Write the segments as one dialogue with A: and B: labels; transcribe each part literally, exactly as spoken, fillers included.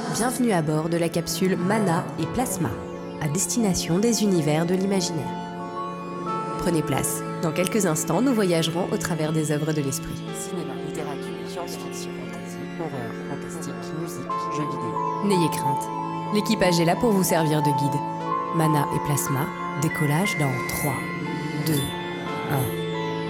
A: Bienvenue à bord de la capsule Mana et Plasma, à destination des univers de l'imaginaire. Prenez place. Dans quelques instants, nous voyagerons au travers des œuvres de l'esprit.
B: Cinéma, littérature, science-fiction, fantasy, horreur, fantastique, musique, jeux vidéo.
A: N'ayez crainte. L'équipage est là pour vous servir de guide. Mana et Plasma, décollage dans trois, deux, un.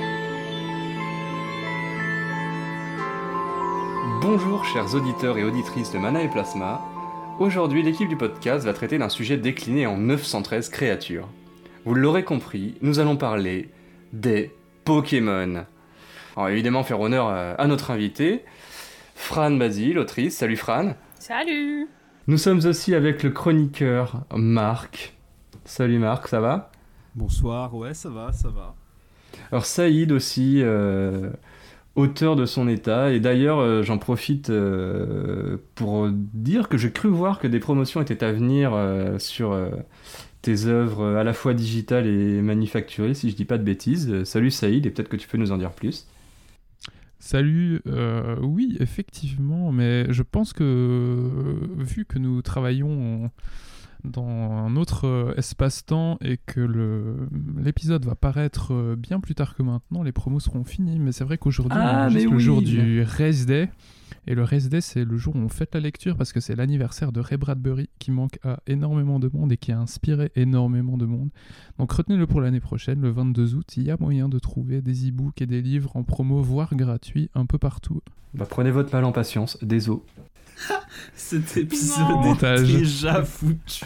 C: Bonjour chers auditeurs et auditrices de Mana et Plasma. Aujourd'hui, l'équipe du podcast va traiter d'un sujet décliné en neuf cent treize créatures. Vous l'aurez compris, nous allons parler des Pokémon. Alors évidemment, faire honneur à notre invité, Fran Basile, autrice. Salut Fran.
D: Salut.
C: Nous sommes aussi avec le chroniqueur Marc. Salut Marc, ça va ?
E: Bonsoir, ouais, ça va, ça va.
C: Alors Saïd aussi, euh, auteur de son état, et d'ailleurs euh, j'en profite euh, pour dire que j'ai cru voir que des promotions étaient à venir euh, sur euh, tes œuvres à la fois digitales et manufacturées, si je dis pas de bêtises. Salut Saïd, et peut-être que tu peux nous en dire plus.
F: Salut, euh, oui, effectivement, mais je pense que, euh, vu que nous travaillons en, dans un autre euh, espace-temps et que le, l'épisode va paraître euh, bien plus tard que maintenant, les promos seront finis, mais c'est vrai qu'aujourd'hui,
C: Ah,
F: on
C: mais
F: est le
C: oui.
F: jour du Race Day, et le Race Day, c'est le jour où on fête la lecture, parce que c'est l'anniversaire de Ray Bradbury, qui manque à énormément de monde et qui a inspiré énormément de monde. Donc retenez-le pour l'année prochaine, le vingt-deux août, il y a moyen de trouver des e-books et des livres en promo, voire gratuits, un peu partout.
C: Bah, prenez votre mal en patience, désolé.
E: Cet épisode
F: Non.
E: est déjà foutu.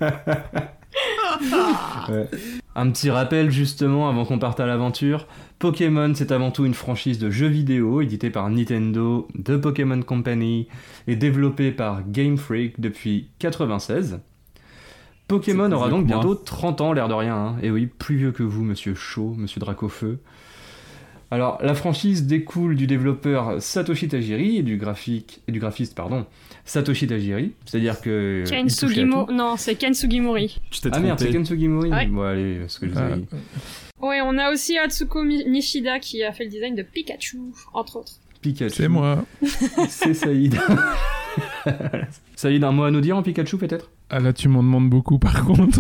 C: Ouais. Un petit rappel justement avant qu'on parte à l'aventure. Pokémon, c'est avant tout une franchise de jeux vidéo éditée par Nintendo, The Pokémon Company et développée par Game Freak depuis quatre-vingt-seize. Pokémon
E: C'est
C: aura
E: plus
C: donc
E: vieux que moi.
C: bientôt trente ans, l'air de rien. Hein. Et oui, plus vieux que vous, monsieur Chaud, monsieur Dracofeu. Alors, la franchise découle du développeur Satoshi Tajiri et du, graphique, et du graphiste pardon, Satoshi Tajiri, c'est-à-dire que...
D: Ken
C: il touchait à
D: Sugimo...
C: tout.
D: Non, c'est Ken Sugimori.
E: Tu t'es
C: Ah merde, c'est
E: trompé.
C: Ken Sugimori.
D: Ouais.
C: Bon, allez, ce que je
F: Euh,
C: dis.
D: Ouais, on a aussi Atsuko Mi- Nishida qui a fait le design de Pikachu, entre autres.
C: Pikachu.
F: C'est moi.
C: C'est Saïd. Saïd, un mot à nous dire en Pikachu peut-être ?
F: Ah là, tu m'en demandes beaucoup par contre.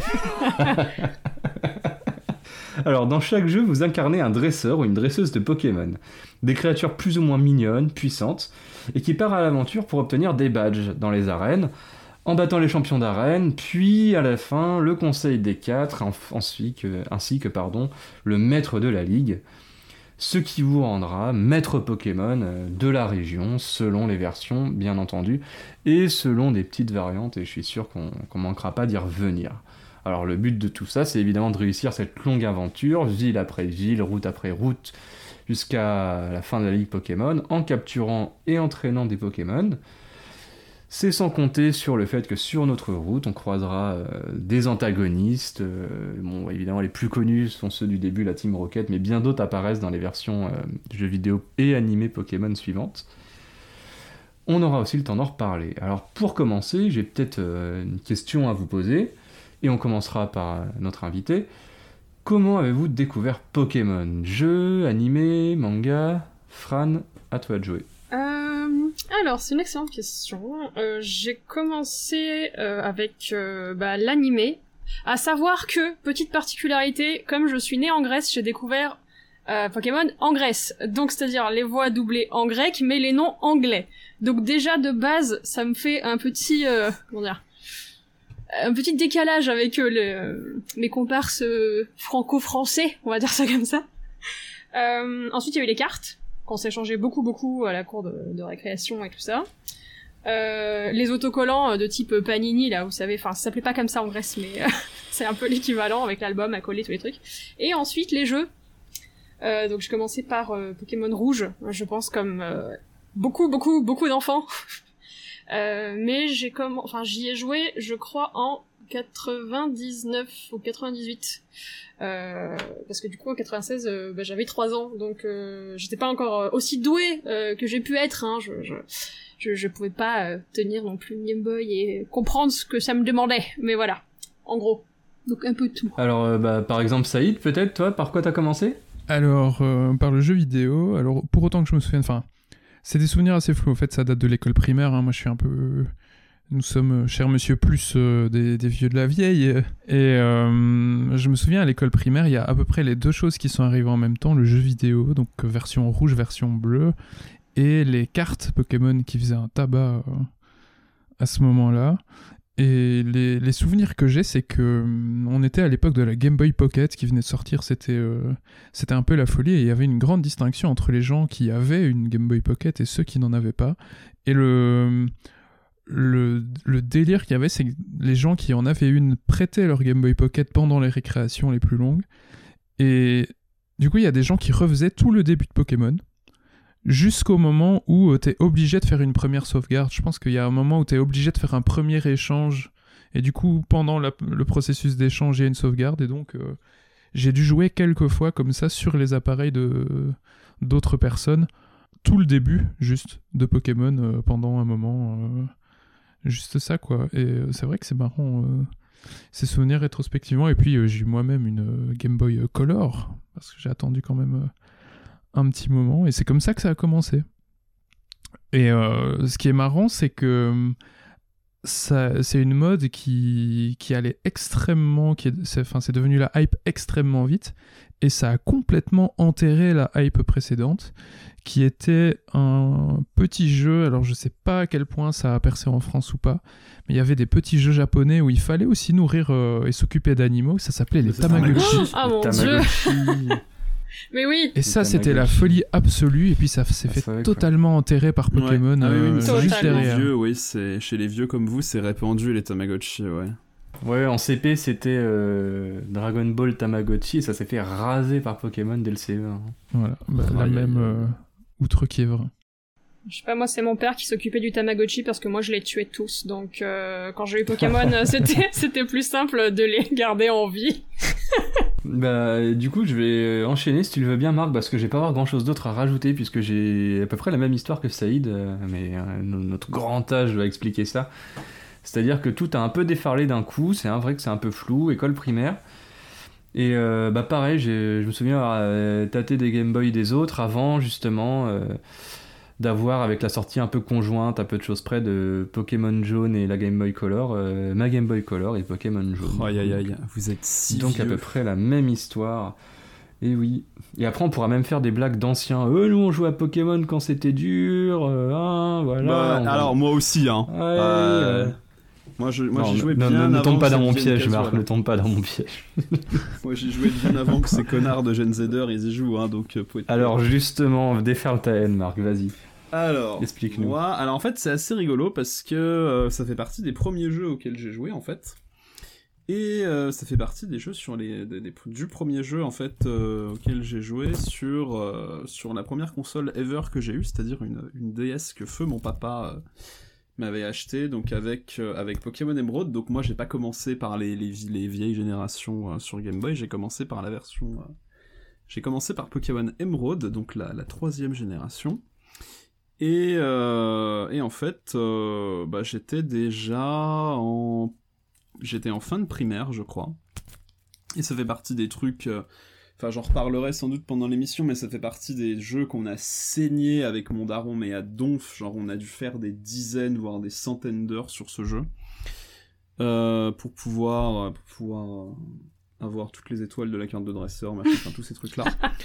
C: Alors, dans chaque jeu, vous incarnez un dresseur ou une dresseuse de Pokémon. Des créatures plus ou moins mignonnes, puissantes, et qui partent à l'aventure pour obtenir des badges dans les arènes, en battant les champions d'arène, puis à la fin, le conseil des quatre, ainsi que, ainsi que pardon, le maître de la ligue, ce qui vous rendra maître Pokémon de la région, selon les versions, bien entendu, et selon des petites variantes, et je suis sûr qu'on qu'on manquera pas d'y revenir. Alors le but de tout ça, c'est évidemment de réussir cette longue aventure, ville après ville, route après route, jusqu'à la fin de la ligue Pokémon, en capturant et entraînant des Pokémon. C'est sans compter sur le fait que sur notre route, on croisera euh, des antagonistes. Euh, bon, évidemment, les plus connus sont ceux du début, la Team Rocket, mais bien d'autres apparaissent dans les versions euh, jeux vidéo et animés Pokémon suivantes. On aura aussi le temps d'en reparler. Alors pour commencer, j'ai peut-être euh, une question à vous poser. Et on commencera par notre invité. Comment avez-vous découvert Pokémon ? Jeu, animé, manga ? Fran, à toi de jouer.
D: Euh, alors, c'est une excellente question. Euh, j'ai commencé euh, avec euh, bah, l'animé. À savoir que, petite particularité, comme je suis née en Grèce, j'ai découvert euh, Pokémon en Grèce. Donc, c'est-à-dire les voix doublées en grec, mais les noms anglais. Donc déjà, de base, ça me fait un petit... Euh, comment dire un petit décalage avec euh, le, mes comparses euh, franco-français, on va dire ça comme ça. Euh, ensuite, il y a eu les cartes, qu'on s'est changé beaucoup, beaucoup à la cour de, de récréation et tout ça. Euh, les autocollants de type Panini, là, vous savez, enfin, ça s'appelait pas comme ça en Grèce, mais euh, c'est un peu l'équivalent avec l'album à coller tous les trucs. Et ensuite, les jeux. Euh, donc, je commençais par euh, Pokémon Rouge, je pense comme euh, beaucoup, beaucoup, beaucoup d'enfants. Euh, mais j'ai comme, enfin j'y ai joué, je crois en quatre-vingt-dix-neuf ou quatre-vingt-dix-huit, euh, parce que du coup en quatre-vingt-seize, euh, bah, j'avais trois ans, donc euh, j'étais pas encore aussi douée euh, que j'ai pu être. Hein, je, je, je, je pouvais pas euh, tenir non plus une Game Boy et comprendre ce que ça me demandait, mais voilà, en gros, donc un peu tout.
C: Alors, euh, bah, par exemple, Saïd, peut-être, toi, par quoi t'as commencé ?
F: Alors, euh, par le jeu vidéo, alors pour autant que je me souvienne, enfin, c'est des souvenirs assez flous, en fait, ça date de l'école primaire, hein. Moi je suis un peu... Nous sommes, euh, cher monsieur, plus euh, des, des vieux de la vieille. Et euh, je me souviens, à l'école primaire, il y a à peu près les deux choses qui sont arrivées en même temps. Le jeu vidéo, donc euh, version rouge, version bleue, et les cartes Pokémon qui faisaient un tabac euh, à ce moment-là. Et les, les souvenirs que j'ai, c'est que hum, on était à l'époque de la Game Boy Pocket qui venait de sortir, c'était, euh, c'était un peu la folie, et il y avait une grande distinction entre les gens qui avaient une Game Boy Pocket et ceux qui n'en avaient pas. Et le, le, le délire qu'il y avait, c'est que les gens qui en avaient une prêtaient leur Game Boy Pocket pendant les récréations les plus longues, et du coup il y a des gens qui refaisaient tout le début de Pokémon, jusqu'au moment où euh, t'es obligé de faire une première sauvegarde. Je pense qu'il y a un moment où t'es obligé de faire un premier échange, et du coup, pendant la, le processus d'échange, il y a une sauvegarde, et donc euh, j'ai dû jouer quelques fois comme ça sur les appareils de, d'autres personnes, tout le début, juste, de Pokémon, euh, pendant un moment, euh, juste ça, quoi. Et euh, c'est vrai que c'est marrant, euh, ces souvenirs rétrospectivement, et puis euh, j'ai eu moi-même une euh, Game Boy Color, parce que j'ai attendu quand même... Euh, un petit moment, et c'est comme ça que ça a commencé. Et euh, ce qui est marrant, c'est que ça, c'est une mode qui, qui allait extrêmement... Qui est, c'est, enfin, c'est devenu la hype extrêmement vite, et ça a complètement enterré la hype précédente, qui était un petit jeu, alors je sais pas à quel point ça a percé en France ou pas, mais il y avait des petits jeux japonais où il fallait aussi nourrir euh, et s'occuper d'animaux, ça s'appelait les Tamagotchi.
D: Ah mon dieu. Mais oui.
F: Et ça, c'était la folie absolue. Et puis ça s'est fait
C: savait,
F: totalement enterrer par Pokémon,
E: ouais. Ah, oui, oui,
F: euh,
E: mais
F: juste
E: chez les
F: derrière.
E: vieux, oui, c'est chez les vieux comme vous, c'est répandu les Tamagotchi, ouais.
C: Ouais, en C P, c'était euh, Dragon Ball Tamagotchi, et ça s'est fait raser par Pokémon dès le C E un.
F: Voilà, bah,
E: Oh,
F: la
E: aïe,
F: même
E: aïe, aïe.
F: euh, outre-Kièvre.
D: Je sais pas, moi c'est mon père qui s'occupait du Tamagotchi parce que moi je les tuais tous, donc euh, quand j'ai eu Pokémon, c'était c'était plus simple de les garder en vie.
C: Bah, du coup, je vais enchaîner si tu le veux bien, Marc, parce que j'ai pas avoir grand chose d'autre à rajouter, puisque j'ai à peu près la même histoire que Saïd, euh, mais euh, notre grand âge va expliquer ça. C'est-à-dire que tout a un peu défarlé d'un coup, c'est un vrai que c'est un peu flou, école primaire. Et euh, bah pareil, j'ai, je me souviens avoir euh, tâté des Game Boy des autres avant, justement, euh, d'avoir, avec la sortie un peu conjointe, à peu de choses près, de Pokémon Jaune et la Game Boy Color, euh, ma Game Boy Color et Pokémon Jaune.
E: Aïe aïe aïe, vous êtes si
C: Donc
E: vieux.
C: à peu près la même histoire. Et oui. Et après on pourra même faire des blagues d'anciens. Euh, nous on jouait à Pokémon quand c'était dur. Euh, hein, voilà.
E: Bah,
C: on-
E: alors moi aussi, hein.
C: Ouais,
E: Euh,
C: euh,
E: Moi, je, moi
C: non,
E: j'ai joué
C: ne-
E: bien
C: ne, ne
E: avant
C: tombe pas
E: que
C: dans
E: ça
C: mon
E: devienne
C: piège, Marc.
E: casual.
C: Ne tombe pas dans mon piège.
E: Moi j'ai joué bien avant que ces connards de Gen Zer ils y jouent, hein, donc... euh, faut être-
C: Alors justement, déferle ta haine, Marc. Vas-y.
E: Alors,
C: Explique-nous.
E: moi, alors en fait c'est assez rigolo parce que euh, ça fait partie des premiers jeux auxquels j'ai joué en fait. Et euh, ça fait partie des jeux sur les, des, des- du premier jeu en fait euh, auquel j'ai joué sur, euh, sur la première console ever que j'ai eue, c'est-à-dire une, une D S que feu mon papa... euh, m'avait acheté donc avec euh, avec Pokémon Emerald. Donc moi j'ai pas commencé par les les, vi- les vieilles générations euh, sur Game Boy, j'ai commencé par la version euh, j'ai commencé par Pokémon Emerald, donc la, la troisième génération. Et euh, et en fait euh, bah j'étais déjà en j'étais en fin de primaire je crois. Et ça fait partie des trucs euh, Enfin, j'en reparlerai sans doute pendant l'émission, mais ça fait partie des jeux qu'on a saigné avec mon daron, mais à donf. Genre, on a dû faire des dizaines, voire des centaines d'heures sur ce jeu. Euh, pour pouvoir, pour pouvoir avoir toutes les étoiles de la carte de dresseur, machin, enfin, tous ces trucs-là.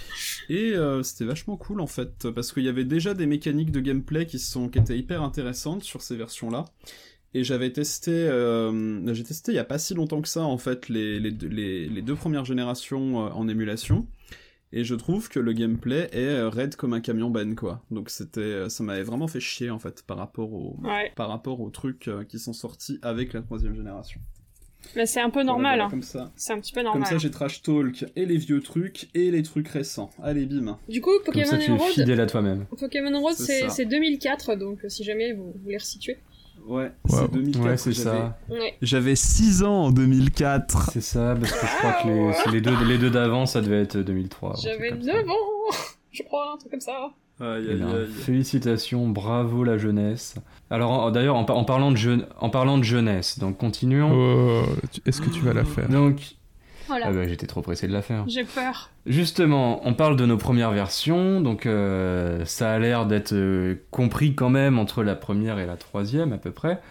E: Et euh, c'était vachement cool, en fait, parce qu'il y avait déjà des mécaniques de gameplay qui, sont, qui étaient hyper intéressantes sur ces versions-là. Et j'avais testé, euh, j'ai testé il y a pas si longtemps que ça en fait les les les, les deux premières générations euh, en émulation, et je trouve que le gameplay est euh, raide comme un camion ben quoi. Donc c'était, ça m'avait vraiment fait chier en fait par rapport aux
D: Ouais.
E: par rapport aux trucs euh, qui sont sortis avec la troisième génération.
D: Mais c'est un peu
E: Voilà,
D: normal,
E: voilà,
D: hein.
E: comme ça.
D: C'est un petit peu
E: Comme
D: normal.
E: ça j'ai trash talk et les vieux trucs et les trucs récents. Allez bim.
D: Du coup,
C: Comme
D: Pokémon
C: ça, tu es
D: Emerald,
C: fidèle à toi-même.
D: Pokémon Emerald,
E: C'est
D: c'est
E: ça.
D: c'est deux mille quatre, donc euh, si jamais vous voulez resituer.
E: Ouais,
F: Wow.
E: c'est deux mille quatre.
C: Ouais, c'est
E: j'avais-
C: ça.
D: Ouais.
E: J'avais six ans en deux mille quatre.
C: C'est ça, parce que je crois que les, c'est les deux, les deux d'avant, ça devait être deux mille trois. un
D: J'avais
C: truc comme ça.
D: neuf ans, je crois, un truc comme ça.
E: Aïe
C: Eh
E: aïe
C: bien,
E: aïe.
C: félicitations, bravo la jeunesse. Alors en- d'ailleurs, en, par- en parlant de jeune, en parlant de jeunesse, donc continuons.
F: Oh, tu- est-ce que tu vas la faire?
C: Donc,
D: Voilà.
C: ah bah, j'étais trop pressé de la faire.
D: J'ai peur.
C: Justement, on parle de nos premières versions, donc euh, ça a l'air d'être euh, compris quand même entre la première et la troisième à peu près.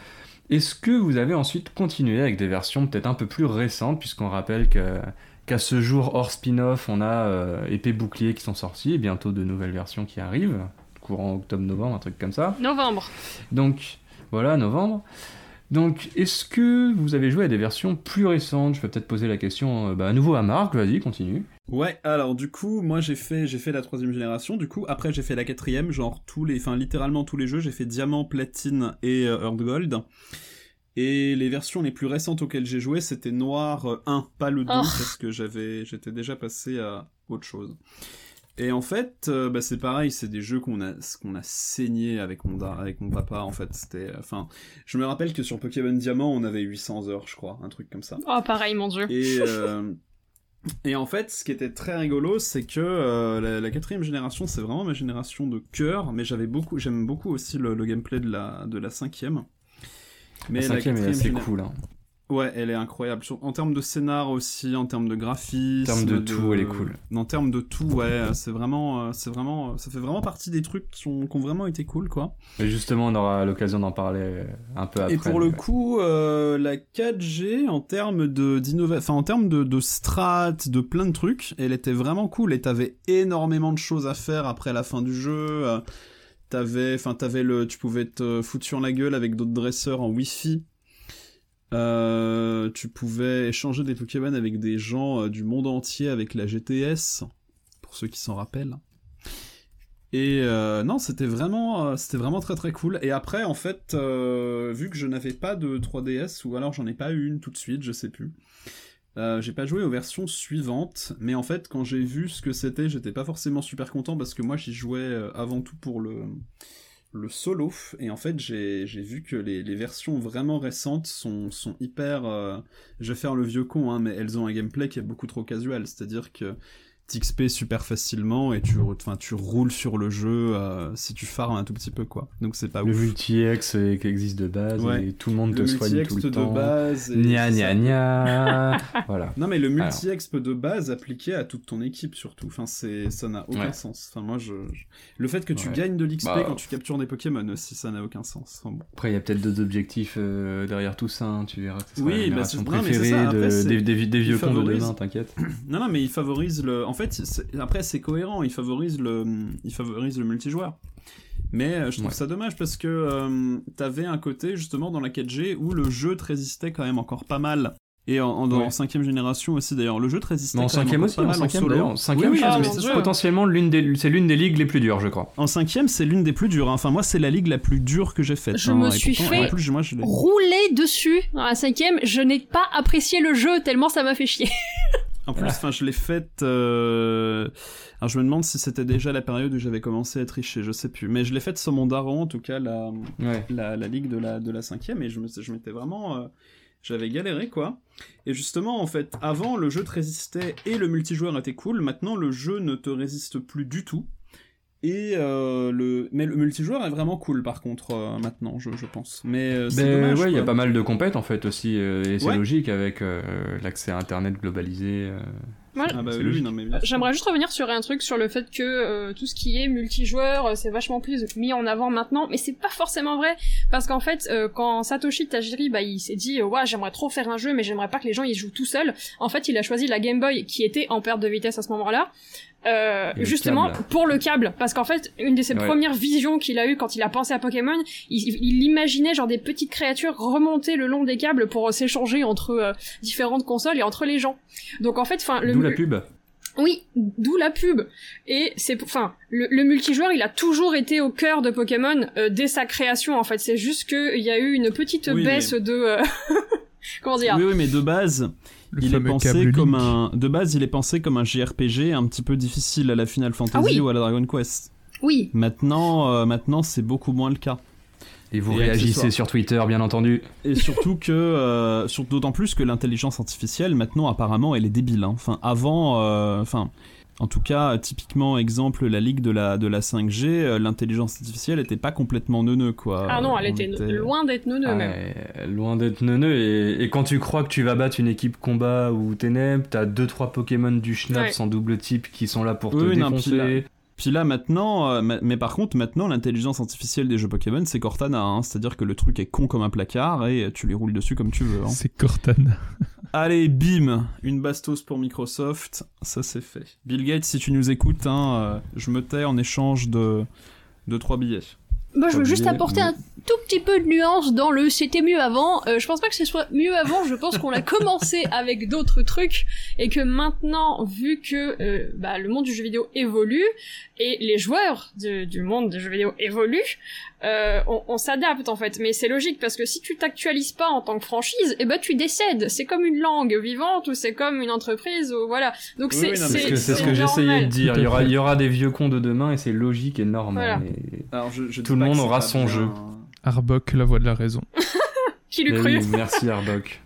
C: Est-ce que vous avez ensuite continué avec des versions peut-être un peu plus récentes, puisqu'on rappelle que, qu'à ce jour, hors spin-off, on a euh, Épée Bouclier qui sont sortis, et bientôt de nouvelles versions qui arrivent, courant octobre-novembre, un truc comme ça.
D: Novembre.
C: Donc, voilà, novembre. Donc, est-ce que vous avez joué à des versions plus récentes ? Je vais peut-être poser la question euh, bah, à nouveau à Marc, vas-y, continue.
E: Ouais, alors du coup, moi j'ai fait j'ai fait la troisième génération, du coup après j'ai fait la quatrième, genre tous les, enfin littéralement tous les jeux, j'ai fait Diamant, Platine et euh, Earth Gold. Et les versions les plus récentes auxquelles j'ai joué, c'était Noir un, pas le deux, oh. parce que j'avais j'étais déjà passé à autre chose. Et en fait, euh, bah c'est pareil, c'est des jeux qu'on a qu'on a saigné avec mon avec mon papa en fait. C'était, enfin, je me rappelle que sur Pokémon Diamant, on avait huit cents heures, je crois, un truc comme ça.
D: Oh pareil, mon dieu.
E: Et euh, et en fait, ce qui était très rigolo, c'est que euh, la, la quatrième génération, c'est vraiment ma génération de cœur, mais j'avais beaucoup, j'aime beaucoup aussi le, le gameplay de la de la cinquième.
C: Mais la cinquième la est assez géné... cool, hein.
E: Ouais, elle est incroyable. En termes de scénar aussi, en termes de graphisme.
C: En termes de, de tout, elle est cool.
E: En termes de tout, ouais, c'est vraiment, c'est vraiment, ça fait vraiment partie des trucs qui ont, qui ont vraiment été cool, quoi.
C: Et justement, on aura l'occasion d'en parler un peu après.
E: Et pour le ouais. coup, euh, la quatre G, en termes de, d'innovation, enfin, en termes de, de strat, de plein de trucs, elle était vraiment cool et t'avais énormément de choses à faire après la fin du jeu. T'avais, enfin, t'avais le, tu pouvais te foutre sur la gueule avec d'autres dresseurs en Wi-Fi. Euh, tu pouvais échanger des Pokémon avec des gens euh, du monde entier avec la G T S, pour ceux qui s'en rappellent. Et euh, non, c'était vraiment, euh, c'était vraiment très très cool. Et après, en fait, euh, vu que je n'avais pas de trois D S, ou alors j'en ai pas eu une tout de suite, je sais plus, euh, j'ai pas joué aux versions suivantes. Mais en fait, quand j'ai vu ce que c'était, j'étais pas forcément super content parce que moi j'y jouais euh, avant tout pour le... le solo, et en fait j'ai, j'ai vu que les, les versions vraiment récentes sont, sont hyper... Euh, je vais faire le vieux con, hein, mais elles ont un gameplay qui est beaucoup trop casual, c'est-à-dire que t'X P super facilement et tu, enfin, tu roules sur le jeu euh, si tu farmes un tout petit peu, quoi. Donc c'est pas
C: le
E: ouf.
C: Le multi-X qui existe de base, ouais. Et tout le monde le te soigne tout le
E: de
C: temps.
E: Base
C: gna gna gna. Voilà.
E: Non mais le multi-exp de base appliqué à toute ton équipe surtout, enfin, c'est... ça n'a aucun ouais. sens. Enfin, moi, je... je... Le fait que tu ouais. gagnes de l'X P bah, quand tu captures des Pokémon aussi, ça n'a aucun sens. Enfin, bon.
C: Après il y a peut-être d'autres objectifs euh, derrière tout ça, hein. Tu verras que c'est
E: oui,
C: la
E: bah,
C: génération préférée non, de... Après, des, des, des vieux cons favorise... de demain, t'inquiète.
E: Non non mais il favorise le... En fait, c'est... après c'est cohérent, il favorise le, il favorise le multijoueur. Mais euh, je trouve ouais. ça dommage parce que euh, t'avais un côté justement dans la quatre G où le jeu te résistait quand même encore pas mal. Et en, en, ouais. en cinquième génération aussi d'ailleurs, le jeu te résistait
C: mais en
E: quand même
C: cinquième
E: encore
C: aussi,
E: pas
C: en
E: mal
C: cinquième
E: en solo.
C: d'ailleurs, en cinquième, oui, oui, ah, c'est potentiellement l'une des, c'est l'une des ligues les plus dures, je crois.
E: En cinquième, c'est l'une des plus dures. Hein. Enfin moi, c'est la ligue la plus dure que j'ai faite.
D: Je
E: hein.
D: me
E: Et
D: suis
E: pourtant,
D: fait
E: plus, moi, je
D: rouler dessus dans la cinquième. Je n'ai pas apprécié le jeu tellement ça m'a fait chier.
E: En plus, enfin, je l'ai faite. Euh... Alors, je me demande si c'était déjà la période où j'avais commencé à tricher, je sais plus. Mais je l'ai faite sur mon daron, en tout cas, la, ouais. la, la ligue de la, de la cinquième, et je, me, je m'étais vraiment. Euh... J'avais galéré, quoi. Et justement, en fait, avant, le jeu te résistait et le multijoueur était cool. Maintenant, le jeu ne te résiste plus du tout. Et euh, le mais le multijoueur est vraiment cool par contre euh, maintenant je, je pense mais euh, c'est
C: ben,
E: dommage
C: ouais il y a
E: quoi.
C: pas mal de compètes en fait aussi euh, et c'est
E: ouais.
C: logique avec euh, l'accès à internet globalisé euh,
D: ouais.
E: ah bah oui, non, mais
D: j'aimerais juste revenir sur un truc sur le fait que euh, tout ce qui est multijoueur c'est vachement plus mis en avant maintenant, mais c'est pas forcément vrai parce qu'en fait euh, quand Satoshi Tajiri bah il s'est dit euh, ouais j'aimerais trop faire un jeu mais j'aimerais pas que les gens ils jouent tout seuls, en fait il a choisi la Game Boy qui était en perte de vitesse à ce moment-là. Euh, justement câble. Pour le câble, parce qu'en fait une de ses ouais. premières visions qu'il a eues quand il a pensé à Pokémon, il, il imaginait genre des petites créatures remonter le long des câbles pour s'échanger entre euh, différentes consoles et entre les gens. Donc en fait, enfin le
C: d'où la pub.
D: Oui, d'où la pub. Et c'est, enfin, le, le multijoueur, il a toujours été au cœur de Pokémon euh, dès sa création. En fait, c'est juste que il y a eu une petite oui, baisse mais... de euh... comment dire.
E: Oui, oui, mais de base. Le il est pensé comme Link. un de base il est pensé comme un J R P G un petit peu difficile à la Final Fantasy ah oui. ou à la Dragon Quest.
D: Oui.
E: Maintenant euh, maintenant c'est beaucoup moins le cas.
C: Et vous et réagissez sur Twitter bien entendu.
E: Et surtout que euh, sur, d'autant plus que l'intelligence artificielle maintenant apparemment elle est débile hein. Enfin avant enfin euh, en tout cas, typiquement, exemple, la ligue de la, de la cinq G, euh, l'intelligence artificielle était pas complètement neuneu, quoi.
D: Ah non, elle était, était loin d'être neuneu,
C: ah,
D: même.
C: Loin d'être neuneu, et, et quand tu crois que tu vas battre une équipe combat ou ténèbres, t'as deux trois Pokémon du Schnapp ouais. sans double type qui sont là pour te oui, défoncer.
E: Non, puis, la, Puis là maintenant, euh, mais par contre maintenant l'intelligence artificielle des jeux Pokémon c'est Cortana, hein, c'est-à-dire que le truc est con comme un placard et tu les roules dessus comme tu veux. Hein.
F: C'est Cortana.
E: Allez, bim, une bastos pour Microsoft, ça c'est fait. Bill Gates, si tu nous écoutes, hein, euh, je me tais en échange de de trois billets.
D: Moi, je veux
E: Trois
D: juste
E: billets,
D: apporter
E: mais-
D: un tout petit peu de nuance dans le c'était mieux avant. Euh, je pense pas que ce soit mieux avant, je pense qu'on a commencé avec d'autres trucs et que maintenant, vu que euh, bah, le monde du jeu vidéo évolue et les joueurs de- du monde des jeux vidéo évoluent, euh, on, on s'adapte en fait. Mais c'est logique parce que si tu t'actualises pas en tant que franchise, eh ben tu décèdes. C'est comme une langue vivante ou c'est comme une entreprise ou voilà. Donc
E: Oui,
D: c'est
E: oui, non,
D: c'est
C: Parce que c'est ce que
D: normal.
C: j'essayais de dire.
F: Tout à
C: Il y aura,
F: fait.
C: il y aura des vieux cons de demain et c'est logique et normal.
D: Voilà.
C: Et-
E: Alors, je, je
C: Tout
E: dis
C: le
E: pas
C: monde
E: que c'est
C: aura
E: pas
C: son
E: bien,
C: jeu.
E: hein.
F: Arbok, la voix de la raison.
D: Qui l'eût
C: Mais
D: cru.
C: oui, merci Arbok.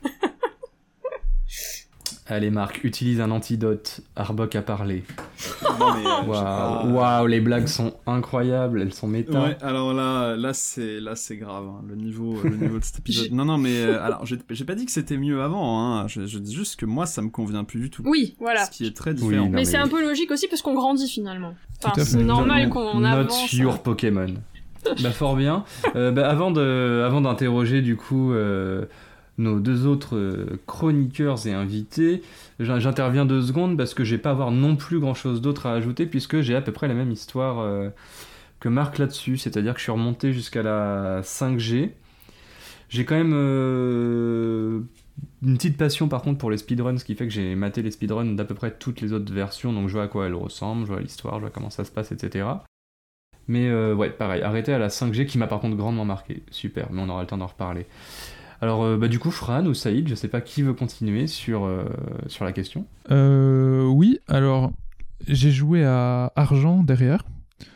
C: Allez Marc, utilise un antidote. Arbok a parlé.
E: Non, mais, euh, j'ai
C: Waouh,
E: pas-
C: waouh, les blagues sont incroyables, elles sont méta.
E: Ouais, alors là, là c'est, là c'est grave, hein, le niveau, le niveau de cet épisode. Non, non, mais euh, alors j'ai, j'ai pas dit que c'était mieux avant, hein. Je, je dis juste que moi ça me convient plus du tout.
D: Oui, voilà.
E: Ce qui est très
C: Oui,
E: différent.
C: non,
D: Mais,
C: mais-
D: c'est un peu logique aussi parce qu'on grandit finalement. Enfin,
F: Tout à
D: c'est
F: fait.
D: normal
C: No-
D: qu'on
C: Not
D: avance.
C: your Pokémon. Bah fort bien. Euh, bah, avant de, avant d'interroger du coup euh, nos deux autres euh, chroniqueurs et invités, j'in- j'interviens deux secondes parce que je vais pas avoir non plus grand chose d'autre à ajouter puisque j'ai à peu près la même histoire euh, que Marc là-dessus, c'est-à-dire que je suis remonté jusqu'à la cinq G. J'ai quand même euh, une petite passion par contre pour les speedruns, ce qui fait que j'ai maté les speedruns d'à peu près toutes les autres versions, donc je vois à quoi elles ressemblent, je vois l'histoire, je vois comment ça se passe, et cetera. Mais euh, ouais, pareil, arrêté à la cinq G qui m'a par contre grandement marqué. Super, mais on aura le temps d'en reparler. Alors euh, bah, du coup, Fran ou Saïd, je sais pas qui veut continuer sur, euh, sur la question.
F: Euh, oui, alors j'ai joué à Argent derrière.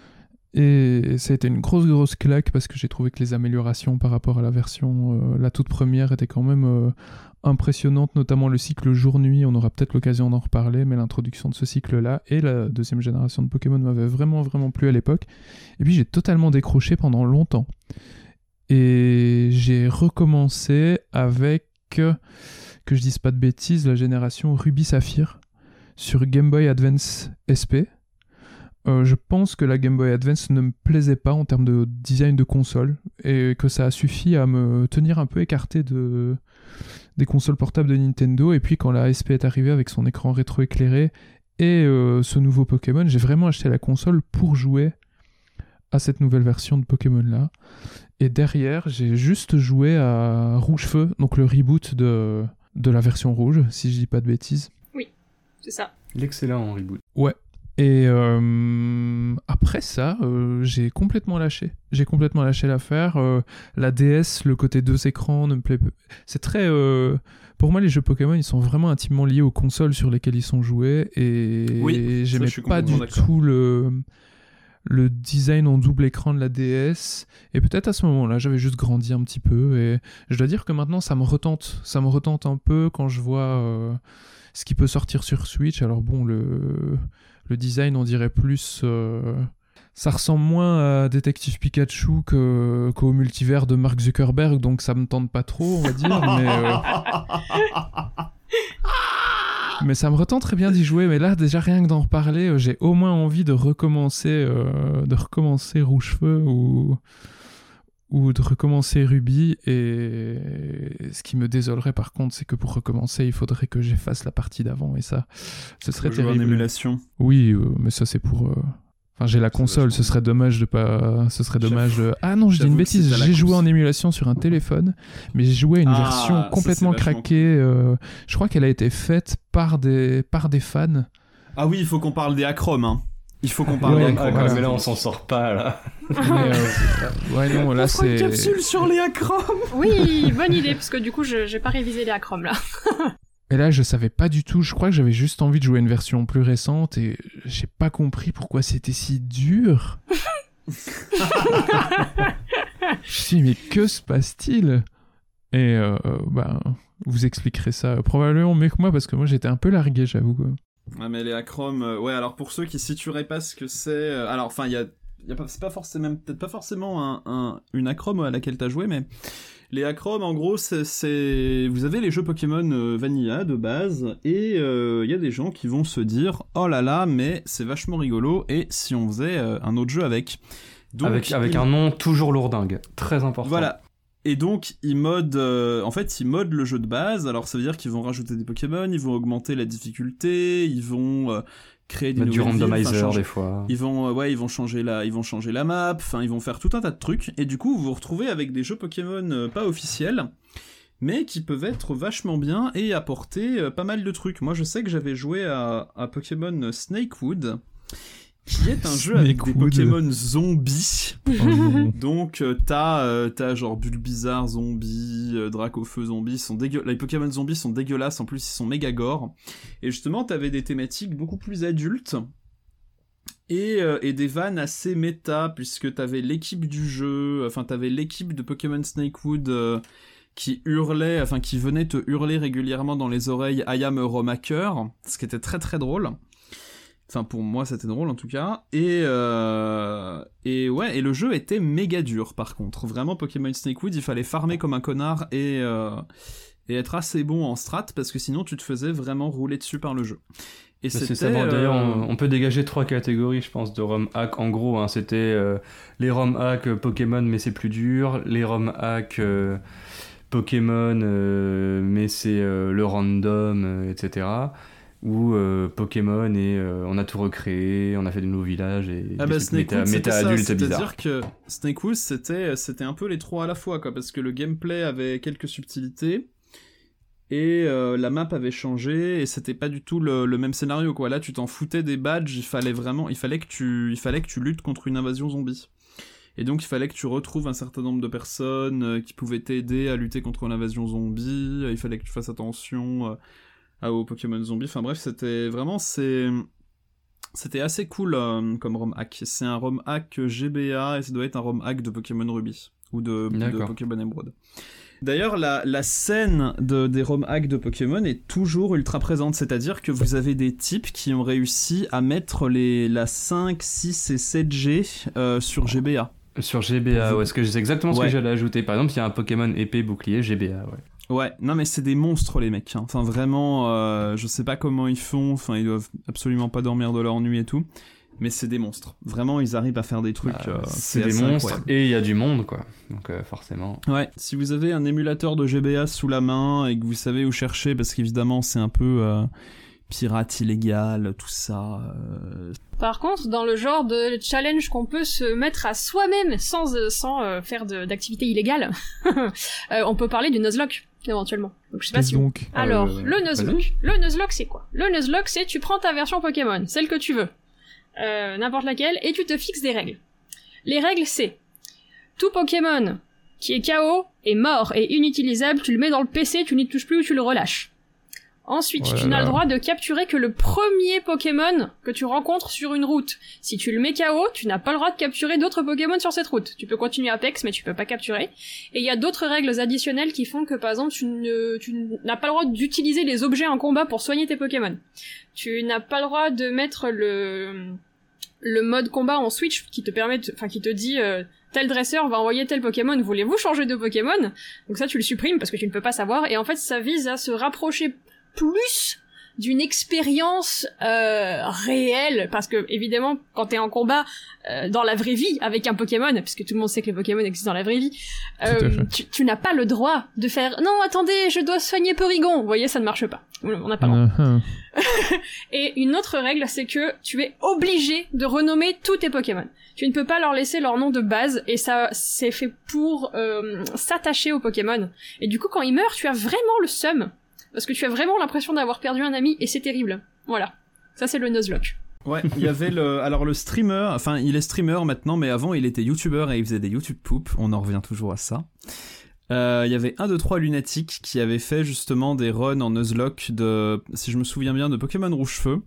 F: Et ça a été une grosse grosse claque parce que j'ai trouvé que les améliorations par rapport à la version, euh, la toute première, étaient quand même euh, impressionnantes, notamment le cycle jour-nuit, on aura peut-être l'occasion d'en reparler, mais l'introduction de ce cycle-là et la deuxième génération de Pokémon m'avait vraiment vraiment plu à l'époque. Et puis j'ai totalement décroché pendant longtemps. Et j'ai recommencé avec, euh, que je dise pas de bêtises, la génération Ruby Saphir sur Game Boy Advance S P. Euh, je pense que la Game Boy Advance ne me plaisait pas en termes de design de console et que ça a suffi à me tenir un peu écarté de, des consoles portables de Nintendo. Et puis quand la S P est arrivée avec son écran rétroéclairé et euh, ce nouveau Pokémon, j'ai vraiment acheté la console pour jouer à cette nouvelle version de Pokémon là. Et derrière, j'ai juste joué à Rouge-Feu, donc le reboot de, de la version rouge, si je dis pas de bêtises.
D: C'est ça.
C: L'excellent reboot.
F: Ouais. Et euh, après ça, euh, j'ai complètement lâché. J'ai complètement lâché l'affaire. Euh, la D S, le côté deux écrans ne me plaît pas. C'est très... Euh, pour moi, les jeux Pokémon, ils sont vraiment intimement liés aux consoles sur lesquelles ils sont joués. Et
E: Oui, ça,
F: j'aimais
E: je suis
F: pas du
E: complètement d'accord.
F: tout le, le design en double écran de la D S. Et peut-être à ce moment-là, j'avais juste grandi un petit peu. Et je dois dire que maintenant, ça me retente. Ça me retente un peu quand je vois euh, ce qui peut sortir sur Switch. Alors bon, le... Le design, on dirait plus... Euh, ça ressemble moins à Détective Pikachu que, qu'au multivers de Mark Zuckerberg, donc ça me tente pas trop, on va dire, mais... Euh... mais ça me retente très bien d'y jouer, mais là, déjà, rien que d'en reparler, euh, j'ai au moins envie de recommencer, euh, de recommencer Rouge-Feu ou... ou de recommencer Ruby, et ce qui me désolerait par contre, c'est que pour recommencer, il faudrait que j'efface la partie d'avant, et ça, ce serait
E: Faut jouer en
F: terrible.
E: émulation.
F: Oui, euh, mais ça c'est pour... euh, Enfin, j'ai la console, ce
E: vachement
F: serait dommage de pas... Ce serait
E: J'avoue-
F: dommage... de- Ah non, je dis une
E: j'avoue que
F: bêtise,
E: c'est à la
F: j'ai joué
E: course.
F: en émulation sur un téléphone, mais j'ai joué à une
E: Ah,
F: version
E: ça,
F: complètement
E: c'est vachement
F: craquée. euh, Je crois qu'elle a été faite par des, par des fans.
E: Ah oui, il faut qu'on parle des Acrom, hein. Il faut qu'on parle
F: Ouais,
E: des
C: Ah,
E: Acrom.
F: voilà.
C: mais là on s'en sort pas là.
F: Mais, euh, ouais, non, là
E: On fera une
F: c'est...
E: capsule sur les Acrom.
D: Oui, bonne idée, parce que du coup, je j'ai pas révisé les acromes là.
F: Et là, je savais pas du tout. Je crois que j'avais juste envie de jouer une version plus récente et j'ai pas compris pourquoi c'était si dur. Je me suis dit, mais que se passe-t-il? Et euh, bah, vous expliquerez ça probablement mieux que moi parce que moi j'étais un peu largué, j'avoue. quoi.
E: Ouais, mais les Acrom, euh, ouais, alors pour ceux qui situeraient pas ce que c'est, euh, alors enfin, il y a, y a pas, c'est pas forcément, même peut-être pas forcément un, un, une Acrom à laquelle t'as joué, mais Les hack ROM, en gros, c'est, c'est... vous avez les jeux Pokémon euh, Vanilla de base, et il euh, y a des gens qui vont se dire « Oh là là, mais c'est vachement rigolo, et si on faisait euh, un autre jeu avec ?» Donc,
C: Avec, avec
E: il...
C: un nom toujours lourdingue, très important.
E: Voilà. Et donc, ils modent, euh, en fait, ils modent le jeu de base. Alors, ça veut dire qu'ils vont rajouter des Pokémon, ils vont augmenter la difficulté, ils vont euh, créer des
C: Mettre du
E: nouvelles villes,
C: randomizer
E: enfin, changer...
C: des fois.
E: Ils vont, euh, ouais, ils vont changer la, ils vont changer la map. Enfin, ils vont faire tout un tas de trucs. Et du coup, vous vous retrouvez avec des jeux Pokémon euh, pas officiels, mais qui peuvent être vachement bien et apporter euh, pas mal de trucs. Moi, je sais que j'avais joué à, à Pokémon Snakewood, qui est un jeu avec des Pokémon zombies.
F: Oh non.
E: Donc euh, t'as euh, t'as genre Bulbizarre zombie, euh, Dracofeu zombie, ils sont dégueu... les Pokémon zombies sont dégueulasses, en plus ils sont méga gore. Et justement t'avais des thématiques beaucoup plus adultes et euh, et des vannes assez méta, puisque t'avais l'équipe du jeu, enfin t'avais l'équipe de Pokémon Snakewood euh, qui hurlait, enfin qui venait te hurler régulièrement dans les oreilles I am a ROM hacker, ce qui était très très drôle. Enfin, pour moi, c'était drôle, en tout cas. Et, euh... et ouais, et le jeu était méga dur, par contre. Vraiment, Pokémon Snakewood, il fallait farmer comme un connard et, euh... et être assez bon en strat, parce que sinon, tu te faisais vraiment rouler dessus par le jeu. Et
C: c'est
E: c'était...
C: ça, bon, d'ailleurs,
E: euh...
C: on, on peut dégager trois catégories, je pense, de ROM hack. En gros, hein, c'était euh, les ROM hack Pokémon, mais c'est plus dur. Les ROM hack euh, Pokémon, euh, mais c'est euh, le random, euh, et cetera. Ou euh, Pokémon et euh, on a tout recréé, on a fait de nouveaux villages et
E: ah
C: des
E: bah,
C: trucs méta,
E: Snakewood,
C: méta
E: ça,
C: adultes bizarres.
E: C'est-à-dire que Snakewood, c'était, c'était un peu les trois à la fois, quoi, parce que le gameplay avait quelques subtilités et euh, la map avait changé et c'était pas du tout le, le même scénario, quoi. Là, tu t'en foutais des badges, il fallait vraiment, il fallait que tu, il fallait que tu luttes contre une invasion zombie. Et donc, il fallait que tu retrouves un certain nombre de personnes euh, qui pouvaient t'aider à lutter contre l'invasion zombie. Il fallait que tu fasses attention. Euh, Ah, au Pokémon Zombie, enfin bref, c'était vraiment, c'est... c'était assez cool euh, comme ROM hack. C'est un ROM hack G B A et ça doit être un ROM hack de Pokémon Ruby, ou de, de Pokémon Emerald. D'ailleurs, la, la scène de, des ROM hacks de Pokémon est toujours ultra présente, c'est-à-dire que vous avez des types qui ont réussi à mettre les, la cinq, six et sept G euh, sur G B A.
C: Sur G B A, ouais, parce que c'est exactement ce
E: ouais.
C: que j'allais ajouter. Par exemple, il y a un Pokémon épée bouclier G B A, ouais.
E: Ouais, non mais c'est des monstres les mecs, hein. Enfin vraiment, euh, je sais pas comment ils font, enfin ils doivent absolument pas dormir de leur nuit et tout, mais c'est des monstres. Vraiment, ils arrivent à faire des trucs,
C: bah,
E: euh,
C: c'est,
E: c'est
C: des monstres
E: incroyable.
C: Et il y a du monde quoi, donc euh, forcément.
E: Ouais, si vous avez un émulateur de G B A sous la main et que vous savez où chercher, parce qu'évidemment c'est un peu euh, pirate illégal, tout ça... Euh...
D: Par contre, dans le genre de challenge qu'on peut se mettre à soi-même sans, euh, sans euh, faire de, d'activité illégale, euh, on peut parler du Nuzlocke, éventuellement. Donc je sais pas
F: Qu'est-ce
D: si...
F: donc
D: Alors,
C: euh,
D: le Nuzlocke. Le Nuzlocke, c'est quoi? Le Nuzlocke, c'est tu prends ta version Pokémon, celle que tu veux, euh, n'importe laquelle, et tu te fixes des règles. Les règles, c'est... Tout Pokémon qui est K O, est mort et inutilisable, tu le mets dans le P C, tu n'y touches plus ou tu le relâches. Ensuite,
F: Oh là
D: tu n'as
F: là.
D: le droit de capturer que le premier Pokémon que tu rencontres sur une route. Si tu le mets K O, tu n'as pas le droit de capturer d'autres Pokémon sur cette route. Tu peux continuer Apex, mais tu peux pas capturer. Et il y a d'autres règles additionnelles qui font que, par exemple, tu, ne, tu n'as pas le droit d'utiliser les objets en combat pour soigner tes Pokémon. Tu n'as pas le droit de mettre le, le mode combat en Switch qui te permet, de, enfin, qui te dit, euh, tel dresseur va envoyer tel Pokémon, voulez-vous changer de Pokémon? Donc ça, tu le supprimes parce que tu ne peux pas savoir. Et en fait, ça vise à se rapprocher plus d'une expérience euh, réelle, parce que évidemment quand t'es en combat euh, dans la vraie vie avec un Pokémon, puisque tout le monde sait que les Pokémon existent dans la vraie vie, euh, tu, tu n'as pas le droit de faire non attendez je dois soigner Porygon, vous voyez, ça ne marche pas, on n'a pas le droit.
F: Uh-huh.
D: Et une autre règle, c'est que tu es obligé de renommer tous tes Pokémon. Tu ne peux pas leur laisser leur nom de base, et ça c'est fait pour euh, s'attacher aux Pokémon. Et du coup quand ils meurent, tu as vraiment le seum. Parce que tu as vraiment l'impression d'avoir perdu un ami, et c'est terrible. Voilà. Ça, c'est le Nuzlocke.
E: Ouais, il y avait le... Alors, le streamer... Enfin, il est streamer maintenant, mais avant, il était youtubeur et il faisait des YouTube poop. On en revient toujours à ça. Euh, il y avait un, deux, trois lunatiques qui avaient fait, justement, des runs en Nuzlocke de... Si je me souviens bien, de Pokémon Rouge-Feu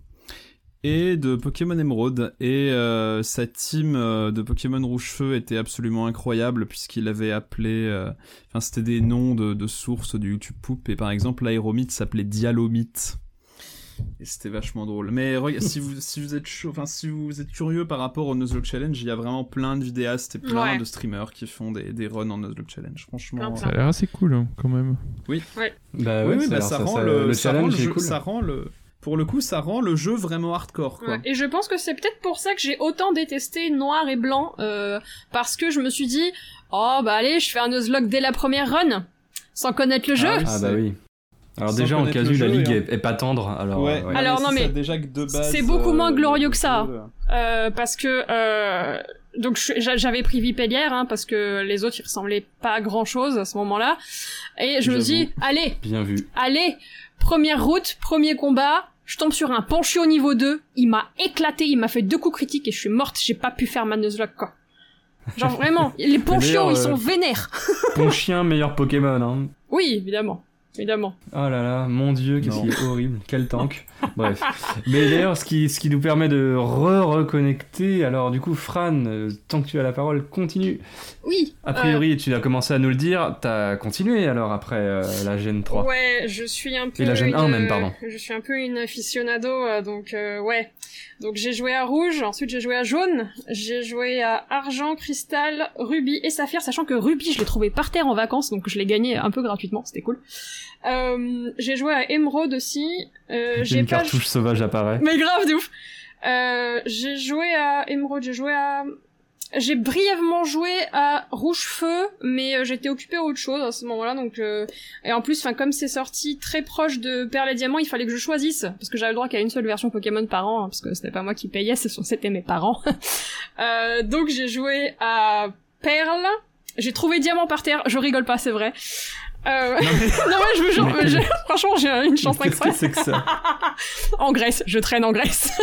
E: et de Pokémon Emerald. Et euh, sa team euh, de Pokémon Rouge-Feu était absolument incroyable, puisqu'il avait appelé... Euh... Enfin, c'était des noms de, de sources du YouTube poop. Et par exemple, l'aéromite s'appelait Dialomite. Et c'était vachement drôle. Mais regarde, si vous si vous êtes chaud, enfin si vous êtes curieux par rapport au Nuzlocke Challenge, il y a vraiment plein de vidéastes et plein
D: Ouais.
E: de streamers qui font des, des runs en Nuzlocke Challenge. Franchement.
D: Plein,
F: Ça a l'air assez cool hein, quand même.
E: Oui.
C: Bah
E: oui,
C: ouais,
E: oui,
C: ça,
E: bah,
C: a l'air-
E: ça,
C: ça-
E: rend
C: ça-
E: le,
C: le
E: ça rend
C: challenge
E: le
C: est
E: jeu,
C: cool.
E: ça rend le. Pour le coup, ça rend le jeu vraiment hardcore, quoi.
D: Ouais. Et je pense que c'est peut-être pour ça que j'ai autant détesté Noir et Blanc, euh, parce que je me suis dit, oh bah allez, je fais un Nuzlocke dès la première run, sans connaître le jeu.
E: Ah oui,
C: Ah bah
E: c'est-
C: oui. Alors
E: Sans
C: déjà en
E: connaître
C: casu,
E: le
C: la
E: jeu,
C: ligue
E: et
C: est, est pas tendre. Alors,
E: ouais.
C: euh, ouais.
D: Alors,
E: c'est
D: non,
E: ça,
D: mais
E: déjà que de base,
D: c'est beaucoup moins
E: euh,
D: glorieux
E: le
D: que ça.
E: jeu,
D: Euh, parce que euh, donc je- j'a- j'avais pris Vipellière, hein, parce que les autres ils ressemblaient pas à grand chose à ce moment-là, et je me
E: J'avoue.
D: dis, allez,
C: Bien vu.
D: allez, première route, premier combat. Je tombe sur un Ponchio niveau deux, il m'a éclaté, il m'a fait deux coups critiques et je suis morte, j'ai pas pu faire ma Nuzlocke, quoi. Genre vraiment, les Ponchios,
C: d'ailleurs,
D: ils
C: euh,
D: sont vénères.
C: Ton chien, meilleur Pokémon, hein.
D: Oui, évidemment, évidemment.
C: Oh là là, mon dieu, qu'est-ce
E: Non.
C: qui est horrible, quel tank. Bref. Mais d'ailleurs, ce qui, ce qui nous permet de re-reconnecter, alors du coup, Fran, euh, tant que tu as la parole, continue.
D: Oui.
C: A priori, tu as commencé à nous le dire, t'as continué alors après euh, la Gen trois.
D: Ouais, je suis un peu
C: Et la Gen
D: une,
C: un même, pardon.
D: Je suis un peu une aficionado, euh, donc euh, ouais. Donc j'ai joué à rouge, ensuite j'ai joué à jaune, j'ai joué à argent, cristal, rubis et saphir, sachant que rubis je l'ai trouvé par terre en vacances, donc je l'ai gagné un peu gratuitement, c'était cool. Euh, j'ai joué à émeraude aussi. Euh,
C: J'ai
D: j'ai
C: une
D: pas.
C: cartouche sauvage apparaît.
D: Mais grave de ouf. Euh, j'ai joué à émeraude, j'ai joué à. J'ai brièvement joué à Rouge Feu, mais euh, j'étais occupée à autre chose à ce moment-là, donc euh... et en plus, enfin comme c'est sorti très proche de Perle et Diamant, il fallait que je choisisse parce que j'avais le droit qu'à une seule version Pokémon par an, hein, parce que c'était pas moi qui payais, c'était mes parents. euh, donc j'ai joué à Perle, j'ai trouvé Diamant par terre, je rigole pas, c'est vrai. Euh... non, mais... non mais je vous jure,
C: Mais-
D: je... franchement j'ai une chance
C: Qu'est-ce que
D: express.
C: c'est que ça?
D: En Grèce, je traîne en Grèce.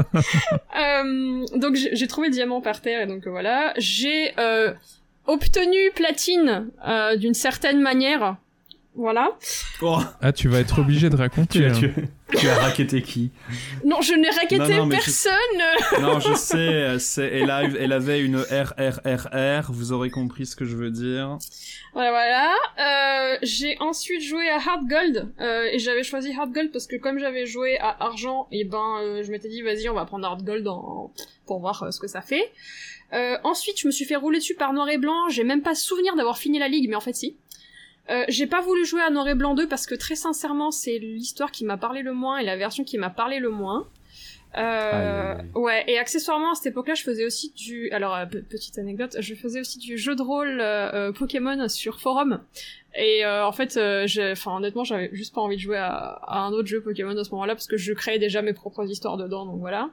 D: euh, donc j'ai j'ai trouvé diamant par terre et donc euh, voilà. J'ai euh, obtenu platine euh, d'une certaine manière. Voilà.
E: Oh.
F: Ah, tu vas être obligé de raconter.
C: Tu as,
F: hein.
C: tu, tu as racketté qui?
D: Non, je n'ai racketté
E: Non, non, mais je-
D: personne.
E: Non, je sais, c'est, elle, a, elle avait une R R R R, vous aurez compris ce que je veux dire.
D: Voilà, voilà. Euh, j'ai ensuite joué à Hard Gold euh, et j'avais choisi Hard Gold parce que comme j'avais joué à Argent, et ben euh, je m'étais dit vas-y on va prendre Hard Gold en... pour voir euh, ce que ça fait. Euh, ensuite je me suis fait rouler dessus par Noir et Blanc. J'ai même pas souvenir d'avoir fini la ligue, mais en fait si. Euh, j'ai pas voulu jouer à Noir et Blanc deux parce que très sincèrement c'est l'histoire qui m'a parlé le moins et la version qui m'a parlé le moins. Euh,
C: Aïe, aïe, aïe.
D: ouais, et accessoirement à cette époque-là, je faisais aussi du, alors euh, pe- petite anecdote, je faisais aussi du jeu de rôle euh, euh, Pokémon sur forum. Et euh, en fait, euh, j'ai, enfin honnêtement, j'avais juste pas envie de jouer à, à un autre jeu Pokémon à ce moment-là parce que je créais déjà mes propres histoires dedans, donc voilà.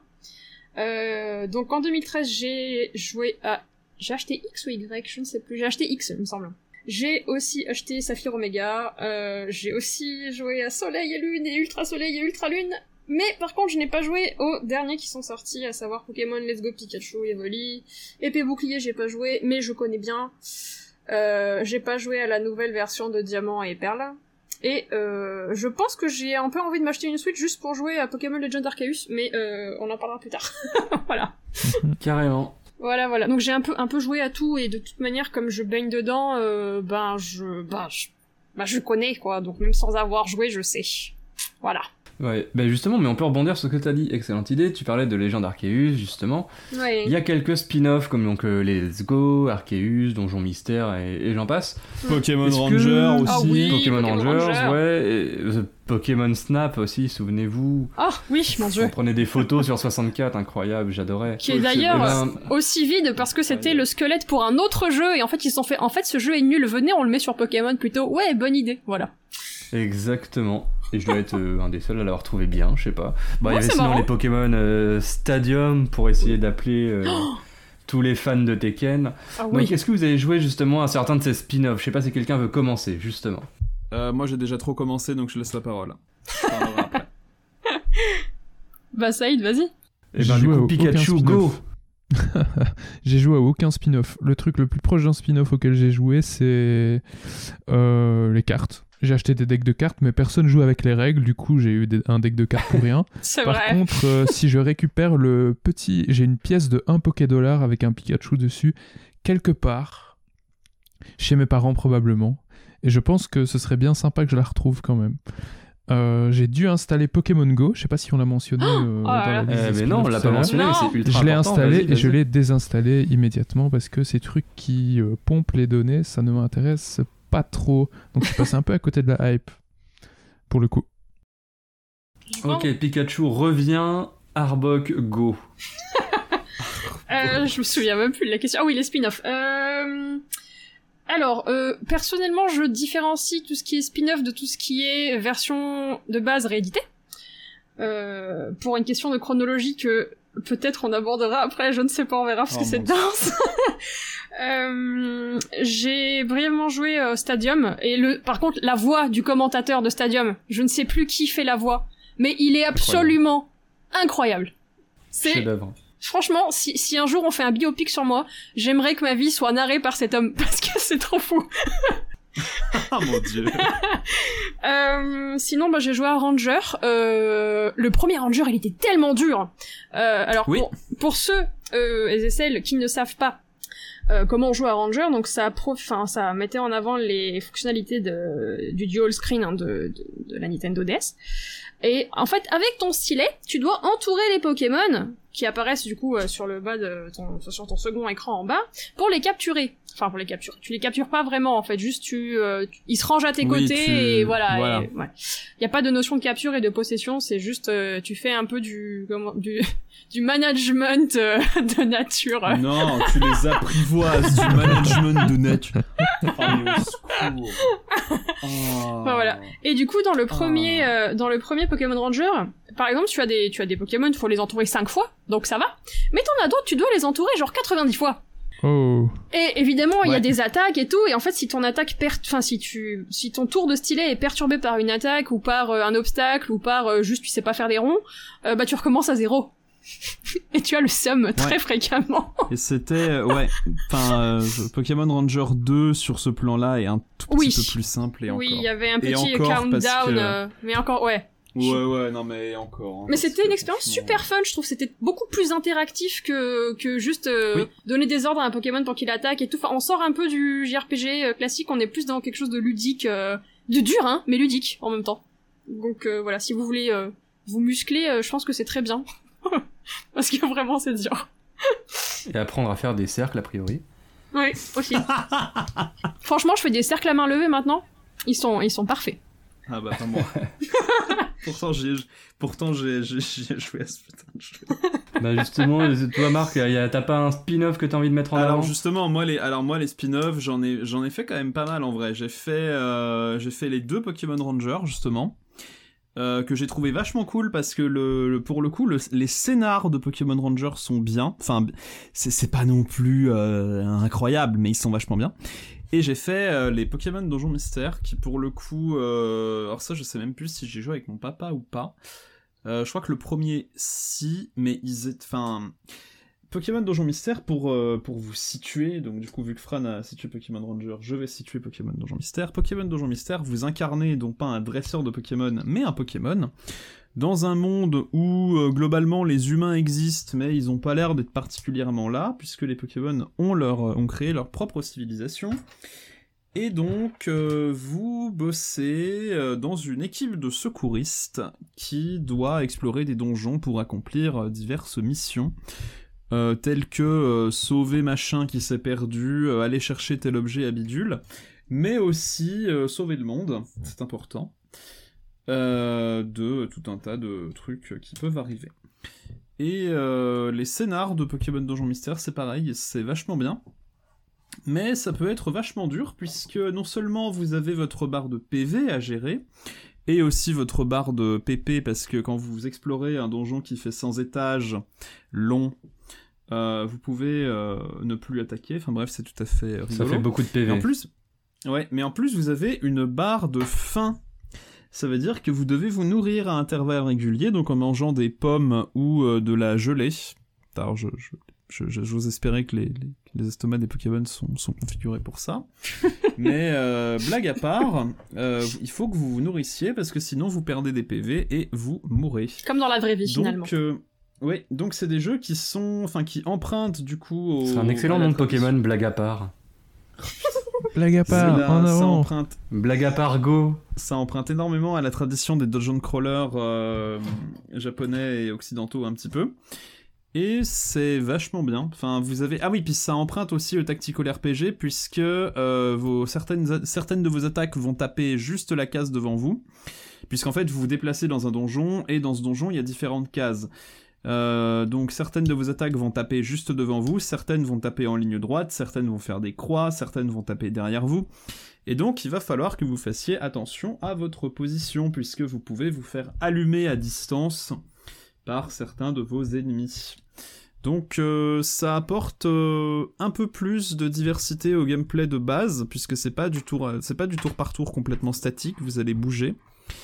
D: Euh, donc en deux mille treize, j'ai joué à, j'ai acheté X ou Y, je ne sais plus, j'ai acheté X, il me semble. J'ai aussi acheté Saphir Omega, euh, j'ai aussi joué à Soleil et Lune et Ultra Soleil et Ultra Lune. Mais par contre, je n'ai pas joué aux derniers qui sont sortis, à savoir Pokémon Let's Go Pikachu, Evoli, Épée Bouclier, j'ai pas joué, mais je connais bien. Euh, j'ai pas joué à la nouvelle version de Diamant et Perle. Et euh, je pense que j'ai un peu envie de m'acheter une Switch juste pour jouer à Pokémon Legend Arceus, mais euh, on en parlera plus tard. Voilà.
C: Carrément.
D: Voilà, voilà. Donc j'ai un peu, un peu joué à tout, et de toute manière, comme je baigne dedans, euh, ben je, ben je, ben je connais quoi. Donc même sans avoir joué, je sais. Voilà.
C: Ouais, bah justement, mais on peut rebondir sur ce que t'as dit. Excellente idée. Tu parlais de Légende Arceus, justement.
D: Ouais.
C: Il y a quelques spin-offs comme donc euh, les Let's Go, Arceus, Donjon Mystère et, et j'en passe.
E: Pokémon
C: Est-ce que-
E: Ranger aussi.
D: Ah oui.
C: Pokémon,
D: Pokémon
C: Rangers,
D: Ranger.
C: ouais. Et, euh, Pokémon Snap aussi, souvenez-vous.
D: Ah oui, mon dieu.
C: On prenait des photos sur soixante-quatre, incroyable, j'adorais.
D: Qui est d'ailleurs
C: Eh ben,
D: aussi vide parce que c'était le squelette pour un autre jeu, et en fait ils se sont fait, en fait ce jeu est nul, venez on le met sur Pokémon plutôt. Ouais, bonne idée, voilà.
C: Exactement. Et je dois être euh, un des seuls à l'avoir trouvé bien, je sais pas. Bah, il y
D: Ouais,
C: avait
D: c'est
C: sinon
D: marrant.
C: les Pokémon euh, Stadium pour essayer d'appeler euh, tous les fans de Tekken.
D: Ah
C: Donc,
D: oui.
C: est-ce que vous avez joué justement à certains de ces spin-offs? Je sais pas si quelqu'un veut commencer, justement.
E: Euh, moi j'ai déjà trop commencé donc je laisse la parole. Je parlerai après.
D: Bah Saïd, vas-y.
C: Et
F: J'ai
C: ben du
F: joué à
C: coup,
F: aucun
C: Pikachu, go!
F: spin-off. J'ai joué à aucun spin-off. Le truc le plus proche d'un spin-off auquel j'ai joué, c'est euh, les cartes. J'ai acheté des decks de cartes, mais personne joue avec les règles, du coup j'ai eu des- un deck de cartes pour rien.
D: C'est
F: Par
D: vrai.
F: contre, euh, si je récupère le petit... J'ai une pièce de un Pokédollar avec un Pikachu dessus, quelque part, chez mes parents probablement, et je pense que ce serait bien sympa que je la retrouve quand même. euh, j'ai dû installer Pokémon Go. Je sais pas si on l'a mentionné euh,
D: oh
F: dans la liste
C: Eh,
F: des
C: mais non, on
F: spin-offs
C: l'a
F: tout
C: pas
F: à l'heure.
C: mentionné, mais
D: Non.
C: c'est ultra
F: Je l'ai
C: important.
F: installé
C: Vas-y,
F: et je
C: vas-y.
F: l'ai désinstallé immédiatement parce que ces trucs qui euh, pompent les données, ça ne m'intéresse pas trop. Donc je suis passé un peu à côté de la hype, pour le coup.
C: Ok, Pikachu revient. Arbok, go.
D: Euh, je me souviens même plus de la question. Ah oui, les spin-offs. Euh... Alors, euh, personnellement, je différencie tout ce qui est spin-off de tout ce qui est version de base rééditée. Euh, pour une question de chronologie que peut-être on abordera après, je ne sais pas, on verra parce
E: Oh
D: que c'est
E: mon Dieu.
D: dense. euh, j'ai brièvement joué euh, Stadium, et le, par contre, la voix du commentateur de Stadium, je ne sais plus qui fait la voix, mais il est absolument incroyable. C'est...
C: Chef-d'œuvre.
D: Franchement, si, si un jour on fait un biopic sur moi, j'aimerais que ma vie soit narrée par cet homme, parce que c'est trop fou.
E: Ah mon dieu.
D: Euh, sinon, bah, j'ai joué à Ranger. Euh, le premier Ranger, il était tellement dur. Euh, alors,
E: Oui.
D: pour, pour ceux euh, et celles qui ne savent pas euh, comment on joue à Ranger, donc ça, pro, ça mettait en avant les fonctionnalités de, du dual screen hein, de, de, de la Nintendo D S. Et en fait, avec ton stylet, tu dois entourer les Pokémon qui apparaissent du coup euh, sur le bas de ton, sur ton second écran en bas pour les capturer. Enfin, pour les capturer. Tu les captures pas vraiment, en fait. Juste, tu, euh, tu- ils se rangent à tes
E: Oui,
D: côtés
E: tu-
D: et voilà.
E: voilà.
D: Et, ouais. Y a pas de notion de capture et de possession. C'est juste, euh, tu fais un peu du, comment, du, du management euh, de nature.
E: Non, tu les apprivoises du management de nature. Oh, mais au secours. Oh.
D: Enfin, voilà. Et du coup, dans le premier, euh, dans le premier Pokémon Ranger, par exemple, tu as des, tu as des Pokémon, faut les entourer cinq fois, donc ça va. Mais t'en as d'autres, tu dois les entourer genre quatre-vingt-dix fois.
F: Oh.
D: Et évidemment, il y a
E: Ouais.
D: des attaques et tout, et en fait, si ton attaque perd, enfin, si tu, si ton tour de stylet est perturbé par une attaque, ou par euh, un obstacle, ou par euh, juste tu sais pas faire des ronds, euh, bah tu recommences à zéro. Et tu as le seum très
E: Ouais.
D: fréquemment.
E: Et c'était, euh, ouais, enfin, euh, Pokémon Ranger deux sur ce plan-là est un tout petit
D: Oui.
E: peu plus simple et
D: Oui, il
E: encore.
D: y avait un
E: Et
D: petit
E: encore,
D: countdown,
E: parce que-
D: euh, mais encore, ouais.
E: Ouais, ouais, non mais encore. hein,
D: Mais
E: parce
D: c'était
E: que
D: une expérience
E: franchement,
D: super fun, je trouve. C'était beaucoup plus interactif que que juste euh,
E: Oui.
D: donner des ordres à un Pokémon pour qu'il attaque et tout. Enfin, on sort un peu du J R P G euh, classique, on est plus dans quelque chose de ludique, euh, de dur, hein, mais ludique en même temps. Donc euh, voilà, si vous voulez euh, vous muscler, euh, je pense que c'est très bien. Parce que vraiment, c'est dur.
C: Et apprendre à faire des cercles, a priori.
D: Oui, aussi. Franchement, je fais des cercles à main levée maintenant. Ils sont, ils sont parfaits.
E: Ah bah pas moi. pourtant j'ai, pourtant j'ai, j'ai, j'ai joué à ce putain de jeu.
C: Bah justement, toi Marc, y a- t'as pas un spin-off que t'as envie de mettre en
E: Alors
C: avant
E: justement, moi les, alors moi les spin-offs, j'en ai, j'en ai fait quand même pas mal en vrai. J'ai fait, euh, j'ai fait les deux Pokémon Ranger justement. Euh, que j'ai trouvé vachement cool parce que le, le- pour le coup le- les scénars de Pokémon Ranger sont bien, enfin c'est, c'est pas non plus euh, incroyable mais ils sont vachement bien. Et j'ai fait euh, les Pokémon Donjon Mystère qui pour le coup euh, alors ça je sais même plus si j'ai joué avec mon papa ou pas. Euh, je crois que le premier si, mais ils étaient, enfin Pokémon Donjon Mystère, pour, euh, pour vous situer, donc du coup, vu que Fran a situé Pokémon Ranger, je vais situer Pokémon Donjon Mystère. Pokémon Donjon Mystère, vous incarnez donc pas un dresseur de Pokémon, mais un Pokémon, dans un monde où, euh, globalement, les humains existent, mais ils ont pas l'air d'être particulièrement là, puisque les Pokémon ont, leur, ont créé leur propre civilisation. Et donc, euh, vous bossez euh, dans une équipe de secouristes qui doit explorer des donjons pour accomplir euh, diverses missions. Euh, tels que euh, sauver machin qui s'est perdu, euh, aller chercher tel objet à bidule, mais aussi euh, sauver le monde, c'est important, euh, de tout un tas de trucs qui peuvent arriver. Et euh, les scénars de Pokémon Donjon Mystère, c'est pareil, c'est vachement bien, mais ça peut être vachement dur, puisque non seulement vous avez votre barre de P V à gérer, et aussi votre barre de P P, parce que quand vous explorez un donjon qui fait cent étages, long, euh, vous pouvez euh, ne plus attaquer, enfin bref, c'est tout à fait rigolo.
C: Ça fait beaucoup de P
E: Et
C: V.
E: en plus, ouais, mais en plus vous avez une barre de faim. Ça veut dire que vous devez vous nourrir à intervalles réguliers, donc en mangeant des pommes ou euh, de la gelée. Alors je, je, je, je- j'ose espérer que les, les, les estomacs des Pokémon sont, sont configurés pour ça. Mais euh, blague à part, euh, il faut que vous vous nourrissiez parce que sinon vous perdez des P V et vous mourrez.
D: Comme dans la vraie vie, finalement.
E: Donc, euh, oui, donc c'est des jeux qui sont, enfin qui empruntent du coup au...
C: C'est un excellent
E: à la
C: nom de
E: tradition.
C: Pokémon, blague à part.
F: Blague à part,
E: là,
F: en
E: ça
F: avant.
E: emprunte,
C: Blague à part, go.
E: ça emprunte énormément à la tradition des dungeon crawlers euh, japonais et occidentaux un petit peu. Et c'est vachement bien. Enfin, vous avez... Ah oui, puis ça emprunte aussi au tactical R P G, puisque euh, vos... certaines... certaines de vos attaques vont taper juste la case devant vous, puisqu'en fait, vous vous déplacez dans un donjon, et dans ce donjon, il y a différentes cases. Euh, donc certaines de vos attaques vont taper juste devant vous, certaines vont taper en ligne droite, certaines vont faire des croix, certaines vont taper derrière vous. Et donc, il va falloir que vous fassiez attention à votre position, puisque vous pouvez vous faire allumer à distance par certains de vos ennemis. Donc euh, ça apporte euh, un peu plus de diversité au gameplay de base, puisque c'est pas du tour, c'est pas du tour par tour complètement statique, vous allez bouger,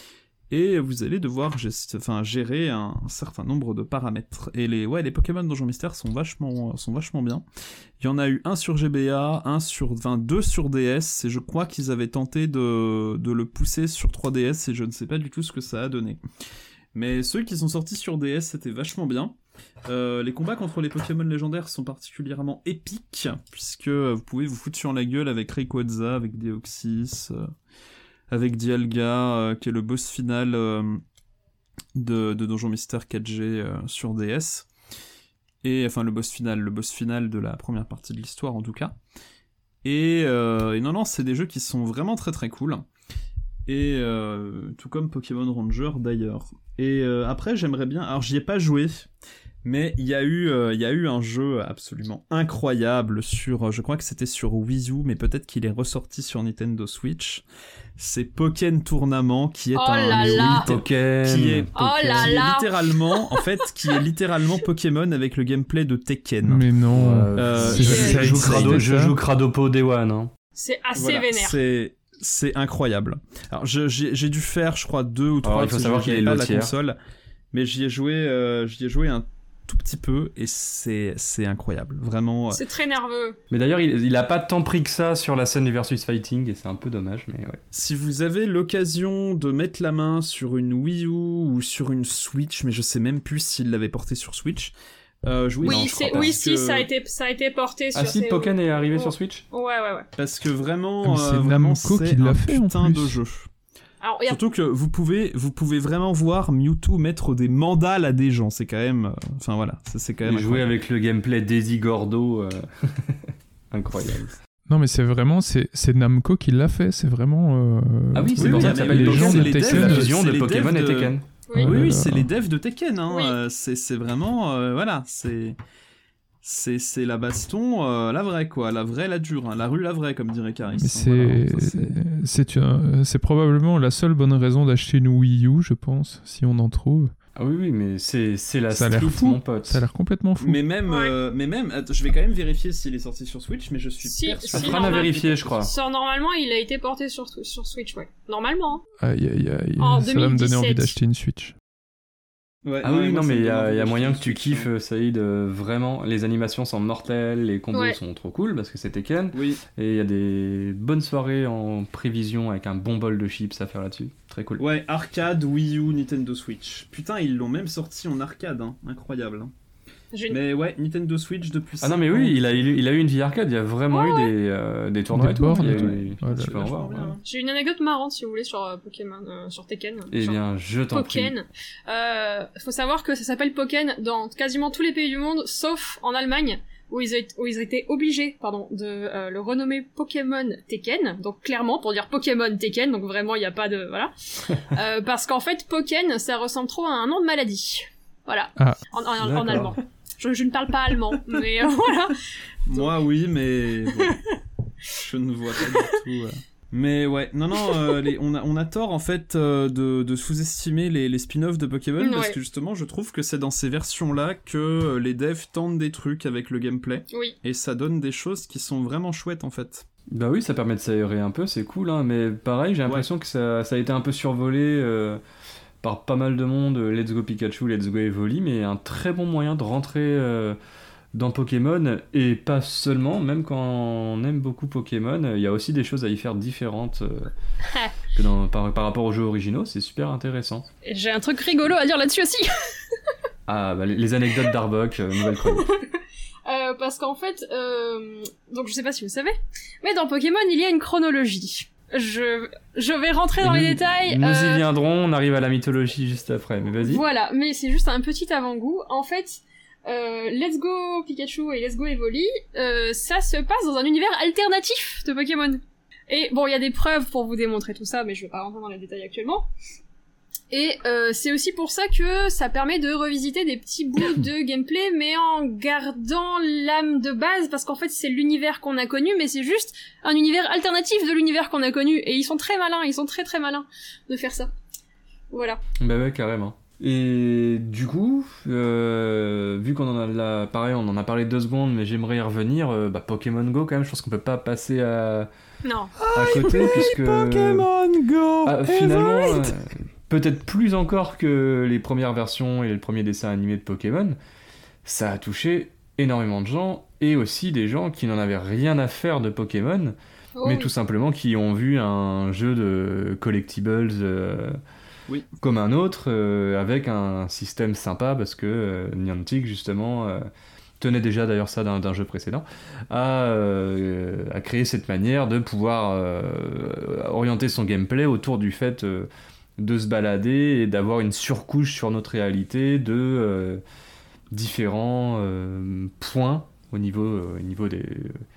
E: et vous allez devoir gest- enfin, gérer un, un certain nombre de paramètres. Et les, ouais, les Pokémon Donjon Mystère sont vachement, sont vachement bien. Il y en a eu un sur G B A, un sur, enfin, deux sur D S, et je crois qu'ils avaient tenté de, de le pousser sur trois D S, et je ne sais pas du tout ce que ça a donné. Mais ceux qui sont sortis sur D S, c'était vachement bien. Euh, les combats contre les Pokémon légendaires sont particulièrement épiques, puisque vous pouvez vous foutre sur la gueule avec Rayquaza, avec Deoxys, euh, avec Dialga, euh, qui est le boss final euh, de, de Donjon Mystère quatre G euh, sur D S. Et, enfin, le boss final, le boss final de la première partie de l'histoire, en tout cas. Et, euh, et non, non, c'est des jeux qui sont vraiment très très cool. Et euh, tout comme Pokémon Ranger d'ailleurs. Et euh, après j'aimerais bien, alors j'y ai pas joué, mais il y a eu euh, il y a eu un jeu absolument incroyable sur, je crois que c'était sur Wii U, mais peut-être qu'il est ressorti sur Nintendo Switch. C'est Pokken Tournament, qui est
D: Oh
E: un
D: là
E: jeu
D: là.
E: litté-
C: Pokémon.
E: qui est
D: Oh là
E: qui est
D: là.
E: littéralement en fait qui est littéralement Pokémon avec le gameplay de Tekken.
F: Mais non.
E: Euh,
F: c'est-
C: je,
F: ça
C: je joue
F: existe,
C: Crado, je
F: ça
C: joue Cradopo Day One. Hein.
D: C'est assez
E: Voilà,
D: vénère.
E: c'est c'est incroyable. Alors je- j'ai j'ai dû faire, je crois, deux ou trois.
C: Alors, il faut
E: parce que
C: savoir
E: j'avais
C: qu'il est
E: pas la
C: lotière.
E: console, mais j'y ai joué, euh, j'y ai joué un tout petit peu et c'est c'est incroyable, vraiment. euh,
D: C'est très nerveux.
C: Mais d'ailleurs, il, il a pas tant pris que ça sur la scène du versus fighting, et c'est un peu dommage, mais ouais.
E: Si vous avez l'occasion de mettre la main sur une Wii U ou sur une Switch, mais je sais même plus s'il l'avait porté sur Switch. Euh, jouez
D: Oui,
E: non, je
D: c'est,
E: crois
D: oui,
E: parce
D: si,
E: que-
D: ça a été, ça a été porté sur
C: Ah si,
D: ces-
C: Pokken est arrivé
D: Oh.
C: sur Switch.
D: Ouais, ouais, ouais.
E: Parce que vraiment,
F: Ah, mais c'est
E: euh, vraiment,
F: Namco
E: c'est
F: qui l'a
E: un
F: fait, en
E: putain
F: plus.
E: de jeu.
D: Alors, il y a
E: Surtout que vous pouvez, vous pouvez vraiment voir Mewtwo mettre des mandales à des gens. C'est quand même, euh, enfin voilà, ça, c'est quand même.
C: Et jouer
E: incroyable.
C: avec le gameplay Daisy Gordo, euh, incroyable.
F: Non, mais c'est vraiment, c'est, c'est Namco qui l'a fait, c'est vraiment. euh,
C: Ah oui, c'est
E: Oui,
C: pour
E: oui,
C: ça que
E: mais
C: ça s'appelle
F: les
E: Pokken,
F: gens
C: Pokken.
F: de
E: les devs,
C: C'est la
F: Tekken,
C: fusion
E: c'est
C: de
E: les
C: Pokémon
E: devs
C: et
E: de-
C: Tekken.
D: Oui.
F: Ah,
E: Oui, oui,
F: là,
E: c'est
F: là.
E: les devs de Tekken. Hein.
D: Oui.
E: euh, c'est, c'est vraiment, euh, voilà, c'est, c'est, c'est la baston, euh, la vraie quoi, la vraie, la dure, hein, la rue, la vraie, comme dirait Caris.
F: Mais
E: hein,
F: c'est,
E: voilà, ça, c'est-
F: c'est, une- c'est probablement la seule bonne raison d'acheter une Wii U, je pense, si on en trouve.
C: Ah oui, oui, mais c'est, c'est la
F: Ça a l'air
C: street,
F: fou.
C: mon pote.
F: Ça a l'air complètement fou.
E: Mais même,
D: Ouais.
E: euh, mais même, attends, je vais quand même vérifier s'il est sorti sur Switch, mais je suis
D: Si,
E: persuadé.
C: Ça
D: si,
C: fera à
D: normal.
C: vérifier, je crois.
D: Ça, normalement, il a été porté sur, sur Switch, ouais. Normalement, hein.
F: Aïe, aïe, aïe.
D: En
F: Ça va me donner envie
D: deux mille dix-sept.
F: d'acheter une Switch.
E: Ouais,
C: Ah
E: ouais,
C: oui,
E: moi,
C: non,
E: ça
C: mais
E: me
C: il y
E: donne
C: a,
E: envie
C: il y a
E: d'acheter
C: moyen
E: une
C: que tu
E: Switch,
C: kiffes,
E: hein.
C: euh, Saïd, euh, vraiment. Les animations sont mortelles, les combos
D: Ouais.
C: sont trop cool parce que c'est Tekken.
E: Oui.
C: Et il y a des bonnes soirées en prévision avec un bon bol de chips à faire là-dessus. Très cool.
E: Ouais, arcade, Wii U, Nintendo Switch. Putain, ils l'ont même sorti en arcade, hein. Incroyable. Hein.
D: J'ai une-
E: Mais ouais, Nintendo Switch depuis
C: Ah non,
E: cinq
C: mais
E: ans.
C: oui, il a, eu- il a eu une vie arcade, il y a vraiment eu des, euh, des tournois
F: Des
C: et tout. hein.
F: bornes,
C: Il y a
F: ouais.
C: eu-
F: Oh là
C: tu
F: là.
C: peux en voir.
E: Vachement bien,
C: ouais.
E: hein.
D: J'ai une anecdote marrante, si vous voulez, sur euh, Pokémon, euh, sur Tekken.
C: Eh
D: Sur
C: bien, je t'en prie.
D: Pokken. Euh, faut savoir que ça s'appelle Pokken dans quasiment tous les pays du monde, sauf en Allemagne, où ils, ont- où ils étaient obligés, pardon, de euh, le renommer Pokémon Tekken. Donc clairement, pour dire Pokémon Tekken, donc vraiment il n'y a pas de... Voilà. euh, parce qu'en fait, Pokken, ça ressemble trop à un nom de maladie. Voilà.
F: Ah.
D: En, en- en
C: D'accord.
D: allemand. Je, je ne parle pas allemand, mais euh, voilà.
E: Moi, oui, mais bon, je ne vois pas du tout. euh. Mais ouais, non, non, euh, les- on, a, on a tort en fait euh, de, de sous-estimer les, les spin-offs de Pokémon parce
D: Ouais.
E: que justement, je trouve que c'est dans ces versions-là que euh, les devs tentent des trucs avec le gameplay
D: Oui.
E: et ça donne des choses qui sont vraiment chouettes en fait.
C: Bah oui, ça permet de s'aérer un peu, c'est cool, hein, mais pareil, j'ai l'impression que ça, ça a été un peu survolé euh, par pas mal de monde, euh, Let's Go Pikachu, Let's Go Evoli, mais un très bon moyen de rentrer euh, dans Pokémon, et pas seulement, même quand on aime beaucoup Pokémon, il y a aussi des choses à y faire différentes euh, que dans, par, par rapport aux jeux originaux, c'est super intéressant.
D: Et j'ai un truc rigolo à dire là-dessus aussi.
C: Ah, bah les, les anecdotes d'Arbok, euh, nouvelle chronique.
D: Euh, parce qu'en fait, euh, donc je sais pas si vous savez, mais dans Pokémon, il y a une chronologie. Je, je vais rentrer dans
C: nous,
D: les détails.
C: Nous
D: euh...
C: y viendrons, on arrive à la mythologie juste après, mais vas-y.
D: Voilà, mais c'est juste un petit avant-goût. En fait, euh, Let's Go Pikachu et Let's Go Evoli, euh, ça se passe dans un univers alternatif de Pokémon. Et bon, il y a des preuves pour vous démontrer tout ça, mais je vais pas rentrer dans les détails actuellement. Et euh, c'est aussi pour ça que ça permet de revisiter des petits bouts de gameplay, mais en gardant l'âme de base, parce qu'en fait c'est l'univers qu'on a connu, mais c'est juste un univers alternatif de l'univers qu'on a connu. Et ils sont très malins, ils sont très très malins de faire ça. Voilà.
C: Bah ouais, carrément. Et du coup, euh, vu qu'on en a là, pareil, on en a parlé deux secondes, mais j'aimerais y revenir. Euh, bah, Pokémon Go, quand même, je pense qu'on peut pas passer à,
D: non.
C: à côté, puisque
E: Pokémon Go.
C: Ah, finalement, euh, peut-être plus encore que les premières versions et les premiers dessins animés de Pokémon, ça a touché énormément de gens et aussi des gens qui n'en avaient rien à faire de Pokémon,
D: Oh,
C: mais
D: oui.
C: tout simplement qui ont vu un jeu de collectibles. Euh,
E: Oui.
C: Comme un autre, euh, avec un système sympa, parce que euh, Niantic, justement, euh, tenait déjà d'ailleurs ça d'un, d'un jeu précédent, a, euh, a créé cette manière de pouvoir euh, orienter son gameplay autour du fait euh, de se balader et d'avoir une surcouche sur notre réalité de euh, différents euh, points au niveau, euh, au niveau, des,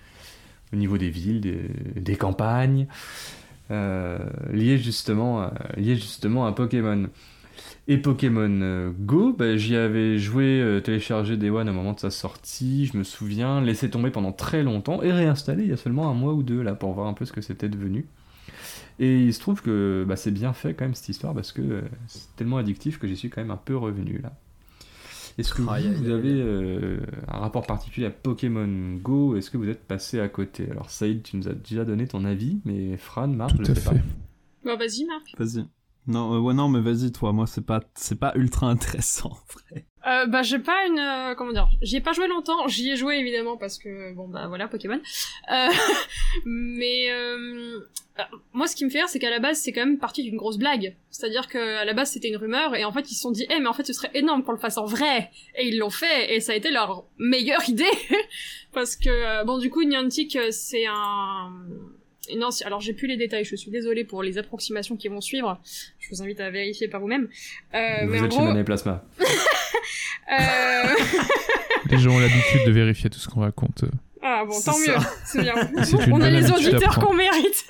C: au niveau des villes, des, des campagnes. Euh, lié justement à, lié justement à Pokémon. Et Pokémon euh, Go, bah, j'y avais joué, euh, téléchargé Day One au moment de sa sortie, je me souviens, laissé tomber pendant très longtemps et réinstallé il y a seulement un mois ou deux là pour voir un peu ce que c'était devenu. Et il se trouve que bah, c'est bien fait quand même cette histoire parce que euh, c'est tellement addictif que j'y suis quand même un peu revenu là. Est-ce que vous,
E: Aïe, aïe,
C: vous
E: aïe.
C: avez euh, un rapport particulier à Pokémon Go? Est-ce que vous êtes passé à côté? Alors Saïd, tu nous as déjà donné ton avis, mais Fran, Marc,
F: Tout
C: je
F: à
C: sais
F: fait.
C: pas.
D: Bah vas-y Marc.
E: Vas-y. Non, euh, ouais, non, mais vas-y, toi. Moi, c'est pas, c'est pas ultra intéressant, en vrai.
D: Euh, bah j'ai pas une euh, comment dire, j'y ai pas joué longtemps, j'y ai joué évidemment parce que bon bah voilà Pokémon. Euh, mais euh, moi ce qui me fait rire c'est qu'à la base c'est quand même parti d'une grosse blague. C'est-à-dire que à la base c'était une rumeur et en fait ils se sont dit "Eh mais en fait ce serait énorme qu'on le fasse en vrai" et ils l'ont fait et ça a été leur meilleure idée parce que euh, bon du coup Niantic c'est un non, alors j'ai plus les détails, je suis désolée pour les approximations qui vont suivre. Je vous invite à vérifier par vous-même. Euh,
C: Vous
D: mais en
C: êtes chez
D: gros,
C: Mané Plasma.
D: euh...
F: Les gens ont l'habitude de vérifier tout ce qu'on raconte.
D: Ah bon,
E: C'est
D: tant
E: ça.
D: mieux, c'est bien.
F: C'est une
D: On a
F: bonne
D: les
F: habitude à
D: auditeurs
F: prendre.
D: qu'on mérite.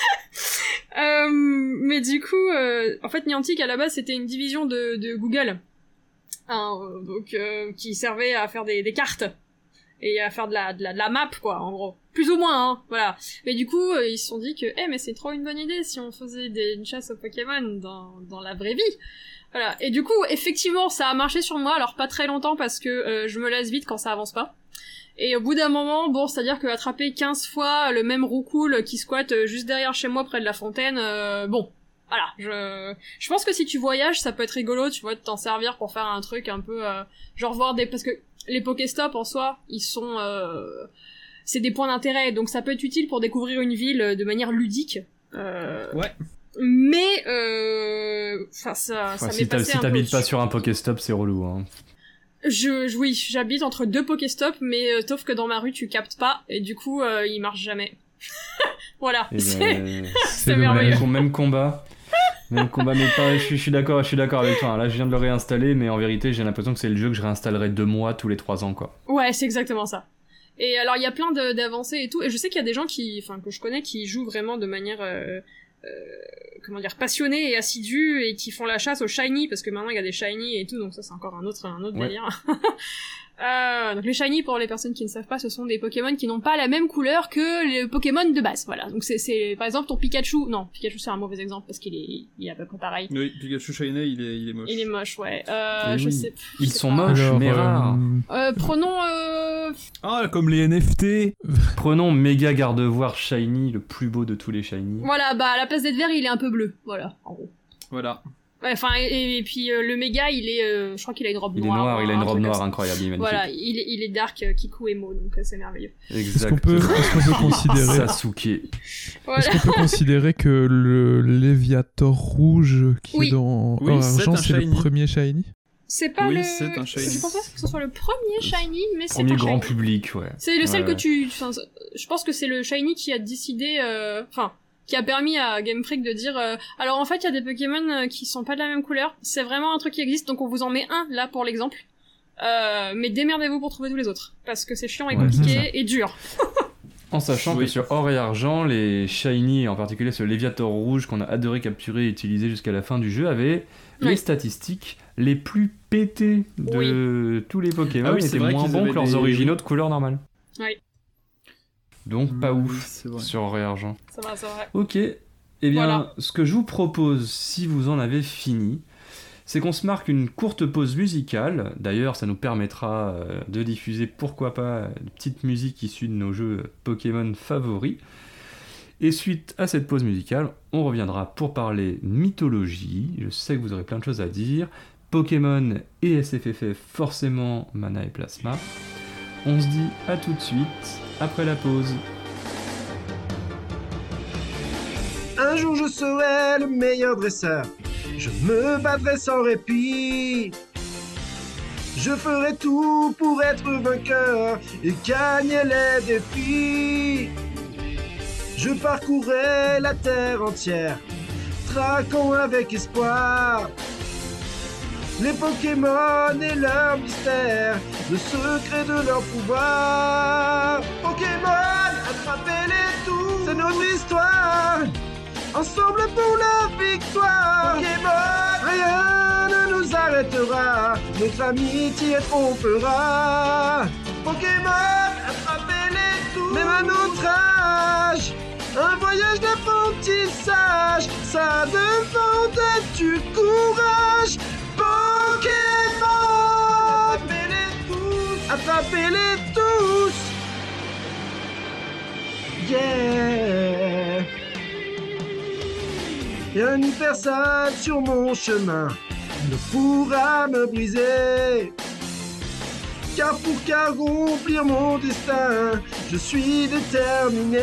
D: euh, mais du coup, euh, en fait, Niantic à la base c'était une division de, de Google, hein, euh, donc euh, qui servait à faire des, des cartes et à faire de la, de la de la map quoi, en gros, plus ou moins, hein, voilà. Mais du coup, euh, ils se sont dit que, eh mais c'est trop une bonne idée si on faisait des, une chasse aux Pokémon dans dans la vraie vie. Voilà. Et du coup, effectivement, ça a marché sur moi. Alors pas très longtemps parce que euh, je me lasse vite quand ça avance pas. Et au bout d'un moment, bon, c'est-à-dire que attraper quinze fois le même roucoule qui squatte juste derrière chez moi près de la fontaine, euh, bon, voilà, je je pense que si tu voyages, ça peut être rigolo, tu vois, de t'en servir pour faire un truc un peu euh, genre voir des parce que les Pokéstops en soi, ils sont euh, c'est des points d'intérêt, donc ça peut être utile pour découvrir une ville de manière ludique. Euh,
E: Ouais.
D: Mais euh, enfin ça ça
C: Ouais,
D: m'est
C: si, t'as-
D: passé
C: si
D: un peu
C: t'habites pas
D: au-dessus.
C: sur un Pokéstop, c'est relou. Hein.
D: Je, je- oui, j'habite entre deux Pokéstops, mais euh, sauf que dans ma rue tu captes pas et du coup euh, il marche jamais. Voilà.
C: Et
D: C'est-
C: ben,
F: C'est
D: merveilleux.
F: dommage.
C: même, même combat. Même combat, mais pas, je, suis- je suis d'accord, je suis d'accord avec toi. hein. Là, je viens de le réinstaller, mais en vérité, j'ai l'impression que c'est le jeu que je réinstallerai deux mois tous les trois ans, quoi.
D: Ouais, c'est exactement ça. Et alors il y a plein de- d'avancées et tout, et je sais qu'il y a des gens qui, enfin que je connais, qui jouent vraiment de manière, euh, euh, comment dire, passionnée et assidue et qui font la chasse aux shiny parce que maintenant il y a des shiny et tout, donc ça c'est encore un autre, un autre
C: Ouais.
D: délire. Euh, donc les shiny, pour les personnes qui ne savent pas, ce sont des Pokémon qui n'ont pas la même couleur que les Pokémon de base. Voilà. Donc c'est, c'est par exemple ton Pikachu. Non, Pikachu c'est un mauvais exemple parce qu'il est, il est à peu près pareil.
E: Oui, Pikachu Shiny, il est, il est moche.
D: Il est moche, ouais. Euh,
C: Et
D: je
C: oui.
D: sais. je
C: Ils
D: sais
C: sont
D: pas.
C: moches,
F: Alors,
C: mais
F: euh,
C: rares.
D: Euh, prenons. Euh...
E: Ah, comme les N F T.
C: Prenons Méga Gardevoir Shiny, le plus beau de tous les Shiny.
D: Voilà, bah à la place d'être vert, il est un peu bleu. Voilà, en gros.
E: Voilà.
D: Ouais, enfin, et, et puis euh, le méga, il est, euh, je crois qu'il a une robe
C: Il est
D: noire.
C: noir, il a
D: un
C: une
D: truc
C: robe
D: comme
C: noire
D: ça.
C: incroyable, il est magnifique.
D: Voilà, il est, il est dark, euh, Kiku Emo, donc euh, c'est merveilleux.
F: Est-ce qu'on peut,
C: Exactement.
F: est-ce qu'on peut considérer,
C: Sasuke.
D: Voilà.
F: est-ce qu'on peut considérer que le Léviator rouge qui
D: Oui.
F: est dans
E: Oui,
F: Or
E: c'est
F: Argent,
E: un
F: c'est le
E: shiny.
F: premier shiny?
D: C'est pas
E: Oui,
D: le.
E: c'est un shiny.
D: Je pense pas que ce soit le premier shiny, mais c'est
C: Premier
D: un
C: grand
D: shiny.
C: public, ouais.
D: C'est le seul
C: Ouais,
D: que
C: ouais.
D: tu. Enfin, je pense que c'est le shiny qui a décidé. euh, Enfin, qui a permis à Game Freak de dire. euh, Alors en fait, il y a des Pokémon euh, qui sont pas de la même couleur. C'est vraiment un truc qui existe, donc on vous en met un là pour l'exemple. Euh, mais démerdez-vous pour trouver tous les autres, parce que c'est chiant et
C: Ouais, c'est
D: compliqué et dur.
C: En sachant
E: Oui.
C: que sur Or et Argent, les Shiny, en particulier ce Léviator rouge qu'on a adoré capturer et utiliser jusqu'à la fin du jeu, avaient
D: Ouais.
C: les statistiques les plus pétées de tous les Pokémon.
E: Ah oui,
C: Ils
E: c'est
C: étaient
E: vrai
C: moins
E: qu'ils
C: bons
E: avaient
C: que leurs
E: des-
C: originaux de couleur normale.
D: Oui,
C: Donc pas
E: Oui,
C: ouf
E: c'est vrai.
C: sur Or et Argent.
D: c'est vrai, c'est vrai.
C: Ok, eh bien,
D: Voilà.
C: ce que je vous propose, si vous en avez fini, c'est qu'on se marque une courte pause musicale. D'ailleurs, ça nous permettra euh, de diffuser, pourquoi pas, une petite musique issue de nos jeux Pokémon favoris. Et suite à cette pause musicale, on reviendra pour parler mythologie. Je sais que vous aurez plein de choses à dire. Pokémon et S F F F, forcément, Mana et Plasma. On se dit à tout de suite, après la pause.
G: Un jour je serai le meilleur dresseur. Je me battrai sans répit. Je ferai tout pour être vainqueur et gagner les défis. Je parcourrai la terre entière, traquant avec espoir les Pokémon et leur mystère, le secret de leur pouvoir. Pokémon, attrapez-les tous, c'est notre histoire. Ensemble pour la victoire. Pokémon, rien ne nous arrêtera, notre amitié trompera. Pokémon, attrapez-les tous, même à notre âge. Un voyage d'apprentissage, ça demande du courage. Pokémon, attrapez-les tous, attrapez-les tous. Yeah. Y'a une personne sur mon chemin qui ne pourra me briser. Car pour accomplir mon destin, je suis déterminé.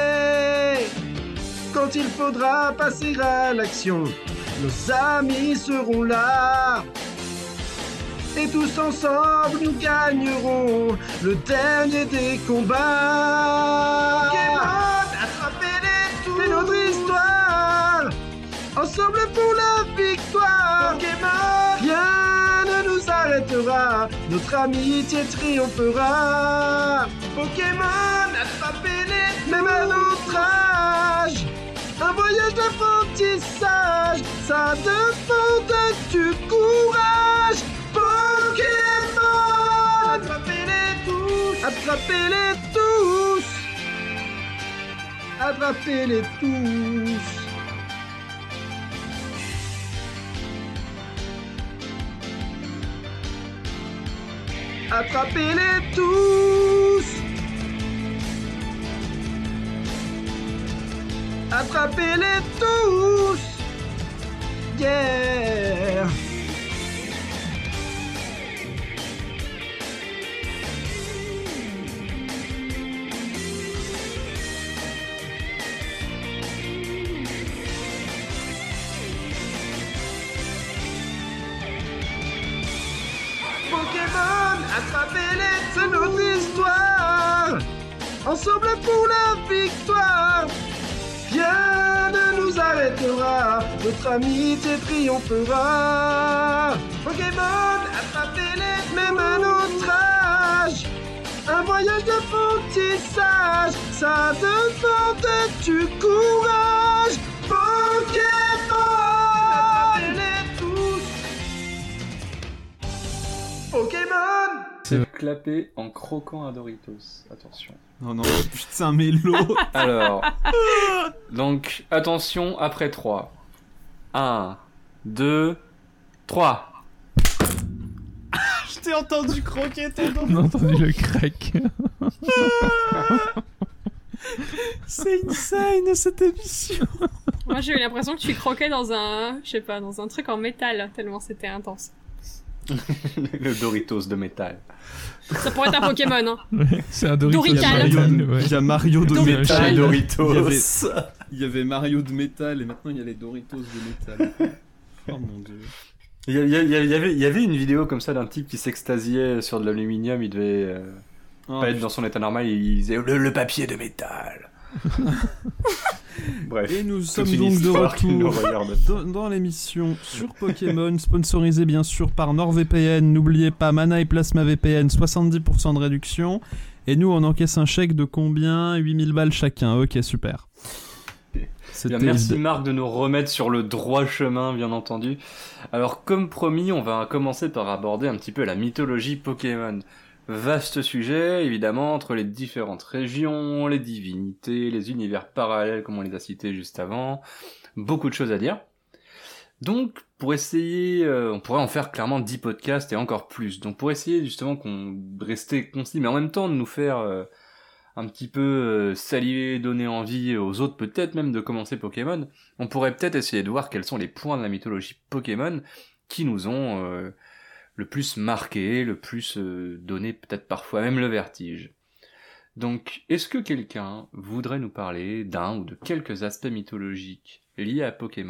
G: Quand il faudra passer à l'action, nos amis seront là. Et tous ensemble nous gagnerons le dernier des combats. Pokémon, attrapez-les tous, c'est notre histoire. Ensemble pour la victoire. Pokémon, rien ne nous arrêtera, notre amitié triomphera. Pokémon, attrapez-les, même à notre âge. Un voyage d'apprentissage, ça demande du courage. Pokémon, attrapez-les tous, attrapez-les tous, attrapez-les tous. Attrapez-les tous. Attrapez-les tous. Yeah. Pokémon, attrapez-les, c'est notre histoire. Ensemble pour la victoire. Rien ne nous arrêtera, notre amitié triomphera. Pokémon, attrapez-les, même à notre âge. Un voyage d'apprentissage, ça demande du courage. Pokémon, attrapez-les tous. Pokémon.
C: C'est clapé en croquant un Doritos. Attention.
E: Non, non, putain, mais l'eau.
C: Alors, donc, attention, après trois. un, deux, trois.
E: Je t'ai entendu croquer ton dos.
F: On a entendu le crack.
E: C'est insane cette émission.
D: Moi, j'ai eu l'impression que tu croquais dans un, je sais pas, dans un truc en métal, tellement c'était intense.
C: Le Doritos de métal.
D: Ça pourrait être un Pokémon, hein.
F: Ouais, c'est un Doritos.
E: Il y a
D: Dorital.
E: Mario,
F: Métal, ouais.
E: il y a Mario de
F: Dorital.
E: métal.
F: Métal.
C: Doritos.
E: Il y avait- Il y avait Mario de métal et maintenant il y a les Doritos de métal. Oh mon dieu.
C: Il y, a- il y a- il y a- il y avait, il y avait une vidéo comme ça d'un type qui s'extasiait sur de l'aluminium, il devait euh,
E: Oh,
C: pas être dans son état normal, il disait le, le papier de métal. Bref.
E: Et nous
C: toute
E: sommes
C: une
E: donc de
C: histoire qui nous
E: retour
C: regarde.
E: dans, dans l'émission sur Pokémon, sponsorisée bien sûr par NordVPN. N'oubliez pas, Mana et Plasma V P N, soixante-dix pour cent de réduction. Et nous, on encaisse un chèque de combien? huit mille balles chacun. Ok, super.
C: Bien, merci Marc de nous remettre sur le droit chemin, bien entendu. Alors, comme promis, on va commencer par aborder un petit peu la mythologie Pokémon. Vaste sujet, évidemment, entre les différentes régions, les divinités, les univers parallèles, comme on les a cités juste avant. Beaucoup de choses à dire. Donc, pour essayer, euh, on pourrait en faire clairement dix podcasts et encore plus. Donc, pour essayer justement qu'on rester concis, mais en même temps de nous faire euh, un petit peu euh, saliver, donner envie aux autres, peut-être même de commencer Pokémon, on pourrait peut-être essayer de voir quels sont les points de la mythologie Pokémon qui nous ont euh, le plus marqué, le plus euh, donné peut-être parfois même le vertige. Donc, est-ce que quelqu'un voudrait nous parler d'un ou de quelques aspects mythologiques liés à Pokémon ?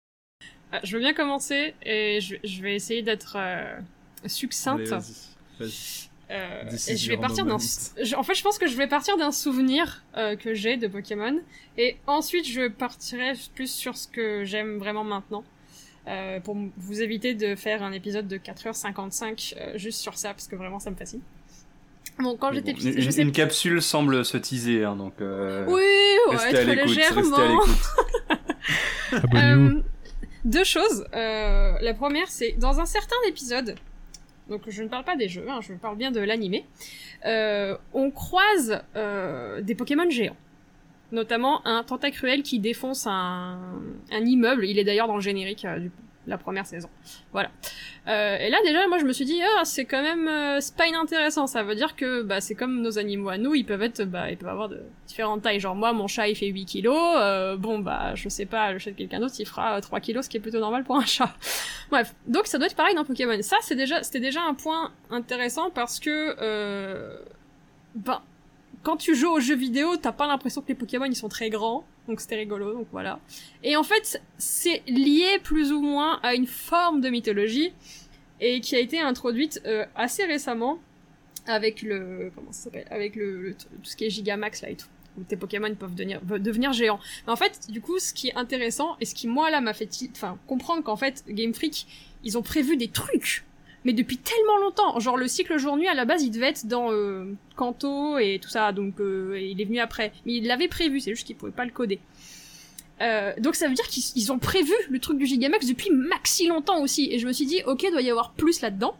D: Ah, je veux bien commencer et je, je vais essayer d'être euh, succincte.
E: Allez, vas-y, vas-y.
D: Euh,
E: This is
D: et je vais
E: your
D: partir d'un.
E: moment.
D: je- En fait, je pense que je vais partir d'un souvenir euh, que j'ai de Pokémon, et ensuite je partirai plus sur ce que j'aime vraiment maintenant, euh, pour m- vous éviter de faire un épisode de quatre heures cinquante-cinq euh, juste sur ça, parce que vraiment ça me fascine. Bon, quand j'étais
C: Bon,
D: petite,
C: une,
D: je sais.
C: une capsule semble se teaser, hein, donc euh,
D: Oui, ouais,
C: restez à
D: très
C: l'écoute, restez à
D: légèrement.
C: l'écoute.
F: Abonnez-vous.
D: Euh, deux choses. Euh, la première, c'est dans un certain épisode, donc je ne parle pas des jeux, hein, je parle bien de l'animé, euh, on croise euh, des Pokémon géants. Notamment un Tentacruel qui défonce un, un immeuble. Il est d'ailleurs dans le générique euh, du, la première saison. Voilà. Euh, et là déjà, moi je me suis dit, ah, c'est quand même euh, c'est pas inintéressant. Ça veut dire que bah, c'est comme nos animaux à nous, ils peuvent être, bah, ils peuvent avoir de différentes tailles. Genre moi, mon chat il fait huit kilos. Euh, bon bah, je sais pas, le chat de quelqu'un d'autre il fera euh, trois kilos, ce qui est plutôt normal pour un chat. Bref, donc ça doit être pareil dans Pokémon. Ça c'est déjà, c'était déjà un point intéressant parce que, euh, ben, quand tu joues aux jeux vidéo, t'as pas l'impression que les Pokémon ils sont très grands, donc c'était rigolo, donc voilà. Et en fait, c'est lié plus ou moins à une forme de mythologie et qui a été introduite euh, assez récemment avec le comment ça s'appelle, avec le, le tout ce qui est Gigamax là et tout, où tes Pokémon peuvent devenir peuvent devenir géants. Mais en fait, du coup, ce qui est intéressant et ce qui moi là m'a fait enfin comprendre qu'en fait Game Freak ils ont prévu des trucs. Mais depuis tellement longtemps, genre le cycle jour-nuit à la base il devait être dans euh, Kanto et tout ça, donc euh, il est venu après. Mais il l'avait prévu, c'est juste qu'il pouvait pas le coder. Euh, donc ça veut dire qu'ils ils ont prévu le truc du Gigamax depuis maxi longtemps aussi. Et je me suis dit, ok, doit y avoir plus là-dedans.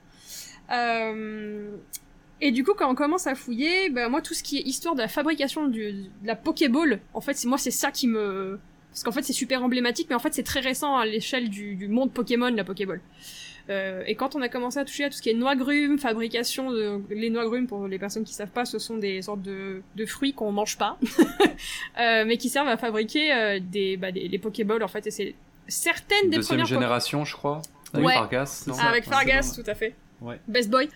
D: Euh... Et du coup, quand on commence à fouiller, ben moi tout ce qui est histoire de la fabrication du, de la Pokéball, en fait, c'est moi c'est ça qui me... Parce qu'en fait c'est super emblématique, mais en fait c'est très récent à l'échelle du, du monde Pokémon, la Pokéball. Euh, et quand on a commencé à toucher à tout ce qui est noix grumes, fabrication de les noix grumes, pour les personnes qui savent pas, ce sont des sortes de, de fruits qu'on mange pas, euh, mais qui servent à fabriquer euh, des bah, des les Pokéballs en fait. Et c'est certaines des
C: Deuxième
D: premières
C: génération, je crois. Avec
D: Ouais.
C: Fargas, non
E: C'est ça.
D: avec
E: Ouais,
D: Fargas,
E: c'est
D: tout à fait.
E: Ouais.
D: Best boy.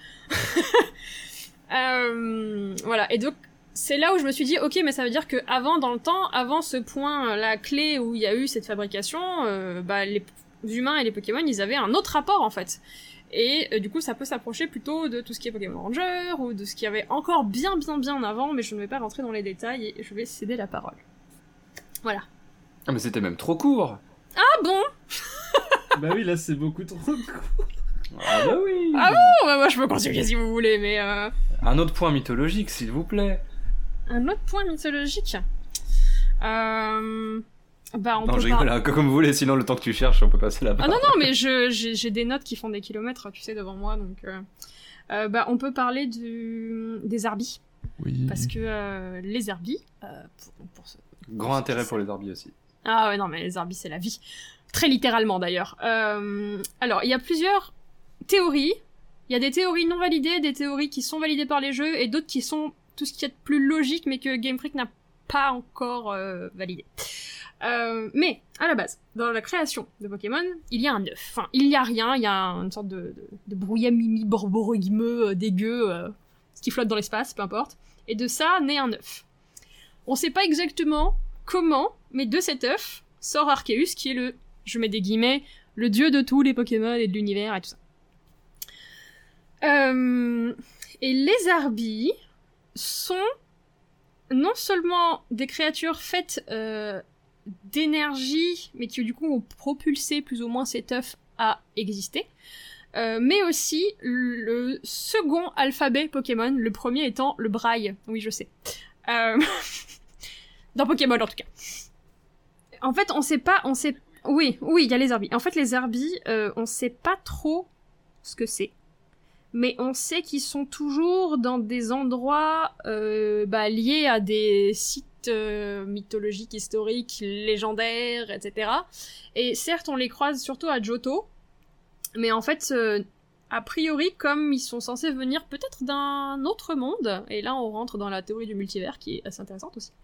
D: euh, voilà. Et donc c'est là où je me suis dit, ok, mais ça veut dire que avant, dans le temps, avant ce point, la clé où il y a eu cette fabrication, euh, bah les humains et les Pokémon, ils avaient un autre rapport en fait. Et euh, du coup, ça peut s'approcher plutôt de tout ce qui est Pokémon Ranger ou de ce qu'il y avait encore bien, bien, bien avant, mais je ne vais pas rentrer dans les détails et je vais céder la parole. Voilà.
C: Ah, mais c'était même trop court.
D: Ah bon?
E: Bah oui, là c'est beaucoup trop court.
C: Ah bah oui.
D: Ah bon, bah moi je peux continuer si vous voulez, mais euh...
C: Un autre point mythologique, s'il vous plaît.
D: un autre point mythologique. Euh... Bah on
C: Non,
D: peut
C: je
D: pas...
C: rigole, hein, comme vous voulez, sinon le temps que tu cherches, on peut passer là-bas.
D: Ah non, non, mais je, j'ai, j'ai des notes qui font des kilomètres, tu sais, devant moi, donc... Euh... Euh, bah, on peut parler du... des Arbis,
F: Oui.
D: parce que euh, les Arbis... Euh, pour, pour ce...
C: Grand intérêt pour les Arbis aussi.
D: Ah ouais, non, mais les Arbis, c'est la vie. Très littéralement, d'ailleurs. Euh... Alors, il y a plusieurs théories. Il y a des théories non validées, des théories qui sont validées par les jeux, et d'autres qui sont tout ce qui est de plus logique, mais que Game Freak n'a pas encore euh, validé. Euh, mais, à la base, dans la création de Pokémon, il y a un œuf. Enfin, il n'y a rien, il y a une sorte de, de, de brouillamimi borborogimeux euh, dégueu, euh, ce qui flotte dans l'espace, peu importe. Et de ça naît un œuf. On sait pas exactement comment, mais de cet œuf sort Arceus, qui est le je mets des guillemets, le dieu de tous les Pokémon et de l'univers et tout ça. Euh, et les Arby sont non seulement des créatures faites euh, d'énergie, mais qui du coup ont propulsé plus ou moins cet œuf à exister, euh, mais aussi le second alphabet Pokémon, le premier étant le Braille. Oui, je sais. Euh... Dans Pokémon, en tout cas. En fait, on sait pas, on sait... Oui, oui, il y a les Arby. En fait, les Arby, euh, on sait pas trop ce que c'est. Mais on sait qu'ils sont toujours dans des endroits euh, bah, liés à des sites euh, mythologiques, historiques, légendaires, et cetera. Et certes, on les croise surtout à Johto, mais en fait, euh, a priori, comme ils sont censés venir peut-être d'un autre monde, et là on rentre dans la théorie du multivers, qui est assez intéressante aussi,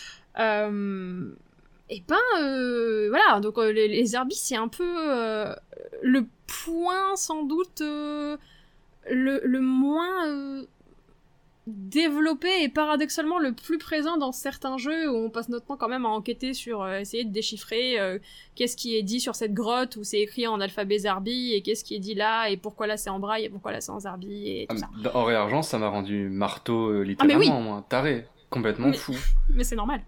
D: euh, et ben euh, voilà, donc euh, les, les Arby, c'est un peu euh, le point sans doute euh, le, le moins euh, développé et paradoxalement le plus présent dans certains jeux où on passe notre temps quand même à enquêter sur euh, essayer de déchiffrer euh, qu'est-ce qui est dit sur cette grotte où c'est écrit en alphabet Zarbi et qu'est-ce qui est dit là et pourquoi là c'est en braille et pourquoi là c'est en Zarbi et tout ça.
C: Or et argent, ça m'a rendu marteau euh, littéralement,
D: ah, mais oui.
C: moi, taré, complètement
D: mais,
C: fou.
D: Mais c'est normal.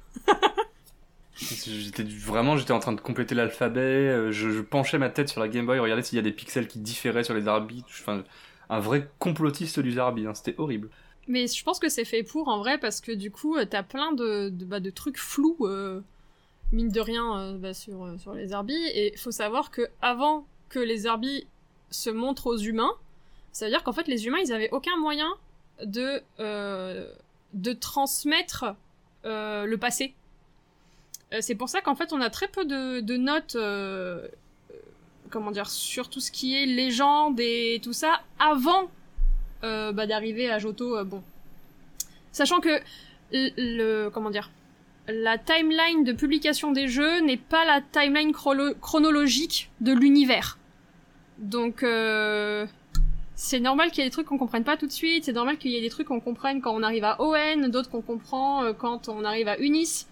C: J'étais vraiment, j'étais en train de compléter l'alphabet, euh, je, je penchais ma tête sur la Game Boy, regardais s'il y a des pixels qui différaient sur les Zarbi, enfin, un vrai complotiste du Zarbi, hein, c'était horrible.
D: Mais je pense que c'est fait pour, en vrai, parce que du coup, t'as plein de, de, bah, de trucs flous, euh, mine de rien, euh, bah, sur, euh, sur les Zarbi, et faut savoir que avant que les Zarbi se montrent aux humains, ça veut dire qu'en fait, les humains, ils avaient aucun moyen de, euh, de transmettre euh, le passé. Euh, c'est pour ça qu'en fait, on a très peu de, de notes, euh, euh, comment dire, sur tout ce qui est légende et tout ça, avant Euh, bah, d'arriver à Johto, euh, bon. Sachant que le, le comment dire, la timeline de publication des jeux n'est pas la timeline chrono- chronologique de l'univers. Donc euh, c'est normal qu'il y ait des trucs qu'on comprenne pas tout de suite, c'est normal qu'il y ait des trucs qu'on comprenne quand on arrive à O N, d'autres qu'on comprend euh, quand on arrive à Unis.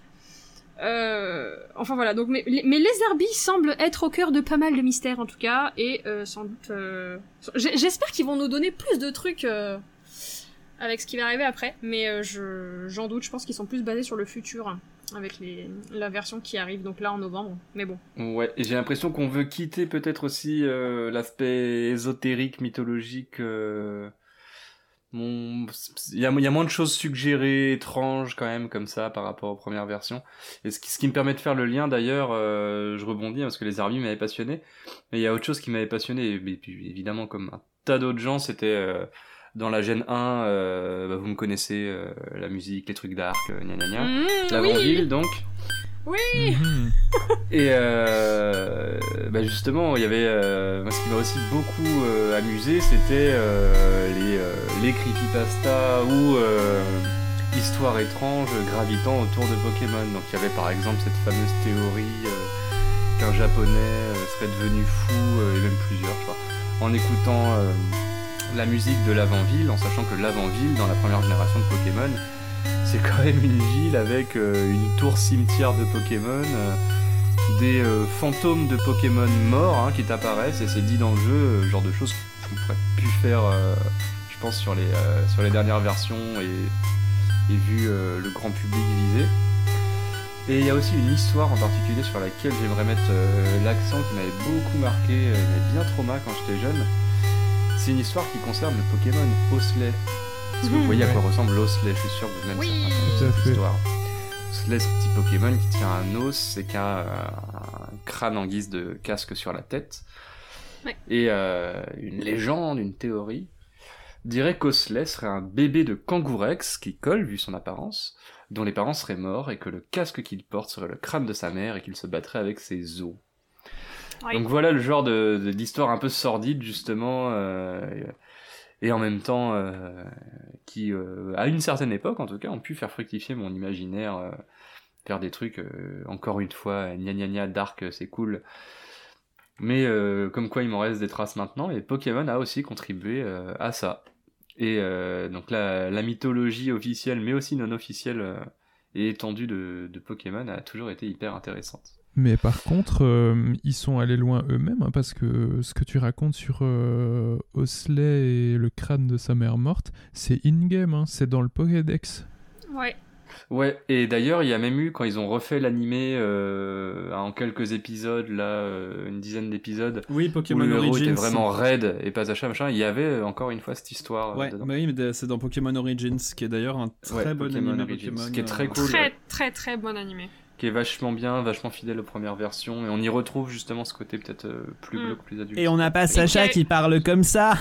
D: Euh, enfin voilà, donc mais, mais les Zarbi semblent être au cœur de pas mal de mystères en tout cas, et euh, sans doute... Euh, j'espère qu'ils vont nous donner plus de trucs euh, avec ce qui va arriver après, mais euh, je, j'en doute, je pense qu'ils sont plus basés sur le futur, hein, avec les, la version qui arrive, donc là en novembre, mais bon.
C: Ouais, et j'ai l'impression qu'on veut quitter peut-être aussi euh, l'aspect ésotérique, mythologique... Euh... Mon... Il, y a, il y a moins de choses suggérées, étranges quand même, comme ça, par rapport aux premières versions. Et ce qui, ce qui me permet de faire le lien, d'ailleurs, euh, je rebondis, parce que les Zarbi m'avaient passionné, mais il y a autre chose qui m'avait passionné, et puis évidemment, comme un tas d'autres gens, c'était euh, dans la Gen un, euh, bah, vous me connaissez, euh, la musique, les trucs d'arc, euh, gna gna gna,
D: Mmh,
C: l'Avant-Ville,
D: oui.
C: donc.
D: Oui.
F: Mhm.
C: Et euh, bah justement, il y avait euh, moi, ce qui m'a aussi beaucoup euh, amusé, c'était euh, les euh, les creepypasta ou euh, histoires étranges gravitant autour de Pokémon. Donc il y avait par exemple cette fameuse théorie euh, qu'un japonais euh, serait devenu fou euh, et même plusieurs, je crois, en écoutant euh, la musique de l'Avant-Ville, en sachant que l'Avant-Ville dans la première génération de Pokémon, c'est quand même une ville avec euh, une tour cimetière de Pokémon, euh, des euh, fantômes de Pokémon morts hein, qui t'apparaissent, et c'est dit dans le jeu, euh, genre de choses qu'on pourrait plus faire, euh, je pense, sur les, euh, sur les dernières versions et, et vu euh, le grand public visé. Et il y a aussi une histoire en particulier sur laquelle j'aimerais mettre euh, l'accent qui m'avait beaucoup marqué, euh, il m'avait bien trauma quand j'étais jeune. C'est une histoire qui concerne le Pokémon Osley. Est-ce que vous voyez à quoi ressemble l'Osley? Je suis sûr que vous même
D: Oui.
F: Tout à fait.
C: histoire. Osley, ce petit Pokémon qui tient un os et qui a euh, un crâne en guise de casque sur la tête.
D: Ouais.
C: Et euh, une légende, une théorie, dirait qu'Osley serait un bébé de Kangourex qui colle, vu son apparence, dont les parents seraient morts et que le casque qu'il porte serait le crâne de sa mère et qu'il se battrait avec ses os.
D: Oui.
C: Donc voilà le genre de, de, d'histoire un peu sordide, justement, euh, et en même temps, euh, qui, euh, à une certaine époque, en tout cas, ont pu faire fructifier mon imaginaire, euh, faire des trucs, euh, encore une fois, gna gna gna, dark, c'est cool. Mais euh, comme quoi il m'en reste des traces maintenant, et Pokémon a aussi contribué euh, à ça. Et euh, donc la, la mythologie officielle, mais aussi non officielle, euh, et étendue de, de Pokémon a toujours été hyper intéressante.
F: Mais par contre, euh, ils sont allés loin eux-mêmes, hein, parce que ce que tu racontes sur euh, Osley et le crâne de sa mère morte, c'est in-game, hein, c'est dans le Pokédex.
D: Ouais.
C: Ouais, et d'ailleurs, il y a même eu, quand ils ont refait l'animé euh, en quelques épisodes, là, euh, une dizaine d'épisodes,
E: Oui,
C: où
E: Pokémon
C: le héros
E: Origins.
C: était vraiment raide et pas achat, machin, il y avait euh, encore une fois cette histoire. euh,
E: Ouais,
C: dedans.
E: bah oui, mais c'est dans Pokémon Origins, qui est d'ailleurs un très
C: Ouais,
E: bon
C: Pokémon
E: anime
C: Origins,
E: Pokémon.
C: qui est très
E: euh,
C: cool.
D: Très,
C: ouais.
D: très, très bon animé.
C: Qui est vachement bien, vachement fidèle aux premières versions, et on y retrouve justement ce côté peut-être euh, plus
D: Mm.
C: glauque, plus adulte.
H: Et on n'a pas
D: Et
H: Sacha
D: qui a-
H: qui parle comme ça.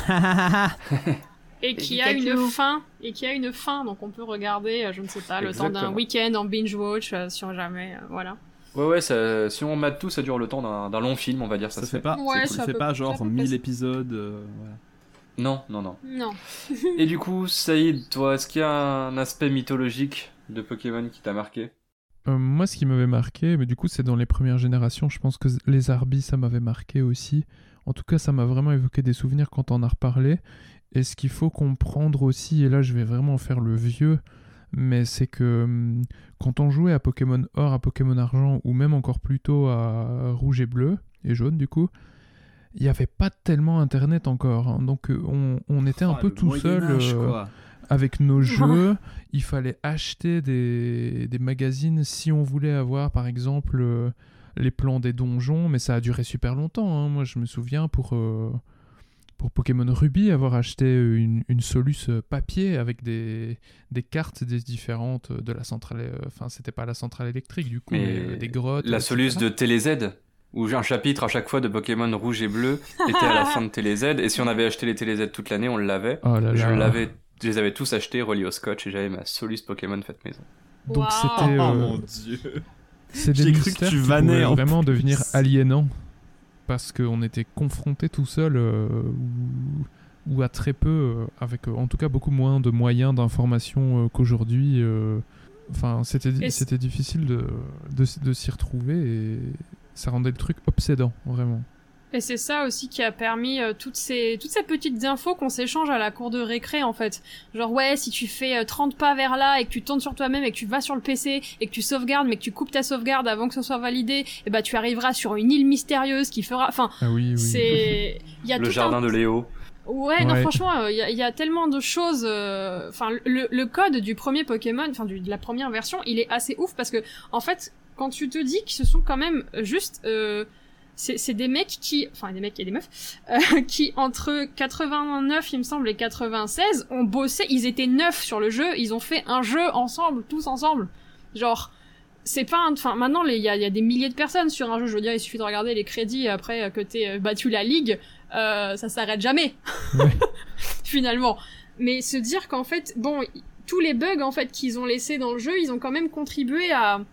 D: Et qui a une fin, et qui a une fin, donc on peut regarder, euh, je ne sais pas, le temps d'un
C: Exactement.
D: week-end en binge-watch, euh, si on jamais, euh, voilà.
C: Ouais, ouais, ça, si on mate tout, ça dure le temps d'un d'un long film, on va dire, ça,
E: Ça
C: se
E: fait pas,
D: Ouais,
E: ça
D: ça
E: fait
D: peut-
E: pas
D: ça
E: genre
D: peut
E: mille
D: passer.
E: épisodes. euh, voilà.
C: Non, non, non.
D: Non.
C: Et du coup, Saïd, toi, est-ce qu'il y a un aspect mythologique de Pokémon qui t'a marqué?
F: Euh, moi, ce qui m'avait marqué, mais du coup, c'est dans les premières générations. Je pense que les Arbis, ça m'avait marqué aussi. En tout cas, ça m'a vraiment évoqué des souvenirs quand on en a reparlé. Et ce qu'il faut comprendre aussi, et là, je vais vraiment faire le vieux, mais c'est que hum, quand on jouait à Pokémon Or, à Pokémon Argent, ou même encore plus tôt à Rouge et Bleu, et Jaune, du coup, il n'y avait pas tellement Internet encore. hein. Donc, euh, on, on était un
E: Oh,
F: peu
E: le
F: tout seul.
E: Moyen-Âge,
F: euh,
E: quoi.
F: avec nos jeux, il fallait acheter des, des magazines si on voulait avoir, par exemple, euh, les plans des donjons, mais ça a duré super longtemps. hein. Moi, je me souviens pour, euh, pour Pokémon Ruby avoir acheté une, une soluce papier avec des, des cartes des différentes de la centrale. euh, Enfin, c'était pas la centrale électrique du coup, mais,
C: Mais
F: euh, des grottes.
C: La
F: et
C: soluce
F: cetera.
C: de TéléZ, où un chapitre à chaque fois de Pokémon Rouge et Bleu était à la fin de TéléZ, et si on avait acheté les TéléZ toute l'année, on l'avait.
F: Oh là
C: Je
F: là.
C: l'avais, je les avais tous achetés, reliés au scotch, et j'avais ma soluce Pokémon faite maison.
F: Donc
D: Waouh.
F: c'était.
E: Oh
F: euh,
E: mon dieu.
F: C'est des
E: J'ai cru que
F: mystères
E: tu
F: qui
E: vannais,
F: pouvaient
E: en
F: vraiment
E: plus.
F: devenir aliénants parce qu'on était confrontés tout seul euh, ou, ou à très peu, euh, avec euh, en tout cas beaucoup moins de moyens d'information euh, qu'aujourd'hui. euh. Enfin, c'était,
D: Et c-
F: c'était difficile de, de, de s'y retrouver et ça rendait le truc obsédant, vraiment.
D: Et c'est ça aussi qui a permis euh, toutes ces toutes ces petites infos qu'on s'échange à la cour de récré en fait. Genre ouais, si tu fais euh, trente pas vers là et que tu tournes sur toi-même et que tu vas sur le P C et que tu sauvegardes mais que tu coupes ta sauvegarde avant que ce soit validé, et bah tu arriveras sur une île mystérieuse qui fera enfin
F: Ah oui, oui.
D: c'est il y a
C: Le
D: tout
C: jardin
D: un...
C: de Léo.
D: Ouais, non,
F: Ouais.
D: franchement, il y, a- y a tellement de choses. euh, Enfin, le, le code du premier Pokémon, enfin, du- de la première version, il est assez ouf parce que, en fait, quand tu te dis que ce sont quand même juste. Euh, c'est c'est des mecs qui. Enfin, des mecs et des meufs. euh, qui, entre quatre-vingt-neuf, il me semble, et quatre-vingt-seize, ont bossé. Ils étaient neuf sur le jeu. Ils ont fait un jeu ensemble, tous ensemble. Genre. C'est pas un... Enfin, maintenant, il y a, y a des milliers de personnes sur un jeu. Je veux dire, il suffit de regarder les crédits après que t'aies euh, battu la ligue. Euh, ça s'arrête jamais.
F: Ouais.
D: Finalement. Mais se dire qu'en fait, bon, y- tous les bugs, en fait, qu'ils ont laissés dans le jeu, ils ont quand même contribué à...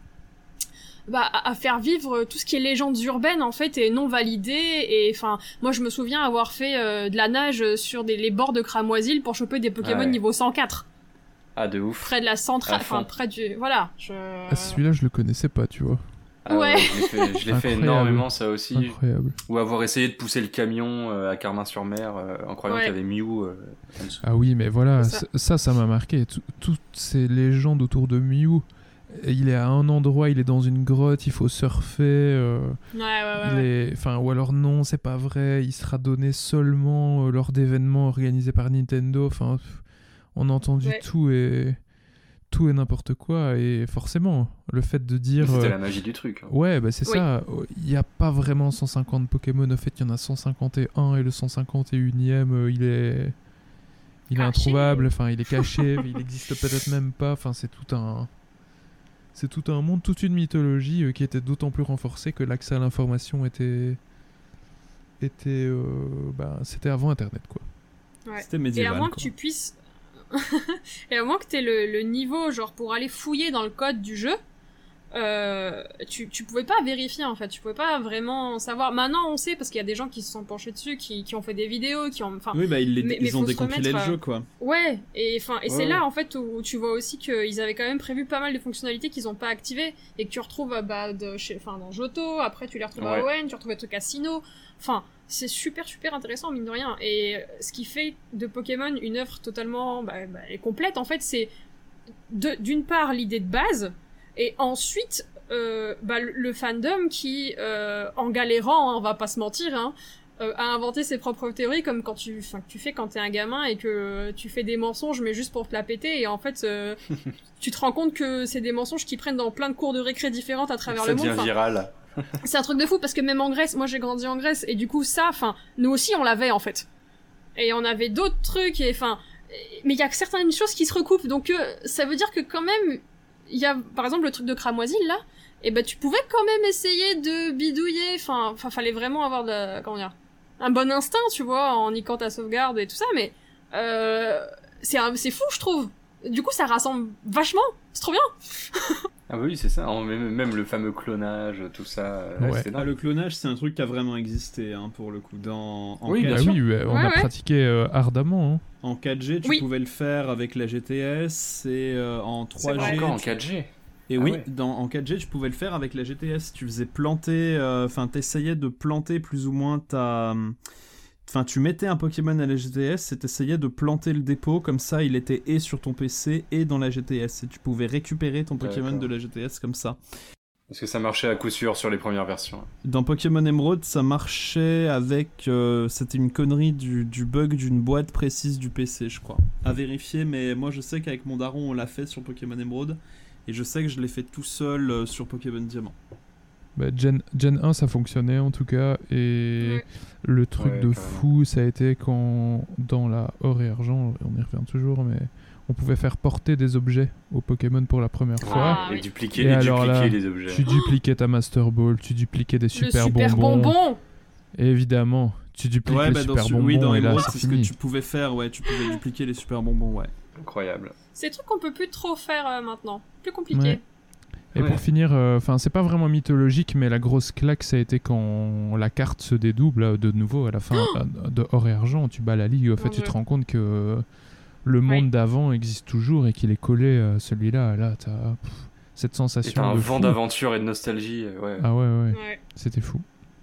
D: Bah, à à faire vivre tout ce qui est légendes urbaines, en fait, et non validées. Et, enfin, moi, je me souviens avoir fait euh, de la nage sur des, les bords de Cramoisil pour choper des Pokémon
C: Ouais.
D: niveau cent quatre.
C: Ah, de ouf.
D: Près de la centrale,
C: À fond.
D: enfin, près du... Voilà. Je...
F: Ah, celui-là, je le connaissais pas, tu vois.
C: Ah
D: Ouais.
C: je l'ai fait, je l'ai fait
F: Incroyable.
C: énormément, ça aussi.
F: Incroyable.
C: Ou avoir essayé de pousser le camion euh, à Carmin-sur-Mer euh, en croyant
D: Ouais.
C: qu'il y avait Mew euh, en dessous.
F: Ah oui, mais voilà,
D: C'est ça.
F: c- ça, ça m'a marqué. Tout- Toutes ces légendes autour de Mew, il est à un endroit, il est dans une grotte, il faut surfer. euh,
D: Ouais, ouais, ouais.
F: il
D: ouais.
F: est... enfin, ou alors non, c'est pas vrai, il sera donné seulement euh, lors d'événements organisés par Nintendo. Enfin, pff, on a entendu
D: Ouais.
F: tout et tout et n'importe quoi. Et forcément, le fait de dire.
C: C'était
F: euh,
C: la magie du truc. hein.
F: Ouais, bah c'est
D: Oui.
F: ça. Il n'y a pas vraiment cent cinquante Pokémon. En fait, il y en a cent cinquante et un et le cent cinquante et unième, euh, il est. Il est
D: Caché.
F: introuvable, enfin, il est caché, mais il existe peut-être même pas. Enfin, c'est tout un. C'est tout un monde, toute une mythologie euh, qui était d'autant plus renforcée que l'accès à l'information était. était. euh, bah, c'était avant Internet, quoi.
D: Ouais.
E: C'était
D: Et
E: médiéval.
D: à moins que
E: quoi.
D: tu puisses... Et à moins que t'aies le, le niveau, genre, pour aller fouiller dans le code du jeu, euh, tu, tu pouvais pas vérifier, en fait. Tu pouvais pas vraiment savoir. Maintenant, on sait, parce qu'il y a des gens qui se sont penchés dessus, qui, qui ont fait des vidéos, qui ont... Enfin,
E: Oui, bah ils, les-
D: Mais-
E: ils
D: mais
E: ont
D: faut se
E: décompilé
D: remettre,
E: le
D: euh,
E: jeu, quoi.
D: ouais, et enfin, et
C: Ouais,
D: c'est
C: ouais.
D: là en fait où tu vois aussi qu'ils avaient quand même prévu pas mal de fonctionnalités qu'ils ont pas activées et que tu retrouves euh, bah, de chez, enfin, dans Johto, après tu les retrouves à O N, tu retrouves des trucs à Sinnoh. Enfin, c'est super super intéressant mine de rien. Et euh, ce qui fait de Pokémon une œuvre totalement bah, bah, et complète en fait, c'est de- d'une part l'idée de base et ensuite euh, bah, le, le fandom qui, euh, en galérant, hein, on va pas se mentir, hein, euh, a inventé ses propres théories, comme quand tu, enfin, que tu fais quand t'es un gamin et que tu fais des mensonges, mais juste pour te la péter, et en fait, euh, tu te rends compte que c'est des mensonges qui prennent dans plein de cours de récré différentes à travers
C: Ça
D: le monde.
C: devient
D: Enfin,
C: viral.
D: c'est un truc de fou, parce que même en Grèce, moi j'ai grandi en Grèce, et du coup, ça, enfin, nous aussi on l'avait en fait. Et on avait d'autres trucs, et enfin, mais il y a certaines choses qui se recoupent, donc euh, ça veut dire que quand même, il y a, par exemple, le truc de Cramoisil, là, et ben tu pouvais quand même essayer de bidouiller, enfin, enfin, fallait vraiment avoir de la, comment dire, un bon instinct, tu vois, en niquant ta sauvegarde et tout ça, mais euh, c'est, un- c'est fou, je trouve. Du coup, ça rassemble vachement, c'est trop bien.
C: Ah bah oui, c'est ça. En- Même, même le fameux clonage, tout ça. euh,
F: Ouais.
C: c'était
E: Ah,
C: dingue.
E: le clonage, c'est un truc qui a vraiment existé, hein, pour le coup. Dans... En,
C: Oui, bien
F: Bah
E: quatre G,
C: sûr.
F: oui, ouais, on
D: Ouais,
F: a
D: ouais.
F: pratiqué euh, ardemment. Hein.
E: en quatre G, tu
D: Oui.
E: pouvais le faire avec la G T S, et euh, en trois G...
D: vrai.
C: Encore en
E: tu-
C: quatre G.
E: Et
C: Ah
E: oui,
C: ouais.
E: dans, en quatre G, tu pouvais le faire avec la G T S. Tu faisais planter... Enfin, t'essayais de planter plus ou moins ta... Enfin, tu mettais un Pokémon à la G T S et t'essayais de planter le dépôt, comme ça il était et sur ton P C et dans la G T S. Et tu pouvais récupérer ton Pokémon
C: D'accord.
E: de la G T S comme ça.
C: Parce que ça marchait à coup sûr sur les premières versions.
E: Dans Pokémon Emerald, ça marchait avec... euh, c'était une connerie du, du bug d'une boîte précise du P C, je crois. À vérifier, mais moi je sais qu'avec mon daron, on l'a fait sur Pokémon Emerald. Et je sais que je l'ai fait tout seul euh, sur Pokémon Diamant.
F: Bah, Gen, Gen un, ça fonctionnait en tout cas. Et
D: Ouais.
F: le truc
C: Ouais,
F: de
C: carrément.
F: fou, ça a été quand, dans la Or et Argent, on y revient toujours, mais on pouvait faire porter des objets aux Pokémon pour la première fois.
D: Ah,
C: et
D: oui.
C: dupliquer,
F: Et
C: et
F: alors
C: dupliquer
F: là,
C: les objets.
F: Tu dupliquais ta Master Ball, tu dupliquais des
D: Le
F: super,
D: super
F: bonbons.
D: bonbon.
F: Évidemment, tu dupliques les
E: bah,
F: super
E: su-
F: bonbons
E: oui, dans
F: et là
E: Emerald,
F: c'est
E: c'est ce que
F: fini.
E: tu pouvais faire, ouais, tu pouvais dupliquer les super bonbons, ouais.
C: Incroyable.
D: C'est des trucs qu'on peut plus trop faire euh, maintenant. Plus compliqué.
F: Ouais. Et
C: Ouais.
F: pour finir, enfin c'est pas vraiment mythologique, mais la grosse claque ça a été quand la carte se dédouble là, de nouveau à la fin euh, de Or et Argent, tu bats la ligue, en fait
D: Mon
F: tu
D: Dieu.
F: te rends compte que euh, le monde
D: Oui.
F: d'avant existe toujours et qu'il est collé à celui-là, là t'as pff, cette
C: Et
F: sensation
C: t'as un
F: de
C: vent
F: fou.
C: d'aventure et de nostalgie. euh, Ouais.
F: Ah ouais ouais,
D: Ouais.
F: c'était fou.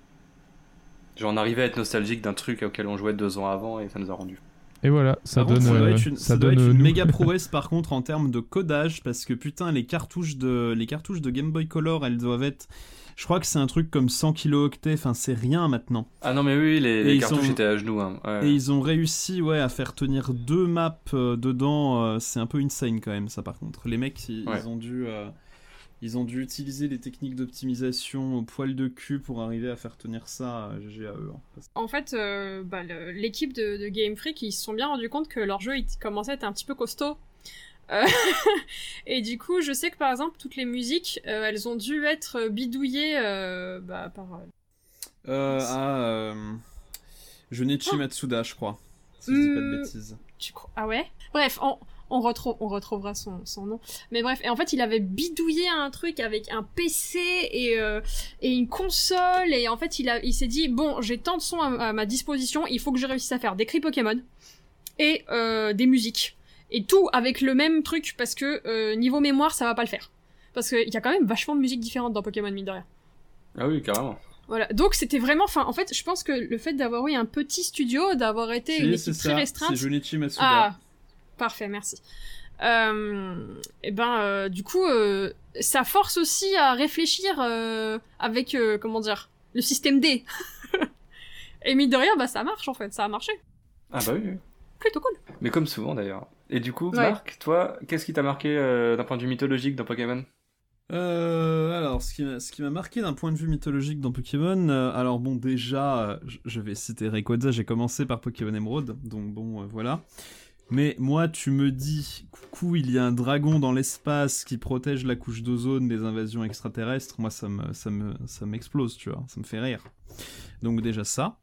C: Genre on arrivait à être nostalgique d'un truc auquel on jouait deux ans avant et ça nous a rendu.
F: Et voilà, ça
E: Par contre,
F: donne,
E: ça doit
F: euh,
E: être une,
F: ça
E: ça doit
F: donne
E: être une
F: nous.
E: méga prouesse par contre en termes de codage, parce que putain les cartouches de les cartouches de Game Boy Color, elles doivent être, je crois que c'est un truc comme cent kilooctets, enfin c'est rien maintenant.
C: Ah non mais oui, les,
E: Et
C: les
E: ils
C: cartouches
E: sont-
C: étaient à genoux. Hein. Ouais.
E: Et ils ont réussi, ouais, à faire tenir deux maps euh, dedans. euh, c'est un peu insane quand même ça par contre. Les mecs ils,
C: Ouais.
E: ils ont dû euh, ils ont dû utiliser les techniques d'optimisation au poil de cul pour arriver à faire tenir ça. euh, G G à eux. hein. Parce-
D: En fait, euh, bah, le- l'équipe de, de Game Freak, ils se sont bien rendus compte que leur jeu il commençait à être un petit peu costaud. Euh, et du coup, je sais que par exemple, toutes les musiques, euh, elles ont dû être bidouillées euh, bah, par.
E: Euh, à euh, Junichi Matsuda, je crois. Si je dis pas de
D: Hmm.
E: bêtises.
D: Tu crois Ah ouais. Bref, on, on, retrouve, on retrouvera son, son nom. Mais bref, et en fait, il avait bidouillé un truc avec un P C et, euh, et une console. Et en fait, il, a, il s'est dit, bon, j'ai tant de sons à, à ma disposition, il faut que je réussisse à faire des cris Pokémon et euh, des musiques. Et tout avec le même truc, parce que euh, niveau mémoire, ça va pas le faire. Parce qu'il y a quand même vachement de musiques différentes dans Pokémon, mine de rien.
C: Ah oui, carrément.
D: Voilà, donc c'était vraiment, enfin, en fait, je pense que le fait d'avoir eu un petit studio, d'avoir été une
E: Si, c'est
D: équipe très
E: ça,
D: restreinte,
E: c'est Junichi Matsuda.
D: ah, parfait, merci. Euh, et ben, euh, du coup, euh, ça force aussi à réfléchir euh, avec, euh, comment dire, le système D. Et mine de rien, bah ça marche en fait, ça a marché.
C: Ah bah oui, oui.
D: Plutôt cool.
C: Mais comme souvent d'ailleurs. Et du coup,
D: Ouais.
C: Marc, toi, qu'est-ce qui t'a marqué euh, d'un point de vue mythologique dans Pokémon?
E: Euh, alors, ce qui m'a, ce qui m'a marqué d'un point de vue mythologique dans Pokémon, euh, alors bon, déjà, euh, je, je vais citer Rayquaza, j'ai commencé par Pokémon Emerald, donc bon, euh, voilà. Mais moi, tu me dis, coucou, il y a un dragon dans l'espace qui protège la couche d'ozone des invasions extraterrestres, moi, ça me, ça me, ça m'explose, tu vois, ça me fait rire. Donc déjà ça.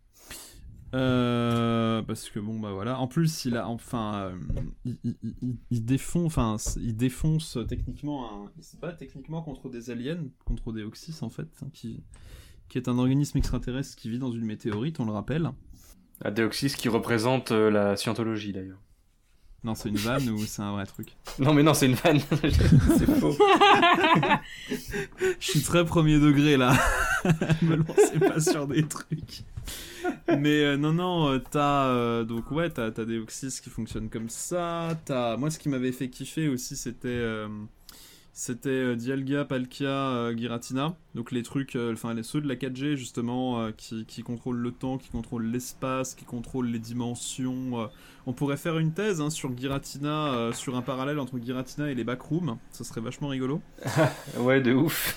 E: Euh, parce que bon bah voilà. En plus il a enfin euh, il, il, il, il défonce enfin il défonce techniquement un, il se bat techniquement contre des aliens, contre Deoxys en fait, hein, qui qui est un organisme extraterrestre qui vit dans une météorite, on le rappelle.
C: Ah, Deoxys qui représente euh, la scientologie d'ailleurs.
E: Non, c'est une vanne ou c'est un vrai truc?
C: Non mais non, c'est une vanne. C'est faux.
E: Je suis très premier degré là. Me lancez pas sur des trucs. Mais euh, non, non, euh, t'as euh, donc ouais, t'as, t'as des Deoxys qui fonctionnent comme ça. T'as, moi, ce qui m'avait fait kiffer aussi, c'était euh, C'était euh, Dialga, Palkia, euh, Giratina, donc les trucs, enfin euh, ceux de la quatre G justement, euh, qui, qui contrôlent le temps, qui contrôlent l'espace, qui contrôlent les dimensions. Euh. On pourrait faire une thèse hein, sur Giratina, euh, sur un parallèle entre Giratina et les backrooms, ça serait vachement rigolo.
C: Ouais, de ouf.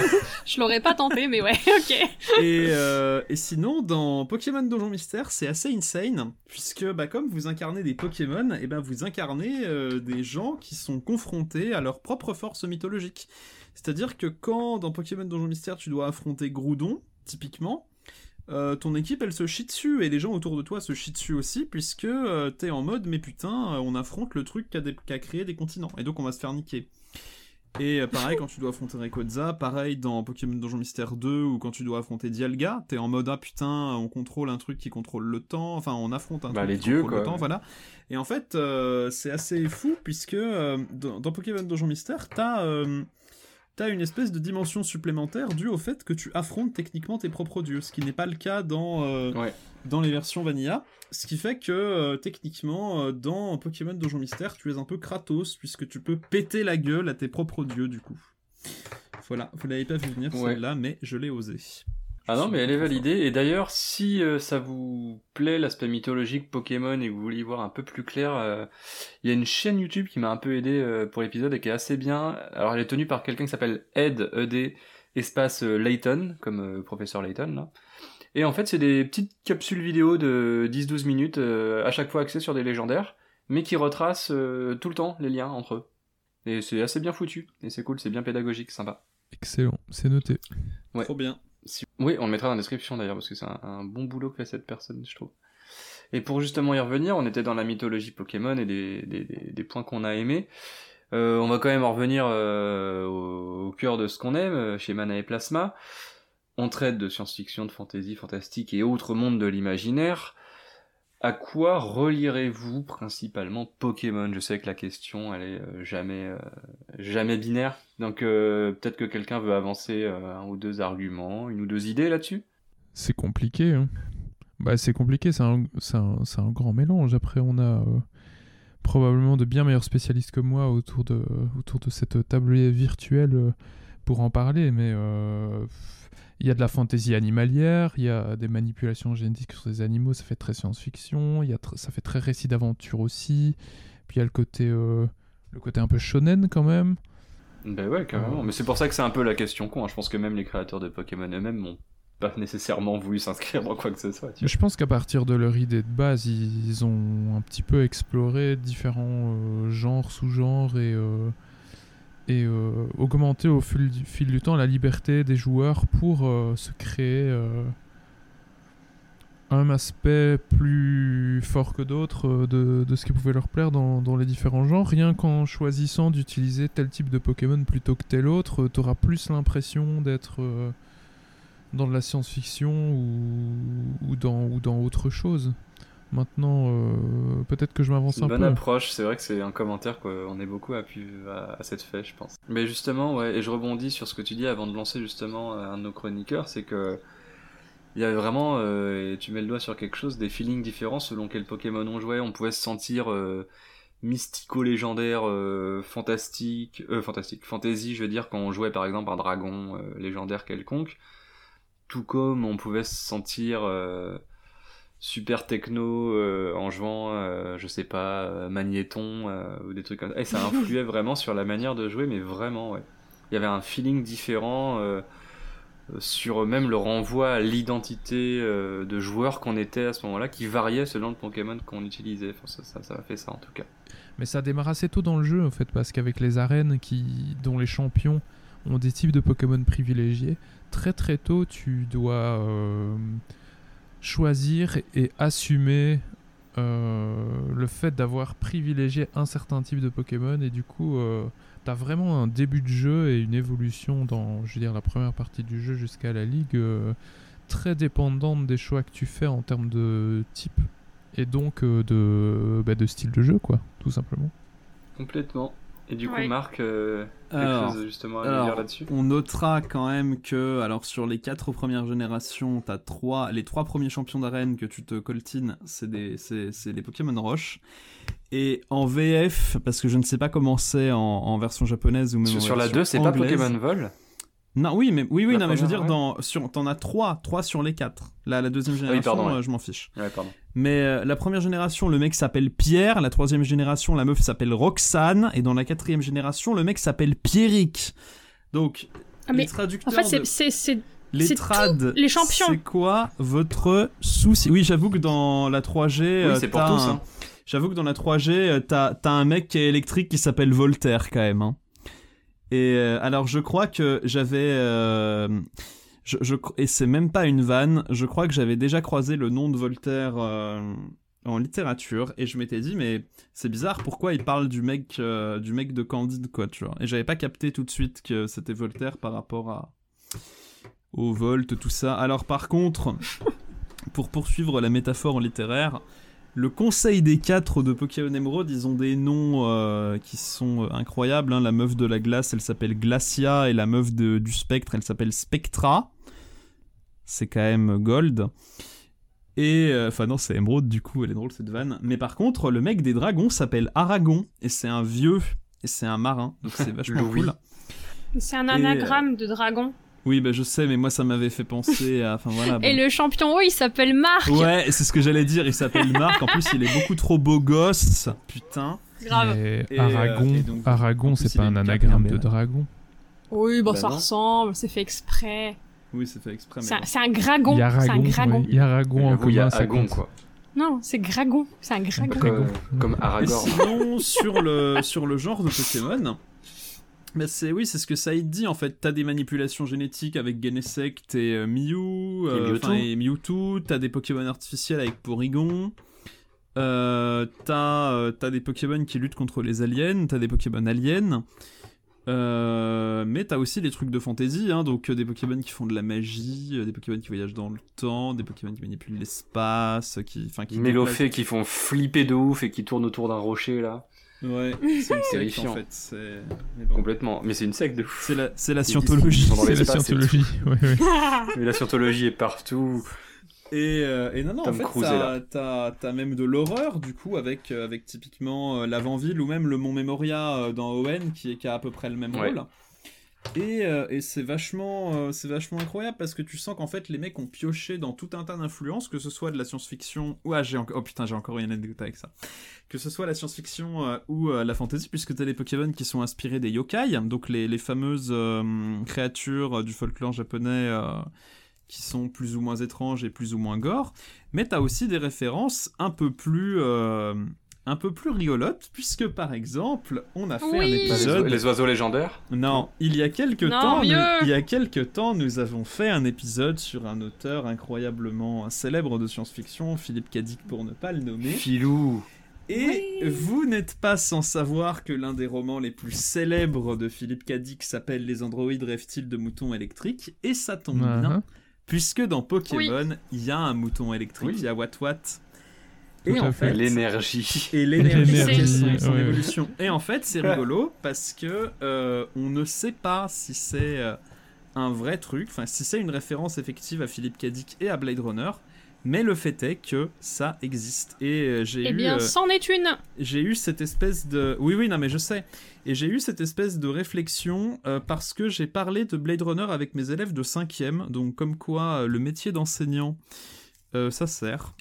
D: Je l'aurais pas tenté, mais ouais, ok.
E: Et, euh, et sinon, dans Pokémon Donjon Mystère, c'est assez insane, puisque bah, comme vous incarnez des Pokémon, et ben vous incarnez euh, des gens qui sont confrontés à leur propre force mythologique. C'est-à-dire que quand, dans Pokémon Donjon Mystère, tu dois affronter Groudon, typiquement, euh, ton équipe, elle se chie dessus, et les gens autour de toi se chient dessus aussi, puisque euh, t'es en mode, mais putain, euh, on affronte le truc qui a, des... qui a créé des continents, et donc on va se faire niquer. Et euh, pareil, quand tu dois affronter Rayquaza, pareil dans Pokémon Donjon Mystère deux, ou quand tu dois affronter Dialga, t'es en mode, ah putain, on contrôle un truc qui contrôle le temps, enfin, on affronte un
C: bah,
E: truc
C: les
E: qui
C: dieux,
E: contrôle
C: quoi,
E: le temps,
C: ouais.
E: voilà. Et en fait, euh, c'est assez fou, puisque euh, dans, dans Pokémon Donjon Mystère, t'as... Euh, T'as une espèce de dimension supplémentaire due au fait que tu affrontes techniquement tes propres dieux, ce qui n'est pas le cas dans, euh,
C: Ouais.
E: dans les versions Vanilla, ce qui fait que euh, techniquement euh, dans Pokémon Donjon Mystère tu es un peu Kratos, puisque tu peux péter la gueule à tes propres dieux du coup. Voilà, vous l'avez pas vu venir
C: Ouais.
E: celle-là, mais je l'ai osé.
C: Ah non, mais elle est validée. Et d'ailleurs, si euh, ça vous plaît l'aspect mythologique Pokémon et que vous voulez y voir un peu plus clair, euh, il y a une chaîne YouTube qui m'a un peu aidé euh, pour l'épisode et qui est assez bien. Alors, elle est tenue par quelqu'un qui s'appelle Ed, E D, espace euh, Layton, comme euh, professeur Layton, là. Et en fait, c'est des petites capsules vidéo de dix douze minutes, euh, à chaque fois axées sur des légendaires, mais qui retracent euh, tout le temps les liens entre eux. Et c'est assez bien foutu. Et c'est cool, c'est bien pédagogique, sympa.
F: Excellent, c'est noté.
C: Ouais.
E: Trop bien.
C: Si- Oui, on le mettra dans la description d'ailleurs, parce que c'est un, un bon boulot que fait cette personne, je trouve. Et pour justement y revenir, on était dans la mythologie Pokémon et des, des, des, des points qu'on a aimés. Euh, on va quand même en revenir euh, au, au cœur de ce qu'on aime, euh, chez Mana et Plasma. On traite de science-fiction, de fantasy, fantastique et autres mondes de l'imaginaire. À quoi relierez-vous principalement Pokémon ? Je sais que la question, elle est euh, jamais, euh, jamais binaire. Donc euh, peut-être que quelqu'un veut avancer euh, un ou deux arguments, une ou deux idées là-dessus ?
F: C'est compliqué. Hein. Bah, c'est compliqué, c'est un, c'est, un, c'est un grand mélange. Après, on a euh, probablement de bien meilleurs spécialistes que moi autour de, autour de cette tablée virtuelle euh, pour en parler. Mais euh, il y a de la fantaisie animalière, il y a des manipulations génétiques sur des animaux, ça fait très science-fiction, il y a tr- ça fait très récit d'aventure aussi. Puis il y a le côté, euh, le côté un peu shonen quand même.
C: Ben ouais, carrément.
F: Euh,
C: Mais c'est pour ça que c'est un peu la question con. hein. Je pense que même les créateurs de Pokémon eux-mêmes n'ont pas nécessairement voulu s'inscrire dans quoi que ce soit. Tu
F: Mais je pense qu'à partir de leur idée de base, ils ont un petit peu exploré différents euh, genres, sous-genres et, euh, et euh, augmenté au fil du, fil du temps la liberté des joueurs pour euh, se créer euh, un aspect plus fort que d'autres euh, de, de ce qui pouvait leur plaire dans, dans les différents genres. Rien qu'en choisissant d'utiliser tel type de Pokémon plutôt que tel autre, euh, t'auras plus l'impression d'être... Euh, dans de la science-fiction ou, ou, dans, ou dans autre chose. Maintenant, euh, peut-être que je m'avance
C: C'est
F: un
C: une bonne
F: peu.
C: approche, c'est vrai que c'est un commentaire qu'on est beaucoup appu à, à cette fait, je pense. Mais justement, ouais, et je rebondis sur ce que tu dis avant de lancer justement un de nos chroniqueurs, c'est que il y avait vraiment, euh, et tu mets le doigt sur quelque chose, des feelings différents selon quel Pokémon on jouait. On pouvait se sentir euh, mystico-légendaire, euh, fantastique, euh, fantastique, fantasy, je veux dire, quand on jouait par exemple un dragon euh, légendaire quelconque. Tout comme on pouvait se sentir euh, super techno euh, en jouant, euh, je sais pas, euh, Magnéton euh, ou des trucs comme ça. Et ça influait vraiment sur la manière de jouer, mais vraiment, ouais. Il y avait un feeling différent euh, sur même le renvoi à l'identité euh, de joueur qu'on était à ce moment-là, qui variait selon le Pokémon qu'on utilisait. Enfin, ça, ça, ça a fait ça en tout cas.
F: Mais ça démarre assez tôt dans le jeu, en fait, parce qu'avec les arènes qui, dont les champions ont des types de Pokémon privilégiés, très très tôt, tu dois euh, choisir et assumer euh, le fait d'avoir privilégié un certain type de Pokémon, et du coup, euh, t'as vraiment un début de jeu et une évolution dans, je veux dire, la première partie du jeu jusqu'à la ligue, euh, très dépendante des choix que tu fais en termes de type et donc euh, de, bah, de style de jeu, quoi, tout simplement.
C: Complètement. Et du coup,
D: Ouais.
C: Marc, euh, quelque
E: Alors,
C: chose justement à nous
E: alors,
C: dire là-dessus?
E: on notera quand même que, alors sur les quatre premières générations, t'as trois, les trois premiers champions d'arène que tu te coltines, c'est des, c'est, c'est les Pokémon Roche. Et en V F, parce que je ne sais pas comment c'est en, en version japonaise ou même
C: Sur,
E: en
C: sur la
E: version
C: deux, c'est pas
E: anglaise.
C: Pokémon Vol?
E: Non, oui, mais oui, oui,
C: La
E: non, mais je veux
C: première,
E: dire,
C: ouais.
E: dans, sur, t'en as trois, trois sur les quatre. Là, la deuxième génération,
C: pardon, ouais.
E: euh, je m'en fiche.
C: Ouais, pardon.
E: Mais euh, la première génération, le mec s'appelle Pierre. La troisième génération, la meuf s'appelle Roxane. Et dans la quatrième génération, le mec s'appelle Pierrick. Donc,
D: Ah, mais
E: les traducteurs
D: En fait, c'est
E: de-
D: c'est c'est
E: les
D: c'est
E: trades,
D: tous les champions.
E: c'est quoi votre souci? Oui, j'avoue que dans la trois G,
C: Oui,
E: euh,
C: c'est pour
E: t'as
C: tous.
E: un-
C: Hein.
E: J'avoue que dans la trois G, euh, t'as, t'as un mec qui est électrique qui s'appelle Voltaire quand même. Hein. Et euh, alors je crois que j'avais... euh, je, je, et c'est même pas une vanne, je crois que j'avais déjà croisé le nom de Voltaire euh, en littérature, et je m'étais dit, mais c'est bizarre, pourquoi il parle du mec, euh, du mec de Candide, quoi, tu vois. Et j'avais pas capté tout de suite que c'était Voltaire par rapport à... au Volt, tout ça. Alors par contre, pour poursuivre la métaphore littéraire... Le conseil des quatre de Pokémon Emerald, ils ont des noms euh, qui sont euh, incroyables. Hein. La meuf de la glace, elle s'appelle Glacia, et la meuf de, du spectre, elle s'appelle Spectra. C'est quand même gold. Et, enfin euh, non, c'est Emerald, du coup, elle est drôle cette vanne. Mais par contre, le mec des dragons s'appelle Aragon, et c'est un vieux, et c'est un marin, donc c'est vachement
C: Louis.
E: cool.
D: C'est un anagramme de dragon.
E: Oui, bah je sais, mais moi ça m'avait fait penser à... Enfin voilà.
D: Et
E: bon.
D: le champion haut, il s'appelle Marc.
E: Ouais, c'est ce que j'allais dire, il s'appelle Marc, en plus il est beaucoup trop beau gosse, putain.
D: Grave.
F: Mais
E: Et,
F: Aragon,
E: euh, et donc, en
F: Aragon,
E: plus,
F: c'est
E: il
F: pas
E: a
F: un
E: une
F: anagramme
E: cape
F: de
E: et un
F: dragon.
D: Oui, bon,
C: Bah
D: ça
C: non.
D: ressemble, c'est fait exprès.
E: Oui, c'est fait exprès, mais
D: C'est un,
E: bon.
D: c'est un gragon.
F: Il y a
D: C'est un
F: Aragon,
D: gragon.
F: ouais, il y a Aragon en
C: J'avoue, il y a
F: commun, ça
C: Agon,
F: compte.
C: quoi.
D: Non, c'est gragon. C'est un gragon.
C: Comme, comme
E: Et
C: Aragorn.
E: sinon, sur le, sur le genre de Pokémon, bah c'est, oui, c'est ce que Saïd dit en fait. T'as des manipulations génétiques avec Genesect et euh, Mew, euh,
C: Et Mewtwo.
E: enfin, et Mewtwo. T'as des Pokémon artificiels avec Porygon. Euh, t'as, euh, t'as des Pokémon qui luttent contre les aliens. T'as des Pokémon aliens. Euh, mais t'as aussi des trucs de fantasy, hein, donc euh, des Pokémon qui font de la magie, euh, des Pokémon qui voyagent dans le temps, des Pokémon qui manipulent l'espace, qui, enfin, qui
C: Mélophées qui font flipper de ouf et qui tournent autour d'un rocher là.
E: Ouais, c'est une secte
C: Terrifiant.
E: en fait. C'est... Mais bon.
C: Complètement. Mais c'est une secte de ouf.
E: C'est la, c'est la
C: Ils-
E: scientologie.
C: ils sont dans
F: C'est la
C: l'espace et
F: scientologie, ouais, ouais.
C: Mais la scientologie est partout.
E: Et, euh, et non, non, en
C: Tom
E: fait,
C: Cruise est
E: t'as,
C: là.
E: t'as, t'as même de l'horreur, du coup, avec, euh, avec typiquement euh, l'Avant-Ville ou même le Mont Memoria euh, dans Owen, qui, est- qui a à peu près le même
C: Ouais.
E: rôle. Et, euh, et c'est vachement, euh, c'est vachement incroyable parce que tu sens qu'en fait les mecs ont pioché dans tout un tas d'influences, que ce soit de la science-fiction ou ah j'ai encore oh putain j'ai encore une anecdote avec ça, que ce soit la science-fiction euh, ou euh, la fantasy, puisque t'as les Pokémon qui sont inspirés des yokai, donc les, les fameuses euh, créatures du folklore japonais euh, qui sont plus ou moins étranges et plus ou moins gore, mais t'as aussi des références un peu plus euh, un peu plus rigolotes, puisque par exemple on a fait
D: Oui.
E: un
C: Les,
E: épisode.
C: les oiseaux légendaires.
E: Non, il y a quelques
D: Non,
E: temps, nous,
D: mieux.
E: il y a quelques temps, nous avons fait un épisode sur un auteur incroyablement célèbre de science-fiction, Philippe K. Dick pour ne pas le nommer.
C: Filou.
E: Et vous n'êtes pas sans savoir que l'un des romans les plus célèbres de Philippe K. Dick s'appelle Les androïdes rêvent-ils de moutons électriques, et ça tombe
F: Uh-huh.
E: bien, puisque dans Pokémon, il y a un mouton électrique,
C: Oui.
E: il y a Wat-Wat.
F: Tout
E: Et
F: à
E: en
F: fait.
E: fait,
C: L'énergie.
E: et l'énergie
F: L'énergie,
E: et son, son
F: ouais.
E: évolution. Et en fait, c'est rigolo parce que euh, on ne sait pas si c'est euh, un vrai truc, enfin si c'est une référence effective à Philippe K. Dick et à Blade Runner, mais le fait est que ça existe. Et euh, j'ai
D: Eh
E: eu,
D: bien,
E: euh,
D: c'en est une.
E: j'ai eu cette espèce de, oui oui non mais je sais, et j'ai eu cette espèce de réflexion euh, parce que j'ai parlé de Blade Runner avec mes élèves de cinquième, donc comme quoi euh, le métier d'enseignant, euh, ça sert.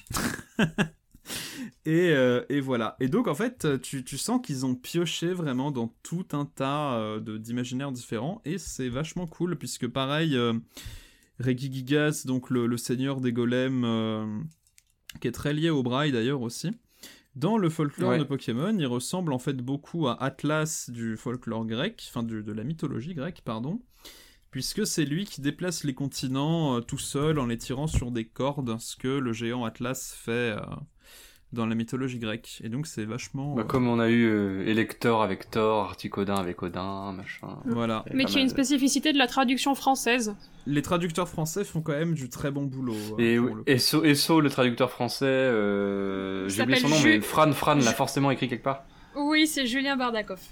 E: Et, euh, et voilà. Et donc, en fait, tu, tu sens qu'ils ont pioché vraiment dans tout un tas euh, de, d'imaginaires différents. Et c'est vachement cool, puisque pareil, euh, Regigigas, donc le, le seigneur des golems, euh, qui est très lié au Braille d'ailleurs aussi, dans le folklore
C: Ouais.
E: de Pokémon, il ressemble en fait beaucoup à Atlas du folklore grec, enfin du- de la mythologie grecque, pardon. Puisque c'est lui qui déplace les continents euh, tout seul en les tirant sur des cordes, ce que le géant Atlas fait euh, dans la mythologie grecque. Et donc c'est vachement...
C: Bah,
E: euh,
C: comme on a eu euh, Elector avec Thor, Articodin avec Odin, machin.
E: Voilà.
C: C'est
D: Mais
C: pas
D: qui a une
C: mal.
D: spécificité de la traduction française.
E: Les traducteurs français font quand même du très bon boulot. euh,
C: Et
E: pour le coup.
C: Esso, Esso, le traducteur français, euh,
D: Il
C: j'ai oublié son
D: s'appelle
C: nom,
D: Ju-
C: mais Fran, Fran l'a
D: Ju-
C: forcément écrit quelque part.
D: Oui, c'est Julien Bardakov.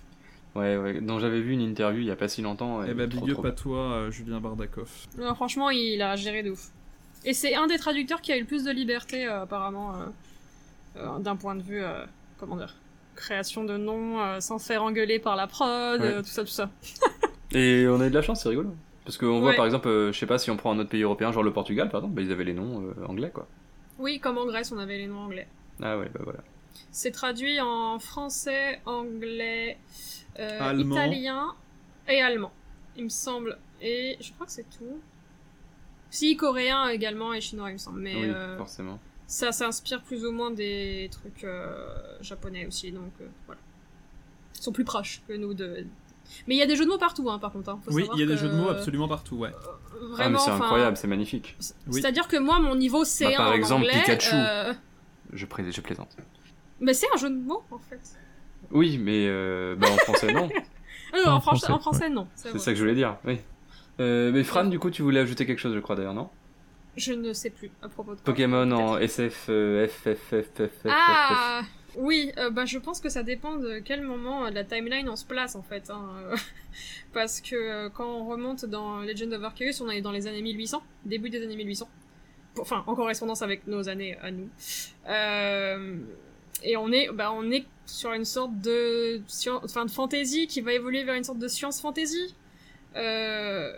C: Ouais, ouais, dont j'avais vu une interview il y a pas si longtemps.
E: Eh
C: et
E: bah,
C: trop,
E: big up
C: trop
E: à toi, euh, Julien Bardakov.
D: Non, franchement, il a géré de ouf. Et c'est un des traducteurs qui a eu le plus de liberté, euh, apparemment, euh, euh, d'un point de vue, euh, comment dire, création de noms, euh, sans se faire engueuler par la prod,
C: Ouais.
D: euh, tout ça, tout ça.
C: Et on a eu de la chance, c'est rigolo. Parce qu'on voit
D: Ouais.
C: par exemple, euh, je sais pas si on prend un autre pays européen, genre le Portugal par exemple, bah, ils avaient les noms euh, anglais quoi.
D: Oui, comme en Grèce, on avait les noms anglais.
C: Ah ouais, bah voilà.
D: C'est traduit en français, anglais, euh,
E: Allemand.
D: italien et allemand, il me semble. Et je crois que c'est tout. Si, coréen également et chinois, il me semble. Mais
C: oui,
D: euh,
C: forcément.
D: ça s'inspire plus ou moins des trucs euh, japonais aussi, donc euh, voilà. Ils sont plus proches que nous de... Mais il y a des jeux de mots partout, hein, par contre. Hein. Faut
E: Oui,
D: savoir
E: il y a des
D: que,
E: jeux de mots absolument partout, ouais.
D: euh,
C: Ah
D: Vraiment,
C: mais c'est
D: enfin,
C: incroyable, c'est magnifique.
E: Oui.
D: C'est-à-dire que moi, mon niveau C un
C: Bah, par
D: en
C: exemple,
D: anglais...
C: Pikachu.
D: euh,
C: Je, pré- je plaisante.
D: Mais c'est un jeu de mots, en fait.
C: Oui, mais euh, bah, en français non.
D: Euh,
F: Pas
D: en,
F: en
D: français,
F: français,
D: en français, non. C'est
C: C'est
D: vrai.
C: ça que je voulais dire, oui. Euh, mais Fran, du coup, tu voulais ajouter quelque chose, je crois d'ailleurs, non?
D: Je ne sais plus à propos de quoi.
C: Pokémon en
D: Peut-être.
C: S F, euh, F, F, F, F, F,
D: Ah oui, euh, bah je pense que ça dépend de quel moment euh, de la timeline on se place en fait. Hein, euh, parce que euh, quand on remonte dans Legend of Arceus, on est dans les années mille huit cents, début des années mille huit cents. Enfin, en correspondance avec nos années à nous. Euh, et on est, bah, on est sur une sorte de, science, enfin, de fantasy qui va évoluer vers une sorte de science fantasy. Euh,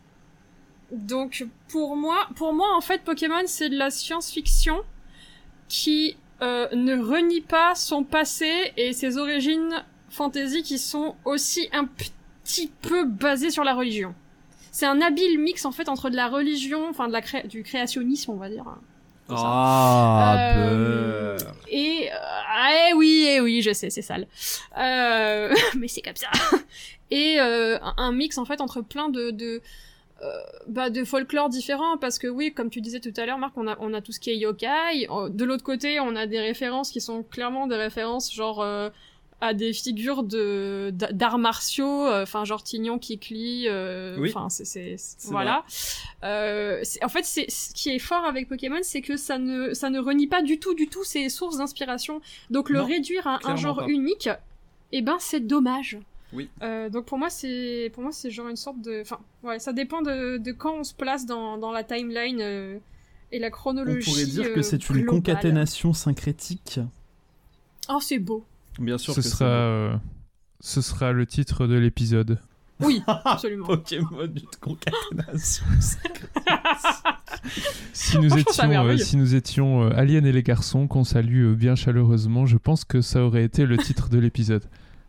D: donc pour moi, pour moi en fait, Pokémon c'est de la science-fiction qui euh, ne renie pas son passé et ses origines fantasy qui sont aussi un petit peu basées sur la religion. C'est un habile mix en fait entre de la religion, enfin de la cré- du créationnisme on va dire. Comme ça.
E: Ah,
D: Euh,
E: beurre.
D: Et euh, eh oui, eh oui, je sais, c'est sale. Euh, mais c'est comme ça. Et euh, un, un mix en fait entre plein de de euh, bah de folklore différents parce que oui, comme tu disais tout à l'heure, Marc, on a on a tout ce qui est yokai. De l'autre côté, on a des références qui sont clairement des références genre euh, à des figures de d- d'arts martiaux, enfin genre Tignon, Kikli, euh,
E: Oui.
D: enfin c'est c'est c'est-
E: C'est
D: voilà. Euh, c'est- en fait, c'est ce qui est fort avec Pokémon, c'est que ça ne ça ne renie pas du tout du tout ses sources d'inspiration. Donc le
E: Non,
D: réduire à un
E: clairement
D: genre
E: pas.
D: unique, eh ben c'est dommage.
E: Oui.
D: Euh, donc pour moi c'est pour moi c'est genre une sorte de, enfin ouais, ça dépend de de quand on se place dans dans la timeline euh, et la
E: On
D: chronologie.
E: pourrait dire que
D: euh,
E: c'est une
D: globale.
E: concaténation syncrétique.
D: Oh c'est beau.
E: Bien sûr
F: Ce
E: que
F: sera, euh, ce sera le titre de l'épisode.
D: Oui, absolument.
E: Pokémon une concaténation syncrétique.
F: Si nous
D: Franchement, c'est
F: étions, euh,
D: merveilleux.
F: si nous étions euh, Alien et les garçons, qu'on salue euh, bien chaleureusement, je pense que ça aurait été le titre de l'épisode.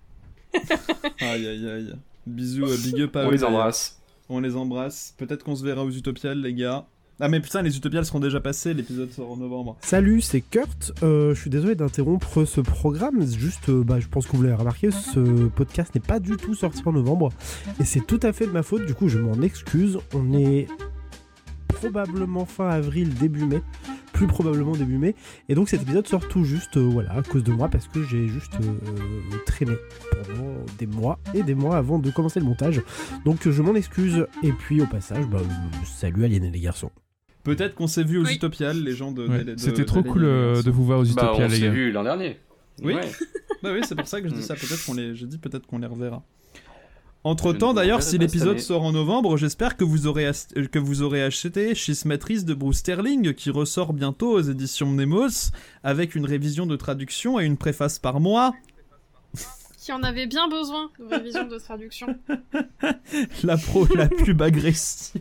E: Aïe aïe aïe. Bisous, euh, big up à
C: On
E: eux,
C: les
E: d'ailleurs.
C: embrasse.
E: On les embrasse. Peut-être qu'on se verra aux Utopiales, les gars. Ah mais putain, les Utopiales seront déjà passés, l'épisode sort en novembre.
H: Salut, c'est Kurt. Euh, je suis désolé d'interrompre ce programme. Juste, euh, bah, je pense que vous l'avez remarqué, ce podcast n'est pas du tout sorti en novembre. Et c'est tout à fait de ma faute, du coup je m'en excuse. On est probablement fin avril, début mai. Plus probablement début mai. Et donc cet épisode sort tout juste, euh, voilà, à cause de moi, parce que j'ai juste euh, traîné pendant des mois et des mois avant de commencer le montage. Donc je m'en excuse. Et puis au passage, bah, euh, salut Alien et les garçons.
E: Peut-être qu'on s'est vu aux
D: Oui.
E: Utopiales, les gens de...
F: Ouais,
E: de- de-
F: C'était
E: de-
F: trop
E: de-
F: cool euh, de vous voir aux
C: Bah,
F: Utopiales,
C: on
F: les
C: s'est
F: gars.
C: vu l'an dernier.
E: Oui.
C: Ouais.
E: Bah oui, c'est pour ça que je dis
C: Mm.
E: ça. Peut-être qu'on les... J'ai dit peut-être qu'on les reverra.
C: Je
E: Entre
C: ne
E: temps,
C: vous
E: d'ailleurs,
C: reverrai
E: si
C: pas cette
E: l'épisode
C: année.
E: sort en novembre, j'espère que vous aurez as- que vous aurez acheté Schismatrice de Bruce Sterling, qui ressort bientôt aux éditions Mnemos, avec une révision de traduction et une préface par mois.
D: Qui en avait bien besoin de révision de traduction.
E: La pro, la pub agressive.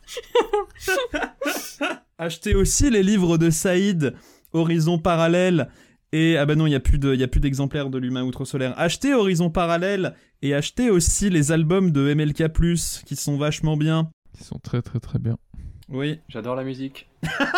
E: Achetez aussi les livres de Saïd, Horizon Parallèle, et... Ah bah non, il n'y a plus de- il y a plus d'exemplaires de l'humain outre-solaire. Achetez Horizon Parallèle, et achetez aussi les albums de M L K plus, qui sont vachement bien.
F: Ils sont très très très bien.
E: Oui.
C: J'adore la musique.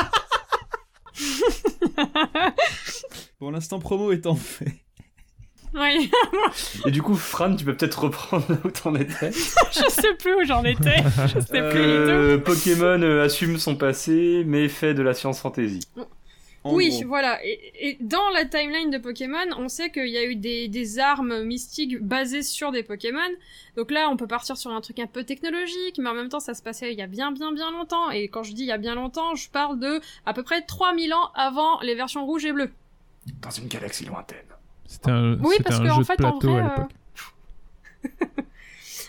E: Pour l'instant, promo étant fait.
D: Oui,
C: Et du coup, Fran, tu peux peut-être reprendre là où t'en étais.
D: je sais plus où j'en étais. Je sais plus du tout.
C: Euh, Pokémon euh, assume son passé, mais fait de la science fantasy.
E: En
D: Oui,
E: gros.
D: voilà. Et, et dans la timeline de Pokémon, on sait qu'il y a eu des, des armes mystiques basées sur des Pokémon. Donc là, on peut partir sur un truc un peu technologique, mais en même temps, ça se passait il y a bien, bien, bien longtemps. Et quand je dis il y a bien longtemps, je parle de à peu près trois mille ans avant les versions rouges et bleues.
C: Dans une galaxie lointaine.
F: C'était un,
D: Oui,
F: c'était
D: parce
F: un
D: que,
F: jeu
D: en
F: de
D: fait, en
F: plateau
D: vrai,
F: à
D: euh,
F: l'époque.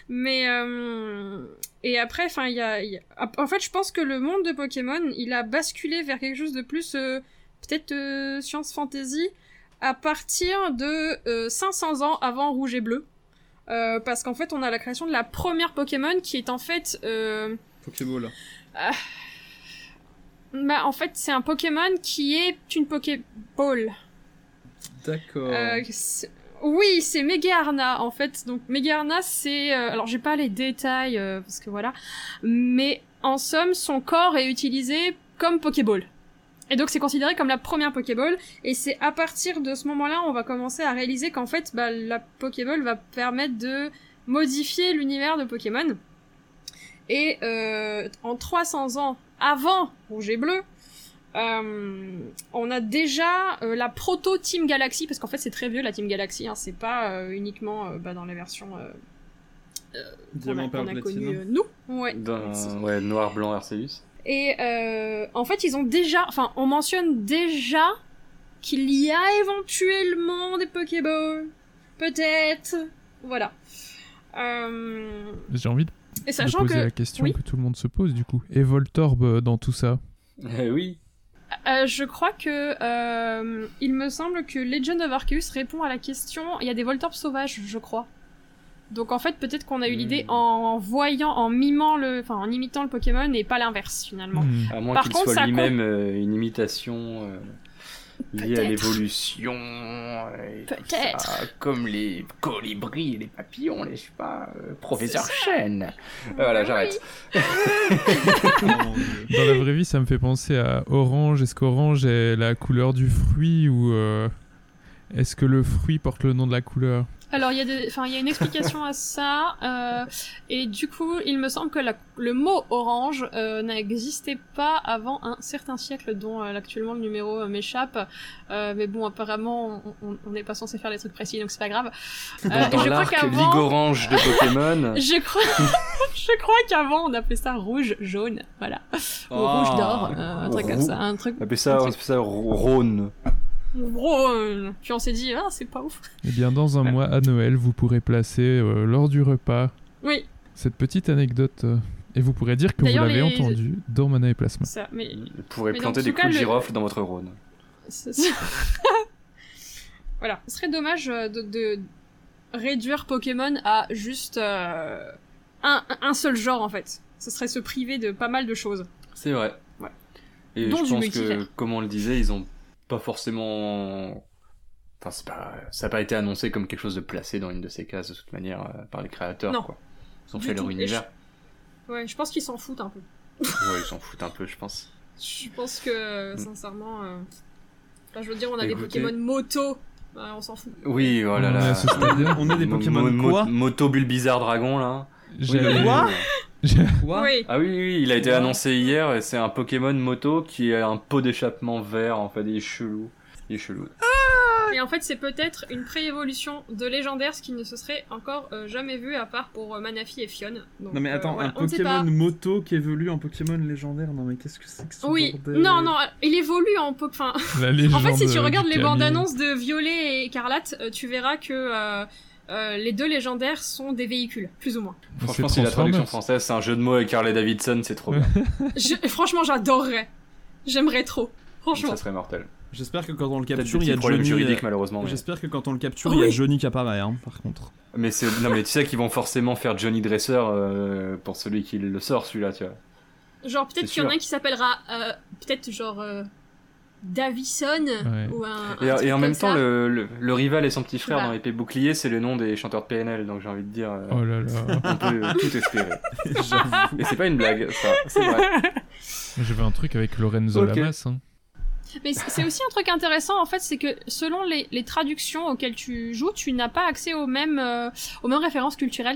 D: Mais euh, et après, enfin, il y a, y a, en fait, je pense que le monde de Pokémon, il a basculé vers quelque chose de plus euh, peut-être euh, science fantasy à partir de euh, cinq cents ans avant Rouge et Bleu, euh, parce qu'en fait, on a la création de la première Pokémon qui est en fait euh,
E: Pokéball.
D: Euh, bah, en fait, c'est un Pokémon qui est une Pokéball.
E: D'accord.
D: Euh, c'est... Oui, c'est Megaarna, en fait. Donc, Megaarna, c'est... Euh... Alors, j'ai pas les détails, euh, parce que voilà. Mais, en somme, son corps est utilisé comme Pokéball. Et donc, c'est considéré comme la première Pokéball. Et c'est à partir de ce moment-là, on va commencer à réaliser qu'en fait, bah, la Pokéball va permettre de modifier l'univers de Pokémon. Et euh, en trois cents ans avant Rouge et Bleu, euh, on a déjà euh, la proto Team Galaxy, parce qu'en fait c'est très vieux la Team Galaxy, hein, c'est pas euh, uniquement euh, bah, dans les versions euh, euh, qu'on a, qu'on a connues euh, nous. Ouais,
C: dans, ouais, noir, blanc, Arceus.
D: Et euh, en fait ils ont déjà, enfin on mentionne déjà qu'il y a éventuellement des Pokéballs, peut-être, voilà. Euh...
F: J'ai envie de
D: Et sachant
F: de poser
D: que...
F: la question
D: oui.
F: que tout le monde se pose du coup. Et Voltorb dans tout ça
C: Eh oui.
D: Euh, je crois que euh, il me semble que Legend of Arceus répond à la question. Il y a des Voltorbs sauvages, je crois. Donc en fait, peut-être qu'on a eu mmh. l'idée en voyant, en mimant le, enfin en imitant le Pokémon et pas l'inverse finalement.
F: Mmh.
C: À moins
D: Par
C: qu'il
D: contre,
C: soit lui-même
D: compte...
C: euh, une imitation euh, liée
D: peut-être.
C: à l'évolution. Et
D: peut-être.
C: ça, comme les colibris, les papillons, les je sais pas, euh, professeur Chen. Euh, voilà,
D: oui.
C: j'arrête.
F: Dans la vraie vie, ça me fait penser à Orange. Est-ce qu'Orange est la couleur du fruit ou euh, est-ce que le fruit porte le nom de la couleur ?
D: Alors il y a des, enfin il y a une explication à ça, euh, et du coup il me semble que la, le mot orange euh, n'existait pas avant un certain siècle, dont euh, actuellement le numéro euh, m'échappe, euh, mais bon apparemment on n'est pas censé faire les trucs précis donc c'est pas grave.
C: Euh, dans
D: je
C: l'arc
D: crois
C: Ligue Orange de Pokémon.
D: je crois, je crois qu'avant on appelait ça rouge jaune, voilà, ou
E: oh.
D: rouge d'or, euh, un truc
C: Roux.
D: comme ça, un truc.
C: On appelle ça, on appelle ça Rhône.
D: Rhône. Puis on s'est dit ah c'est pas ouf.
F: Eh bien, dans un mois à Noël, vous pourrez placer euh, lors du repas
D: Oui.
F: cette petite anecdote euh, et vous pourrez dire que vous l'avez
D: les...
F: entendu dans Mana et Plasma.
D: Ça, mais...
C: Vous pourrez
D: mais
C: planter des
D: cas,
C: coups de
D: le...
C: girofle dans votre Rhône.
D: C'est... Voilà, ce serait dommage de, de réduire Pokémon à juste euh, un, un seul genre en fait. Ce serait se priver de pas mal de choses.
C: C'est vrai.
D: Ouais.
C: Et
D: Dont
C: je pense
D: multivers.
C: que, comme on le disait, ils ont pas forcément... Enfin, c'est pas... ça n'a pas été annoncé comme quelque chose de placé dans une de ces cases de toute manière euh, par les créateurs.
D: Non.
C: Quoi. Ils ont
D: Du
C: fait
D: tout.
C: leur univers.
D: Je... Ouais, je pense qu'ils s'en foutent un peu.
C: Ouais, ils s'en foutent un peu, je pense.
D: Je pense que, sincèrement... Euh... Enfin, je veux dire, on a
C: Écoutez...
D: des Pokémon moto. Bah, on s'en fout.
C: Oui, voilà. Là,
F: là.
E: On a des Pokémon
C: mo-
E: quoi
C: mo- Moto Bulbizarre Dragon, là.
F: J'ai...
C: Oui,
E: Quoi
F: Quoi
D: Oui.
C: Ah oui, oui, il a été
E: Ouais.
C: annoncé hier et c'est un Pokémon moto qui a un pot d'échappement vert, en fait, il est chelou. Il est chelou.
D: Et en fait, c'est peut-être une pré-évolution de légendaire, ce qui ne se serait encore euh, jamais vu à part pour euh, Manafi et Fion. Donc,
E: Non mais attends,
D: euh, voilà,
E: un
D: on ne sait pas.
E: Pokémon moto qui évolue en Pokémon légendaire, non mais qu'est-ce que c'est que ce
D: Oui,
E: bordel?
D: non, non, il évolue en po... enfin,
F: La légende
D: en fait, si tu
F: du
D: regardes les
F: Camille.
D: bandes annonces de Violet et Écarlate, euh, tu verras que euh, euh, les deux légendaires sont des véhicules, plus ou moins.
C: Franchement,
F: C'est
C: si la traduction
F: Transformers.
C: française, c'est un jeu de mots avec Harley Davidson, c'est trop bien.
D: Je... Franchement, j'adorerais. J'aimerais trop. Franchement.
C: Ça serait mortel.
E: J'espère que quand on le
C: Peut-être
E: capture,
C: des
E: il y a
C: petits problèmes
E: Johnny.
C: juridiques,
E: euh,
C: malheureusement. mais-
E: J'espère que quand on le capture,
D: Oh
E: il y a
D: oui.
E: Johnny qui apparaît, hein, par contre.
C: Mais c'est non mais tu sais qu'ils vont forcément faire Johnny Dresser euh, pour celui qui le sort celui-là tu vois.
D: Genre, peut-être
C: C'est
D: qu'il y en a
C: sûr.
D: un qui s'appellera, euh, peut-être genre, euh, Davison,
F: Ouais.
D: ou un. un
C: Et,
D: truc
C: et en
D: comme
C: même
D: ça.
C: temps le, le, le rival et son petit frère
D: Bah.
C: dans l'épée bouclier c'est le nom des chanteurs de P N L donc j'ai envie de dire euh,
F: Oh là là.
C: on peut tout espérer.
E: J'avoue.
C: Et c'est pas une blague ça, c'est vrai.
F: J'avais un truc avec Lorenzo
C: Ok.
F: Lamas. Hein.
D: Mais c'est c'est aussi un truc intéressant en fait, c'est que selon les, les traductions auxquelles tu joues, tu n'as pas accès aux mêmes, euh, aux mêmes références culturelles.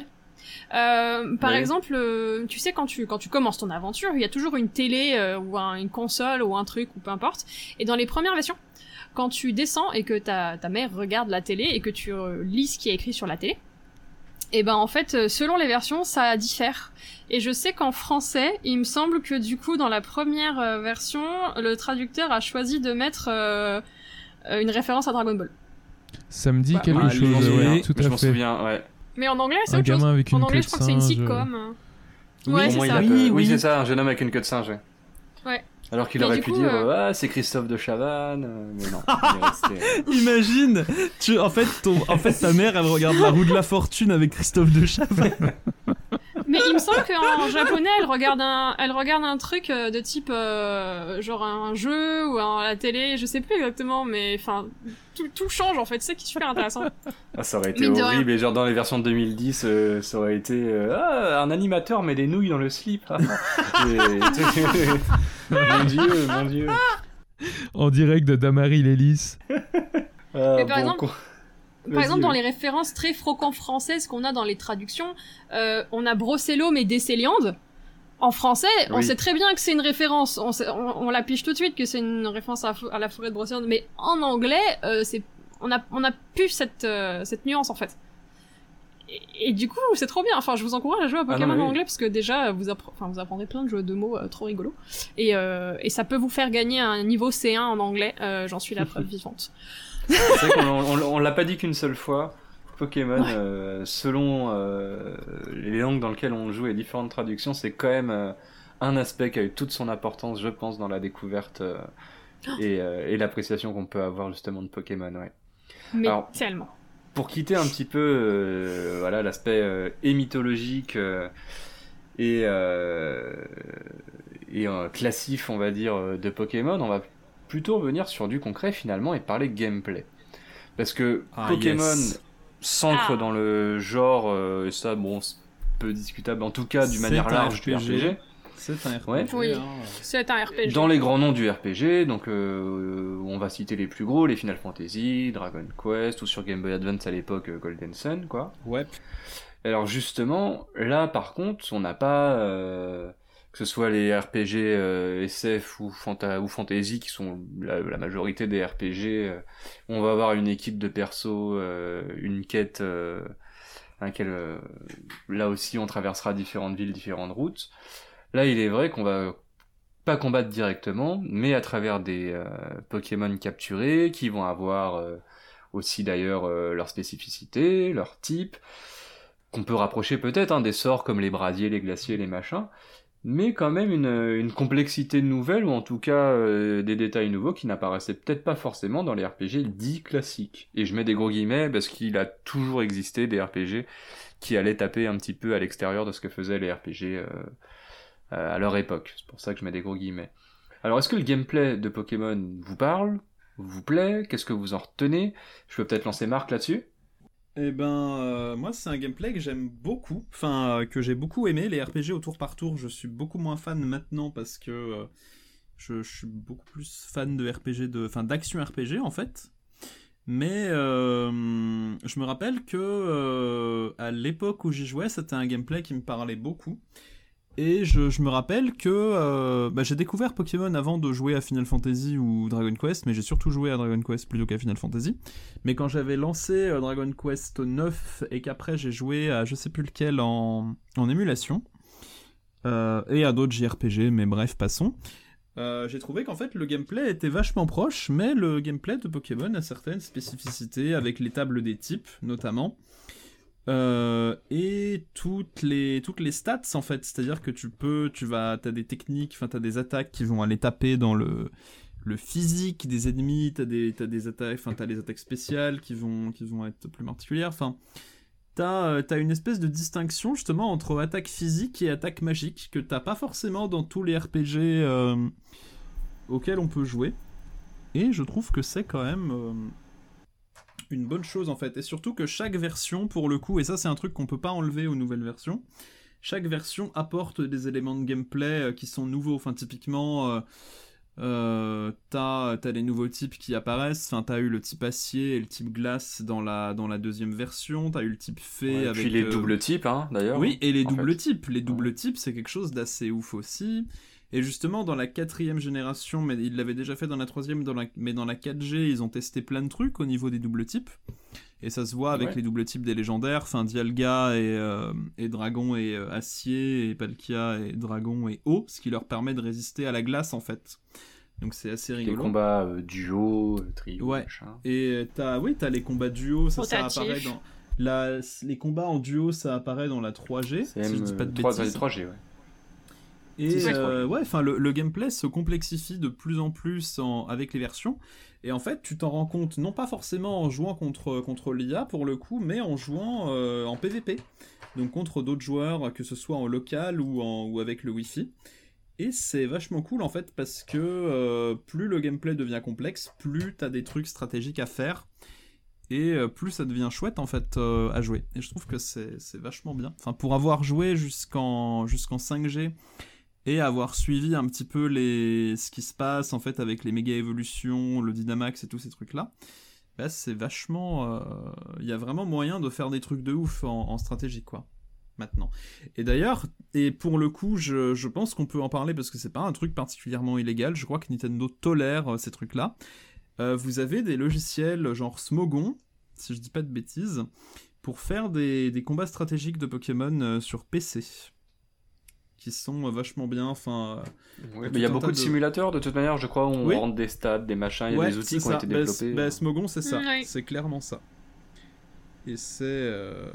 D: Euh, par
C: Oui.
D: exemple, euh, tu sais quand tu quand tu commences ton aventure, il y a toujours une télé euh, ou un- une console ou un truc ou peu importe. Et dans les premières versions, quand tu descends et que ta ta mère regarde la télé et que tu euh, lis ce qui est écrit sur la télé, et ben en fait, euh, selon les versions, ça diffère. Et je sais qu'en français, il me semble que du coup, dans la première euh, version, le traducteur a choisi de mettre euh, euh, une référence à Dragon Ball.
F: Ça me dit
D: Bah,
F: quelque
E: ah,
F: chose,
E: je m'en
F: ouais,
E: souviens.
F: tout
C: Je
F: à
C: m'en
F: fait.
C: souviens ouais.
D: Mais en anglais, c'est
F: Un
D: autre chose.
F: gamin avec
D: En
F: une
D: anglais,
F: queue
D: je
F: de
D: crois que c'est une
F: singe.
D: sitcom.
C: Oui,
D: Ouais,
C: au
D: c'est
C: moins, il
D: ça.
C: a-
E: Oui,
C: oui,
E: oui.
C: c'est ça, un jeune homme avec une queue de singe. ouais.
D: Ouais.
C: Alors qu'il
D: Mais
C: aurait
D: du
C: pu
D: coup,
C: dire
D: euh,
C: ah c'est Christophe de Chavannes, euh, mais non. il est resté-
E: Imagine, tu, en fait, ton, en fait, ta mère, elle regarde La Roue de la Fortune avec Christophe de Chavannes.
D: Mais il me semble qu'en japonais, elle regarde un, elle regarde un truc euh, de type euh, genre un jeu ou un, à la télé, je sais plus exactement, mais enfin tout, tout change en fait, c'est ça qui est super intéressant.
C: Ah, ça aurait été
D: Mine de
C: horrible, et genre dans les versions de deux mille dix, euh, ça aurait été euh, ah, un animateur met des nouilles dans le slip. Ah, ah. Et- mon dieu, mon dieu.
F: En direct de Damary Lélis.
C: Ah,
D: Mais par exemple-
C: con-
D: Par
C: Vas-y,
D: exemple, dans
C: oui.
D: les références très franco-françaises qu'on a dans les traductions, euh, on a Brocéliande et Décéliande. En français, on
C: Oui.
D: sait très bien que c'est une référence, on, sait- on, on la piche tout de suite que c'est une référence à, la fo- à la forêt de Brocéliande, mais en anglais, euh, c'est, on a, on a plus cette, euh, cette nuance en fait. Et, et du coup, c'est trop bien. Enfin, je vous encourage à jouer à Pokémon
C: Ah non, mais
D: en
C: oui.
D: anglais parce que déjà, vous, appre- enfin, vous apprendrez plein de jeux de mots euh, trop rigolos. Et, euh, et ça peut vous faire gagner un niveau C un en anglais. Euh, j'en suis la preuve vivante.
C: C'est vrai qu'on on, on l'a pas dit qu'une seule fois. Pokémon, euh, selon euh, les langues dans lesquelles on joue et différentes traductions, c'est quand même euh, un aspect qui a eu toute son importance, je pense, dans la découverte euh, et, euh, et l'appréciation qu'on peut avoir justement de Pokémon. Ouais.
D: Mais
C: Alors,
D: tellement.
C: Pour quitter un petit peu euh, voilà, l'aspect euh, et mythologique euh, et, euh, et euh, classif, on va dire, euh, de Pokémon, on va plutôt revenir sur du concret finalement et parler gameplay. Parce que
E: Ah,
C: Pokémon
E: yes.
C: s'ancre
D: Ah.
C: dans le genre, euh, et ça, bon, c'est peu discutable, en tout cas, d'une
E: C'est
C: manière
E: un
C: large,
E: R
C: du
E: P
C: R
E: G.
C: P G.
E: C'est un R P G.
C: Ouais.
D: Oui.
E: hein.
D: C'est un R P G.
C: Dans les grands noms du R P G, donc euh, on va citer les plus gros, les Final Fantasy, Dragon Quest, ou sur Game Boy Advance à l'époque euh, Golden Sun, quoi.
E: Ouais.
C: Alors justement, là par contre, on n'a pas, euh, que ce soit les R P G euh, S F ou, Fanta ou Fantasy, qui sont la, la majorité des R P G, euh, on va avoir une équipe de persos, euh, une quête, euh, à laquelle, euh, là aussi on traversera différentes villes, différentes routes. Là il est vrai qu'on va pas combattre directement, mais à travers des euh, Pokémon capturés, qui vont avoir euh, aussi d'ailleurs euh, leurs spécificités, leur type, qu'on peut rapprocher peut-être hein, des sorts comme les brasiers, les glaciers, les machins, mais quand même une, une complexité nouvelle, ou en tout cas euh, des détails nouveaux qui n'apparaissaient peut-être pas forcément dans les R P G dits classiques. Et je mets des gros guillemets parce qu'il a toujours existé des R P G qui allaient taper un petit peu à l'extérieur de ce que faisaient les R P G euh, à leur époque. C'est pour ça que je mets des gros guillemets. Alors est-ce que le gameplay de Pokémon vous parle, vous plaît? Qu'est-ce que vous en retenez? Je peux peut-être lancer Marc là-dessus.
E: Eh ben, euh, moi, c'est un gameplay que j'aime beaucoup, enfin, euh, que j'ai beaucoup aimé. Les R P G au tour par tour, je suis beaucoup moins fan maintenant parce que euh, je, je suis beaucoup plus fan de R P G, de, enfin, d'action R P G en fait. Mais euh, je me rappelle que euh, à l'époque où j'y jouais, c'était un gameplay qui me parlait beaucoup. Et je, je me rappelle que euh, bah, j'ai découvert Pokémon avant de jouer à Final Fantasy ou Dragon Quest, mais j'ai surtout joué à Dragon Quest plutôt qu'à Final Fantasy. Mais quand j'avais lancé euh, Dragon Quest neuf et qu'après j'ai joué à je sais plus lequel en, en émulation, euh, et à d'autres J R P G, mais bref, passons. Euh, j'ai trouvé qu'en fait le gameplay était vachement proche, mais le gameplay de Pokémon a certaines spécificités, avec les tables des types notamment. Euh, et toutes les toutes les stats en fait, c'est-à-dire que tu peux tu vas t'as des techniques, enfin t'as des attaques qui vont aller taper dans le le physique des ennemis, t'as des t'as des attaques, enfin t'as les attaques spéciales qui vont qui vont être plus particulières, enfin t'as euh, t'as une espèce de distinction justement entre attaque physique et attaque magique que t'as pas forcément dans tous les R P G euh, auxquels on peut jouer, et je trouve que c'est quand même euh, une bonne chose en fait, et surtout que chaque version pour le coup, et ça c'est un truc qu'on peut pas enlever aux nouvelles versions, chaque version apporte des éléments de gameplay euh, qui sont nouveaux, enfin typiquement euh, euh, t'as, t'as les nouveaux types qui apparaissent, enfin t'as eu le type acier et le type glace dans la, dans la deuxième version, t'as eu le type fée
C: Ouais,
E: avec...
C: puis les
E: euh,
C: doubles types hein, d'ailleurs.
E: Oui, et les
C: en
E: doubles
C: fait.
E: types, les doubles types c'est quelque chose d'assez ouf aussi. Et justement, dans la quatrième génération, mais ils l'avaient déjà fait dans la troisième, dans la... mais dans la quatre G, ils ont testé plein de trucs au niveau des doubles types. Et ça se voit avec
C: Ouais.
E: les doubles types des légendaires, enfin Dialga et, euh, et Dragon et euh, Acier, et Palkia et Dragon et Eau, ce qui leur permet de résister à la glace en fait. Donc c'est assez
C: Les
E: rigolo.
C: combats euh, duo, euh, trio,
E: Ouais.
C: machin.
E: Et t'as, oui, t'as les combats duo, ça, ça
D: Rotatif.
E: apparaît dans... La, les combats en duo, ça apparaît dans la trois G,
C: C'est
E: si je dis pas de
C: trois
E: bêtises.
C: trois G, ouais.
E: Et
C: Si, c'est
E: euh, ouais, enfin le, le gameplay se complexifie de plus en plus en, avec les versions. Et en fait, tu t'en rends compte non pas forcément en jouant contre contre l'I A pour le coup, mais en jouant euh, en P V P, donc contre d'autres joueurs, que ce soit en local ou en ou avec le Wi-Fi. Et c'est vachement cool en fait parce que euh, plus le gameplay devient complexe, plus t'as des trucs stratégiques à faire. Et euh, plus ça devient chouette en fait euh, à jouer. Et je trouve que c'est, c'est vachement bien. Enfin, pour avoir joué jusqu'en, jusqu'en cinq G et avoir suivi un petit peu les... ce qui se passe en fait avec les méga évolutions, le Dynamax et tous ces trucs-là, bah, c'est vachement... Il euh, y a vraiment moyen de faire des trucs de ouf en, en stratégie, quoi. Maintenant. Et d'ailleurs, et pour le coup, je, je pense qu'on peut en parler parce que c'est pas un truc particulièrement illégal. Je crois que Nintendo tolère euh, ces trucs-là. Euh, vous avez des logiciels genre Smogon, si je dis pas de bêtises, pour faire des, des combats stratégiques de Pokémon euh, sur P C, qui sont euh, vachement bien. Enfin, euh,
C: Ouais, mais il y a beaucoup de, de simulateurs de toute manière, je crois, où on
E: oui.
C: rentre des stats, des machins, il y a
E: ouais,
C: des outils qui
E: ça.
C: ont été
E: bah,
C: développés.
E: Bah, Smogon, c'est ça,
D: Oui.
E: c'est clairement ça. Et c'est... Euh...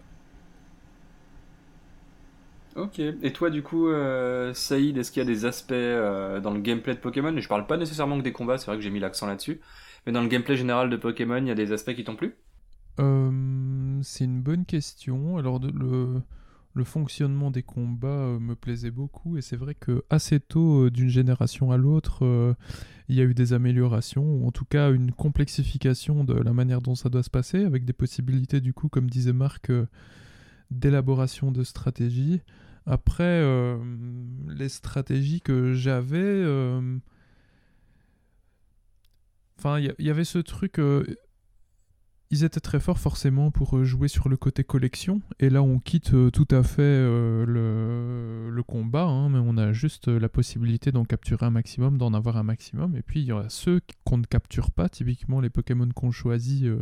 C: Ok. Et toi, du coup, euh, Saïd, est-ce qu'il y a des aspects euh, dans le gameplay de Pokémon, et je parle pas nécessairement que des combats, c'est vrai que j'ai mis l'accent là-dessus, mais dans le gameplay général de Pokémon, il y a des aspects qui t'ont plu ?
F: Euh, c'est une bonne question. Alors, de- le, le fonctionnement des combats euh, me plaisait beaucoup, et c'est vrai que assez tôt, euh, d'une génération à l'autre, euh, il y a eu des améliorations, ou en tout cas une complexification de la manière dont ça doit se passer, avec des possibilités, du coup, comme disait Marc, euh, d'élaboration de stratégies. Après, euh, les stratégies que j'avais... euh, Enfin, il y, y avait ce truc... euh, ils étaient très forts forcément pour euh, jouer sur le côté collection. Et là, on quitte euh, tout à fait euh, le, le combat, hein, mais on a juste euh, la possibilité d'en capturer un maximum, d'en avoir un maximum. Et puis, il y a ceux qui- qu'on ne capture pas, typiquement les Pokémon qu'on choisit euh,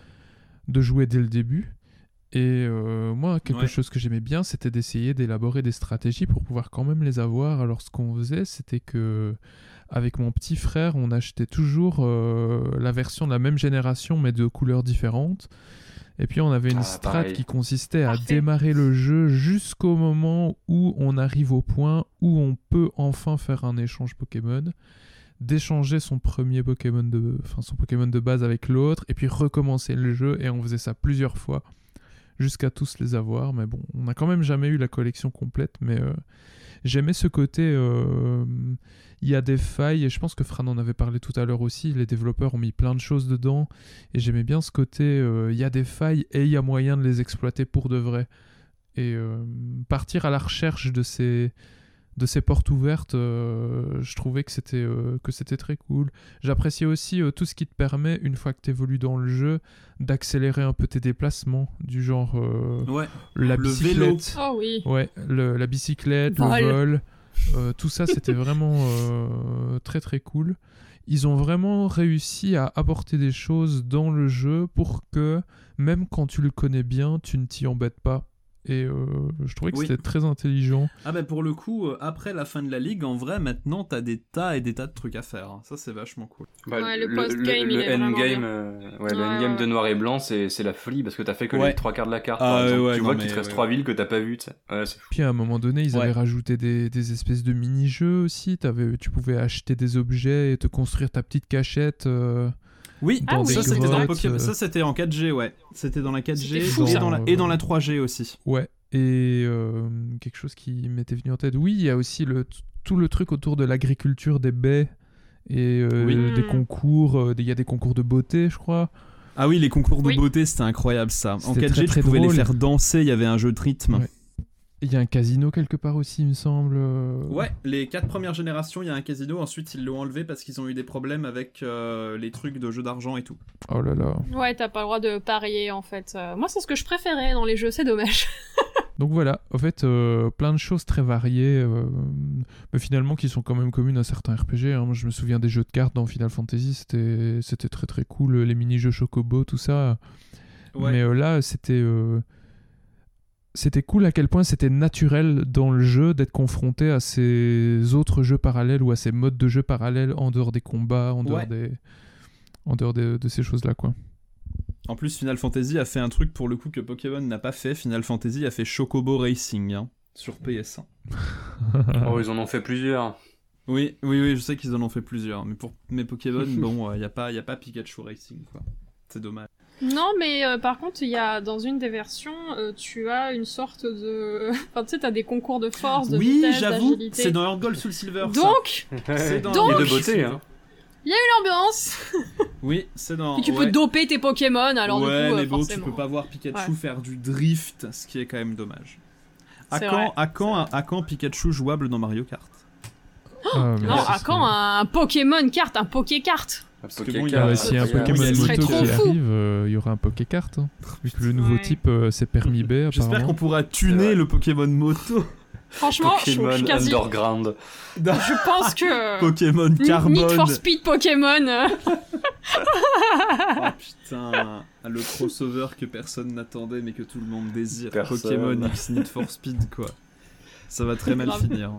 F: de jouer dès le début. Et euh, moi, quelque
E: Ouais.
F: chose que j'aimais bien, c'était d'essayer d'élaborer des stratégies pour pouvoir quand même les avoir. Alors, ce qu'on faisait, c'était que, avec mon petit frère, on achetait toujours euh, la version de la même génération, mais de couleurs différentes. Et puis, on avait une
C: Ah,
F: strat
C: pareil.
F: qui consistait à
D: Parfait.
F: démarrer le jeu jusqu'au moment où on arrive au point où on peut enfin faire un échange Pokémon, d'échanger son premier Pokémon de, enfin, son Pokémon de base avec l'autre, et puis recommencer le jeu. Et on faisait ça plusieurs fois, jusqu'à tous les avoir. Mais bon, on n'a quand même jamais eu la collection complète, mais euh, j'aimais ce côté... euh, Il y a des failles, et je pense que Fran en avait parlé tout à l'heure aussi, les développeurs ont mis plein de choses dedans, et j'aimais bien ce côté, euh, il y a des failles, et il y a moyen de les exploiter pour de vrai. Et euh, partir à la recherche de ces... de ces portes ouvertes, euh, je trouvais que c'était, euh, que c'était très cool. J'appréciais aussi euh, tout ce qui te permet, une fois que tu évolues dans le jeu, d'accélérer un peu tes déplacements, du genre euh,
E: Ouais.
F: la
E: Le
F: bicyclette.
E: vélo.
D: Oh oui.
F: Ouais, le- la bicyclette,
D: Vol.
F: le vol, euh, tout ça c'était vraiment euh, très très cool. Ils ont vraiment réussi à apporter des choses dans le jeu pour que, même quand tu le connais bien, tu ne t'y embêtes pas. Et euh, je trouvais que
E: Oui.
F: c'était très intelligent.
E: Ah bah pour le coup, euh, après la fin de la ligue, en vrai, maintenant, t'as des tas et des tas de trucs à faire. hein. Ça, c'est vachement cool.
C: Bah,
D: Ouais, le post-game,
C: le,
D: il
C: le
D: est vraiment
C: endgame,
D: bien.
C: euh, ouais, le
D: Ouais,
C: endgame
D: ouais.
C: de noir et blanc, c'est, c'est la folie parce que t'as fait que
E: Ouais.
C: les trois quarts de la carte.
E: Ah,
C: par exemple.
E: ouais,
C: tu
E: non,
C: vois
E: mais
C: qu'il te reste
E: ouais,
C: trois
E: ouais.
C: villes que t'as pas vues. tu sais. Ouais, c'est fou.
F: Puis à un moment donné, ils
E: Ouais.
F: avaient rajouté des, des espèces de mini-jeux aussi. T'avais, tu pouvais acheter des objets et te construire ta petite cachette. euh,
E: Oui,
D: Ah
F: dans
D: oui,
E: ça,
F: des
E: c'était dans
F: grottes,
E: Pokémon-
F: euh,
E: ça c'était en quatre G, ouais. C'était dans la quatre G
D: C'était fou,
E: et,
F: ça.
E: dans la, et dans la trois G aussi.
F: Ouais, et euh, quelque chose qui m'était venu en tête. Oui, il y a aussi le, tout le truc autour de l'agriculture des baies et euh,
E: Oui.
F: des
D: Mm.
F: concours. euh, Il y a des concours de beauté, je crois.
E: Ah oui, les concours de
D: Oui.
E: beauté, c'était incroyable ça. En
F: C'était
E: quatre G,
F: très, très
E: tu pouvais
F: drôle.
E: les faire danser, il y avait un jeu de rythme.
F: Ouais. Il y a un casino quelque part aussi, il me semble. euh.
E: Ouais, les quatre premières générations, il y a un casino. Ensuite, ils l'ont enlevé parce qu'ils ont eu des problèmes avec euh, les trucs de jeux d'argent et tout.
F: Oh là là.
D: Ouais, t'as pas le droit de parier en fait. Euh, moi, c'est ce que je préférais dans les jeux, c'est dommage.
F: Donc voilà, en fait, euh, plein de choses très variées, euh, mais finalement qui sont quand même communes à certains R P G. hein. Moi, je me souviens des jeux de cartes dans Final Fantasy, c'était, c'était très très cool, les mini-jeux Chocobo, tout ça.
E: Ouais.
F: Mais euh, là, c'était, euh, c'était cool à quel point c'était naturel dans le jeu d'être confronté à ces autres jeux parallèles ou à ces modes de jeu parallèles en dehors des combats, en dehors,
E: Ouais.
F: des... en dehors de, de ces choses-là, quoi.
E: En plus, Final Fantasy a fait un truc pour le coup que Pokémon n'a pas fait. Final Fantasy a fait Chocobo Racing hein, sur P S un.
C: Oh, ils en ont fait plusieurs.
E: Oui, oui, oui, je sais qu'ils en ont fait plusieurs. Mais pour mes Pokémon, bon, il euh, n'y a, pas, y a pas Pikachu Racing, quoi. C'est dommage.
D: Non, mais euh, par contre, il y a dans une des versions, euh, tu as une sorte de. Enfin, tu sais, t'as des concours de force, de
E: oui,
D: vitesse,
E: j'avoue,
D: d'agilité.
E: c'est dans Heart Gold Soul Silver.
D: Donc,
E: c'est dans
D: donc,
C: et de beauté, hein.
D: Il y a eu l'ambiance.
E: Oui, c'est dans.
D: Puis tu
E: ouais.
D: peux doper tes Pokémon, alors
E: ouais,
D: du coup,
E: mais
D: euh,
E: bon,
D: forcément.
E: tu peux pas voir Pikachu
D: Ouais.
E: faire du drift, ce qui est quand même dommage. À
D: C'est
E: quand,
D: vrai,
E: à quand, à, à quand Pikachu jouable dans Mario Kart?
F: Ah, mais
D: Non,
F: ça,
D: à
F: c'est-
D: quand un Pokémon carte, un Pokécart?
E: Parce
C: Ok,
E: que bon, il y
F: Ah
E: a-
F: bah, s'il y a un
E: il y a-
F: Pokémon
E: il y a-
D: ce serait
F: moto
D: trop
F: qui
D: fou.
F: arrive, euh, il y aura un Pokékart. Hein. Vu que le nouveau
D: Ouais.
F: type, euh, c'est permis B,
E: J'espère
F: apparemment.
E: qu'on pourra
C: C'est
E: tuner
C: vrai.
E: le Pokémon moto.
D: Franchement, je,
C: Pokémon
D: je suis quasi.
C: Underground.
D: Je pense que.
E: Pokémon
D: Need
E: Carbone.
D: for Speed Pokémon. euh,
E: Oh putain, le crossover que personne n'attendait mais que tout le monde désire.
C: Personne.
E: Pokémon X Need for Speed quoi. Ça va très mal
D: Grave.
E: finir.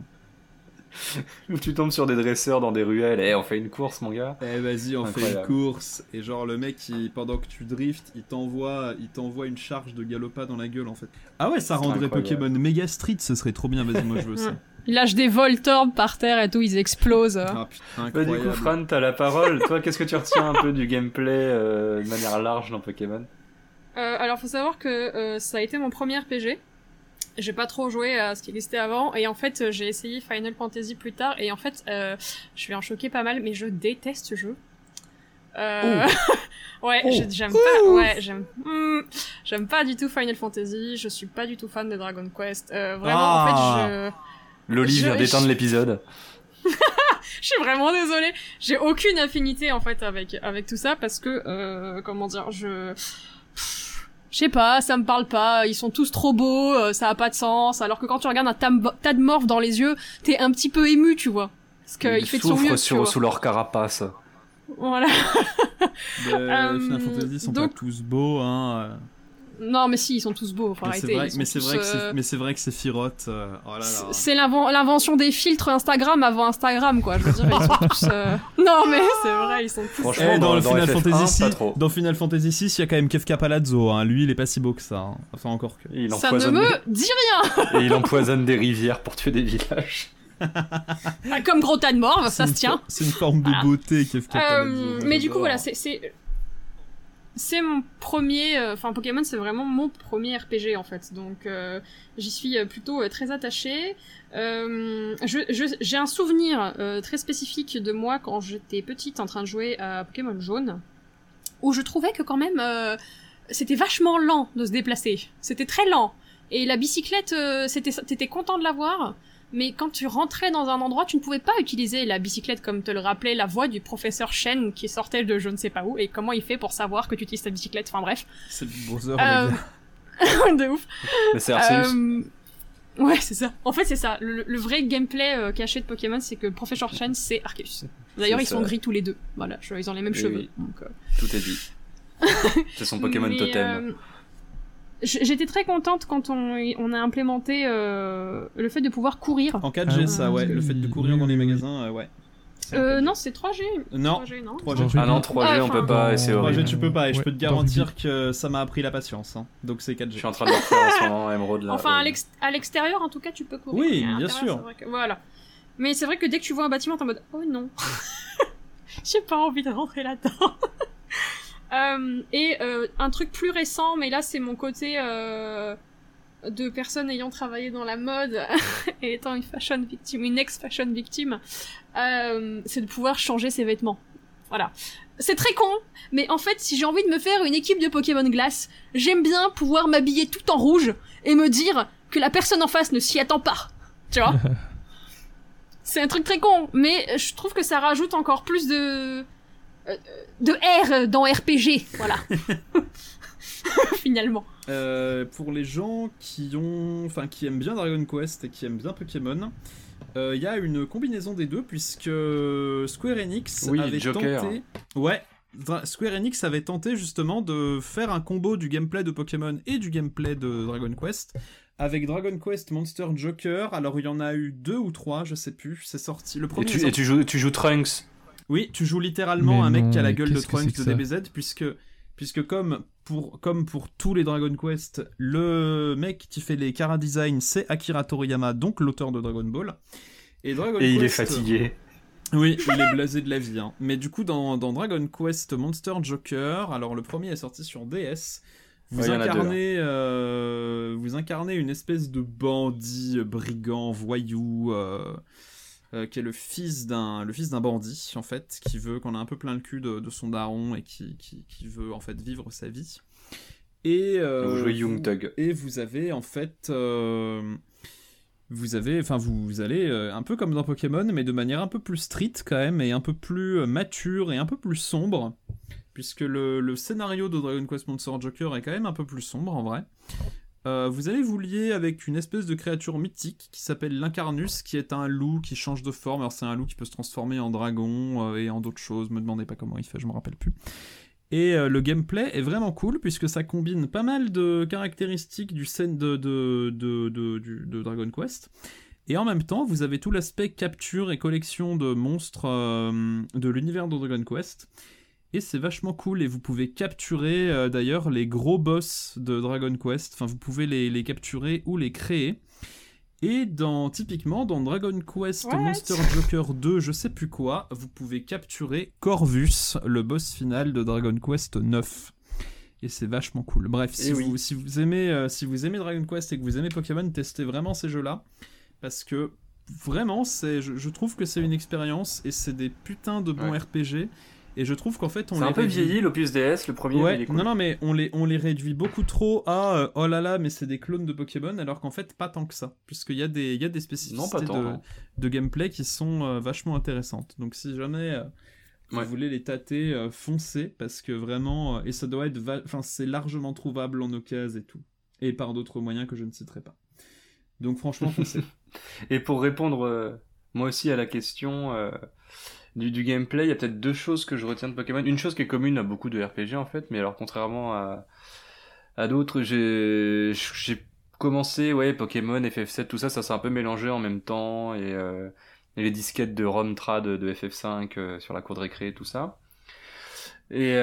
C: Où tu tombes sur des dresseurs dans des ruelles. Eh, on fait une course, mon gars.
E: Eh vas-y, on fait une
C: Incroyable.
E: course et genre le mec il, pendant que tu drifts, il t'envoie il t'envoie une charge de Galopa dans la gueule en fait. Ah ouais, ça
C: C'est
E: rendrait
C: incroyable.
E: Pokémon Mega Street, ce serait trop bien, vas-y moi je veux ça.
D: Il lâche des Voltorbs par terre et tout, ils explosent.
E: Ah putain,
C: Bah,
E: incroyable.
C: du coup, Fran, t'as la parole. Toi, qu'est-ce que tu retiens un peu du gameplay euh, de manière large dans Pokémon?
D: Euh, alors, faut savoir que euh, ça a été mon premier R P G. J'ai pas trop joué à ce qui existait avant, et en fait, j'ai essayé Final Fantasy plus tard, et en fait, euh, je vais en choquer pas mal, mais je déteste ce jeu. Euh... ouais,
H: Oh.
D: j'ai- j'aime pas. Ouais, j'aime. Hmm, j'aime pas du tout Final Fantasy. Je suis pas du tout fan de Dragon Quest. Euh, vraiment,
E: Ah.
D: en fait, je.
C: Loli
D: Je-
C: vient d'éteindre
D: je-
C: l'épisode.
D: Je suis vraiment désolée. J'ai aucune affinité en fait avec avec tout ça parce que euh, comment dire, je Pff, je sais pas, ça me parle pas. Ils sont tous trop beaux, euh, ça a pas de sens. Alors que quand tu regardes un tam- tas de morphes dans les yeux, t'es un petit peu ému, tu vois, parce qu'il
C: Ils
D: fait de son
C: souffrent
D: mieux.
C: sur-
D: tu vois.
C: sous leur carapace.
D: Voilà.
E: Bah,
D: Euh,
E: Final Fantasy sont
D: donc-
E: pas tous beaux hein.
D: Non, mais si, ils sont tous beaux. Faut
E: Mais c'est
D: arrêter.
E: vrai,
D: ils sont
E: mais c'est
D: tous,
E: vrai que
D: euh,
E: c'est mais c'est vrai que c'est Firotte. euh, Oh là là.
D: c'est- C'est l'inven- l'invention des filtres Instagram avant Instagram, quoi. Je veux dire, ils sont tous. euh, Non, mais c'est vrai, ils sont tous.
C: Franchement,
E: Eh, dans,
C: dans,
E: le
C: dans
E: Final
C: F F un,
E: Fantasy
C: pas
E: six,
C: trop.
E: dans Final Fantasy six, il y a quand même Kefka Palazzo. Hein. Lui, il est pas si beau que ça. Hein. Enfin, encore que.
C: Il
D: Ça ne
C: empoisonne
D: me dit rien.
C: des... Et il empoisonne des rivières pour tuer des villages.
D: Ah, comme gros tas de morve, ça
E: C'est
D: se
E: une
D: tient.
E: for- C'est une forme de
D: Voilà.
E: beauté, Kefka Palazzo.
D: Euh,
E: moi,
D: mais du coup,
E: j'adore.
D: voilà, c'est c'est c'est mon premier. euh, Enfin, Pokémon, c'est vraiment mon premier R P G en fait. Donc, euh, j'y suis euh, plutôt euh, très attachée. Euh, je je- j'ai un souvenir euh, très spécifique de moi quand j'étais petite en train de jouer à Pokémon Jaune, où je trouvais que quand même euh, c'était vachement lent de se déplacer. C'était très lent. Et la bicyclette, euh, c'était, t'étais content de l'avoir, mais quand tu rentrais dans un endroit, tu ne pouvais pas utiliser la bicyclette comme te le rappelait la voix du professeur Shen qui sortait de je ne sais pas où, et comment il fait pour savoir que tu utilises ta bicyclette, enfin bref.
E: C'est le Bowser,
D: Euh,
E: le gars.
D: de ouf.
C: Mais c'est Arceus.
D: Euh, Ouais, c'est ça. En fait, c'est ça. Le, le vrai gameplay euh, caché de Pokémon, c'est que Professor Shen, c'est Arceus. D'ailleurs,
C: C'est
D: ils sont
C: ça.
D: gris tous les deux. Voilà, je- ils ont les mêmes
C: Oui,
D: cheveux.
C: oui.
D: Donc, euh,
C: Tout est dit. C'est son Pokémon
D: Mais,
C: totem.
D: euh, j- J'étais très contente quand on, on a implémenté euh, le fait de pouvoir courir.
E: En quatre G,
F: Ah,
E: ça, ouais.
F: oui,
E: Le fait de
F: oui,
E: courir
F: oui,
E: dans les
F: oui.
E: magasins, euh, ouais. C'est
D: Euh,
E: un peu-
D: non, c'est trois G.
E: Non.
D: trois G, non
E: trois G,
F: Genre,
C: Ah non, trois G,
D: Ah,
C: on peut
D: enfin,
C: pas, et c'est
F: dans-
E: trois G,
C: horrible.
E: tu peux pas, et je
F: Ouais,
E: peux te
F: dans
E: garantir
F: Ruby.
E: que ça m'a appris la patience. Hein. Donc c'est quatre
C: Je
E: G.
C: suis en train de le refaire en ce moment, Emerald là.
D: Enfin, à
C: Ouais.
D: l'ex- à l'extérieur, en tout cas, tu peux courir.
E: Oui,
D: Mais à
E: bien
D: l'intérieur,
E: sûr.
D: c'est vrai que- Voilà. Mais c'est vrai que dès que tu vois un bâtiment, t'es en mode oh non, j'ai pas envie de rentrer là-dedans. Euh, et euh, un truc plus récent, mais là c'est mon côté euh, de personne ayant travaillé dans la mode et étant une fashion victime, une ex-fashion victime, euh, c'est de pouvoir changer ses vêtements. Voilà. C'est très con, mais en fait, si j'ai envie de me faire une équipe de Pokémon Glace, j'aime bien pouvoir m'habiller tout en rouge et me dire que la personne en face ne s'y attend pas. Tu vois? C'est un truc très con, mais je trouve que ça rajoute encore plus de euh, de R dans R P G, voilà. Finalement.
E: Euh, pour les gens qui ont, enfin qui aiment bien Dragon Quest et qui aiment bien Pokémon, il euh, y a une combinaison des deux puisque Square Enix
C: Oui,
E: avait
C: Joker.
E: tenté, ouais, Dra- Square Enix avait tenté justement de faire un combo du gameplay de Pokémon et du gameplay de Dragon Quest avec Dragon Quest Monster Joker. Alors il y en a eu deux ou trois, je sais plus. C'est sorti. Le
C: Et
E: premier. est
C: tu, et
E: sorti-
C: tu joues, tu joues Trunks.
E: Oui, tu joues littéralement
F: Mais
E: un mec
F: non,
E: qui a la
F: mais
E: gueule de
F: qu'est-ce que
E: Trunks
F: c'est
E: de
F: que
E: D
F: ça
E: B Z puisque puisque comme pour, comme pour tous les Dragon Quest, le mec qui fait les chara design, c'est Akira Toriyama, donc l'auteur de Dragon Ball. Et, Dragon
C: Et
E: Quest,
C: il est fatigué.
E: Oui, il est blasé de la vie. Hein. Mais du coup, dans, dans Dragon Quest Monster Joker, alors le premier est sorti sur D S, vous,
C: ouais,
E: incarnez, deux, euh, vous incarnez une espèce de bandit, brigand, voyou, euh, euh, qui est le fils d'un le fils d'un bandit, en fait, qui veut, qu'on a un peu plein le cul de, de son daron et qui, qui, qui veut, en fait, vivre sa vie. Et, euh,
C: vous jouez Young Thug.
E: Et vous avez, en fait... Euh, Vous avez, enfin vous, vous allez euh, un peu comme dans Pokémon, mais de manière un peu plus street quand même, et un peu plus euh, mature et un peu plus sombre, puisque le, le scénario de Dragon Quest Monster Joker est quand même un peu plus sombre en vrai. Euh, vous allez vous lier avec une espèce de créature mythique qui s'appelle l'Incarnus, qui est un loup qui change de forme. Alors c'est un loup qui peut se transformer en dragon euh, et en d'autres choses, me demandez pas comment il fait, je me rappelle plus. Et euh, le gameplay est vraiment cool, puisque ça combine pas mal de caractéristiques du scène de, de, de, de, de, de Dragon Quest. Et en même temps, vous avez tout l'aspect capture et collection de monstres euh, de l'univers de Dragon Quest. Et c'est vachement cool, et vous pouvez capturer euh, d'ailleurs les gros boss de Dragon Quest. Enfin, vous pouvez les, les capturer ou les créer. Et dans, typiquement, dans Dragon Quest
D: What
E: Monster Joker deux, je sais plus quoi, vous pouvez capturer Corvus, le boss final de Dragon Quest neuf. Et c'est vachement cool. Bref, si,
C: oui.
E: vous, si, vous aimez, euh, si vous aimez Dragon Quest et que vous aimez Pokémon, testez vraiment ces jeux-là. Parce que, vraiment, c'est, je, je trouve que c'est une expérience, et c'est des putains de bons
C: ouais.
E: R P G. Et je trouve qu'en fait on
C: c'est
E: les
C: un peu
E: réduit...
C: vieilli l'Opus D S, le premier.
E: Ouais,
C: il est cool.
E: non non mais on les on les réduit beaucoup trop à euh, oh là là mais c'est des clones de Pokémon, alors qu'en fait pas tant que ça, puisqu'il y a des il y a des spécificités
C: non, pas tant,
E: de,
C: non.
E: de gameplay qui sont euh, vachement intéressantes. Donc si jamais euh, vous
C: ouais.
E: voulez les tâter, euh, foncez, parce que vraiment euh, et ça doit être va... enfin c'est largement trouvable en occasion et tout, et par d'autres moyens que je ne citerai pas. Donc franchement foncez.
C: Et pour répondre euh, moi aussi à la question euh... Du, du gameplay, il y a peut-être deux choses que je retiens de Pokémon. Une chose qui est commune à beaucoup de R P G en fait, mais alors contrairement à, à d'autres, j'ai, j'ai commencé, ouais, Pokémon, F F sept, tout ça, ça s'est un peu mélangé en même temps, et, euh, et les disquettes de ROM trad de, de F F cinq euh, sur la cour de récré, tout ça. Et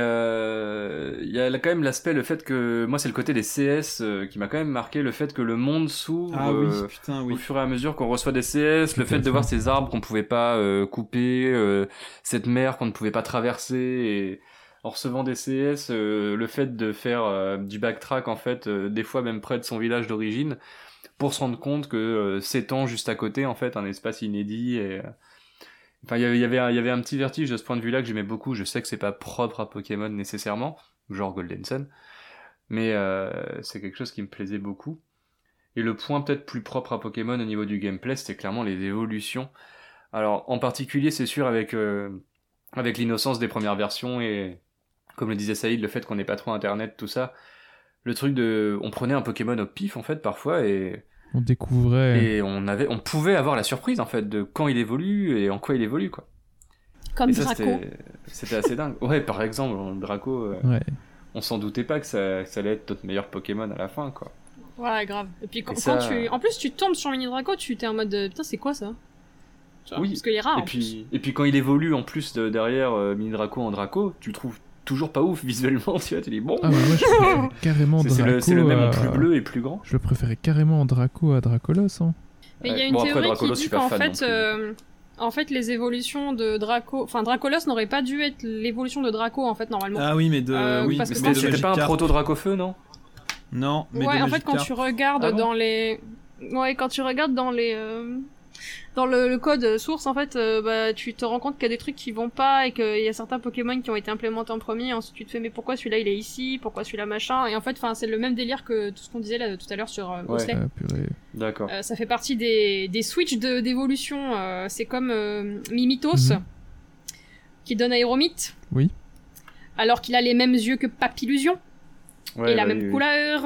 C: euh, il y a quand même l'aspect, le fait que, moi c'est le côté des C S euh, qui m'a quand même marqué, le fait que le monde s'ouvre
E: Ah oui,
C: euh,
E: putain, oui.
C: au fur et à mesure qu'on reçoit des C S, le fait de voir ces arbres qu'on pouvait pas euh, couper, euh, cette mer qu'on ne pouvait pas traverser, et en recevant des C S, euh, le fait de faire euh, du backtrack en fait, euh, des fois même près de son village d'origine, pour se rendre compte que euh, s'étend juste à côté en fait un espace inédit. Et enfin, il y avait, il y avait, un, il y avait un petit vertige de ce point de vue-là que j'aimais beaucoup. Je sais que c'est pas propre à Pokémon nécessairement, genre Golden Sun, mais euh, c'est quelque chose qui me plaisait beaucoup. Et le point peut-être plus propre à Pokémon au niveau du gameplay, c'était clairement les évolutions. Alors, en particulier, c'est sûr avec euh, avec l'innocence des premières versions et, comme le disait Saïd, le fait qu'on n'ait pas trop Internet, tout ça. Le truc de, on prenait un Pokémon au pif en fait parfois et
F: on découvrait
C: et on avait, on pouvait avoir la surprise en fait de quand il évolue et en quoi il évolue quoi.
D: Comme
C: et ça,
D: Draco.
C: C'était, c'était assez dingue. Ouais, par exemple, Draco, euh,
F: ouais.
C: on s'en doutait pas que ça, que ça allait être notre meilleur Pokémon à la fin quoi.
D: Ouais, grave. Et puis quand,
C: Et ça...
D: quand tu, en plus tu tombes sur Mini Draco, tu t'es en mode de... putain c'est quoi ça? Genre,
C: Oui.
D: Parce qu'il est rare.
C: Et
D: en
C: puis,
D: plus.
C: et puis quand il évolue en plus de, derrière euh, Mini Draco en Draco, tu le trouves toujours pas ouf visuellement, tu vois, tu dis bon.
F: Ah bah moi je préférais carrément
C: c'est,
F: Draco.
C: c'est le, c'est le même en
F: à...
C: plus bleu et plus grand.
F: Je le préférais carrément en Draco à Dracolos. Hein.
D: Mais il y a
C: Ouais.
D: une
C: Bon, après,
D: théorie
C: Dracolos,
D: qui
C: je suis
D: dit
C: pas
D: qu'en
C: fan non
D: fait,
C: plus.
D: euh, en fait, les évolutions de Draco, enfin Dracolos n'aurait pas dû être l'évolution de Draco en fait normalement.
E: Ah oui, mais de
D: Euh,
E: oui,
D: parce que
E: mais
D: quand
C: Mais
E: de
D: tu-
C: c'était pas un
E: Magikarp.
C: proto Dracofeu, non?
E: Non, mais
D: Ouais,
E: de
D: en fait, quand
E: Magikarp.
D: tu regardes
C: Ah bon
D: dans les, ouais, quand tu regardes dans les, euh, dans le, le code source, en fait, euh, bah, tu te rends compte qu'il y a des trucs qui vont pas et qu'il y a certains Pokémon qui ont été implémentés en premier. Et ensuite, tu te fais, mais pourquoi celui-là il est ici, pourquoi celui-là machin. Et en fait, enfin, c'est le même délire que tout ce qu'on disait là tout à l'heure sur euh,
C: Ouais.
D: Osley.
F: Ah, purée.
C: D'accord.
D: Euh, ça fait partie des, des switches de, d'évolution. Euh, c'est comme euh, Mimitos,
F: Mhm.
D: qui donne Aéromite.
F: Oui.
D: Alors qu'il a les mêmes yeux que Papillusion
C: Ouais,
D: et la
C: bah
D: même
C: oui, oui.
D: couleur.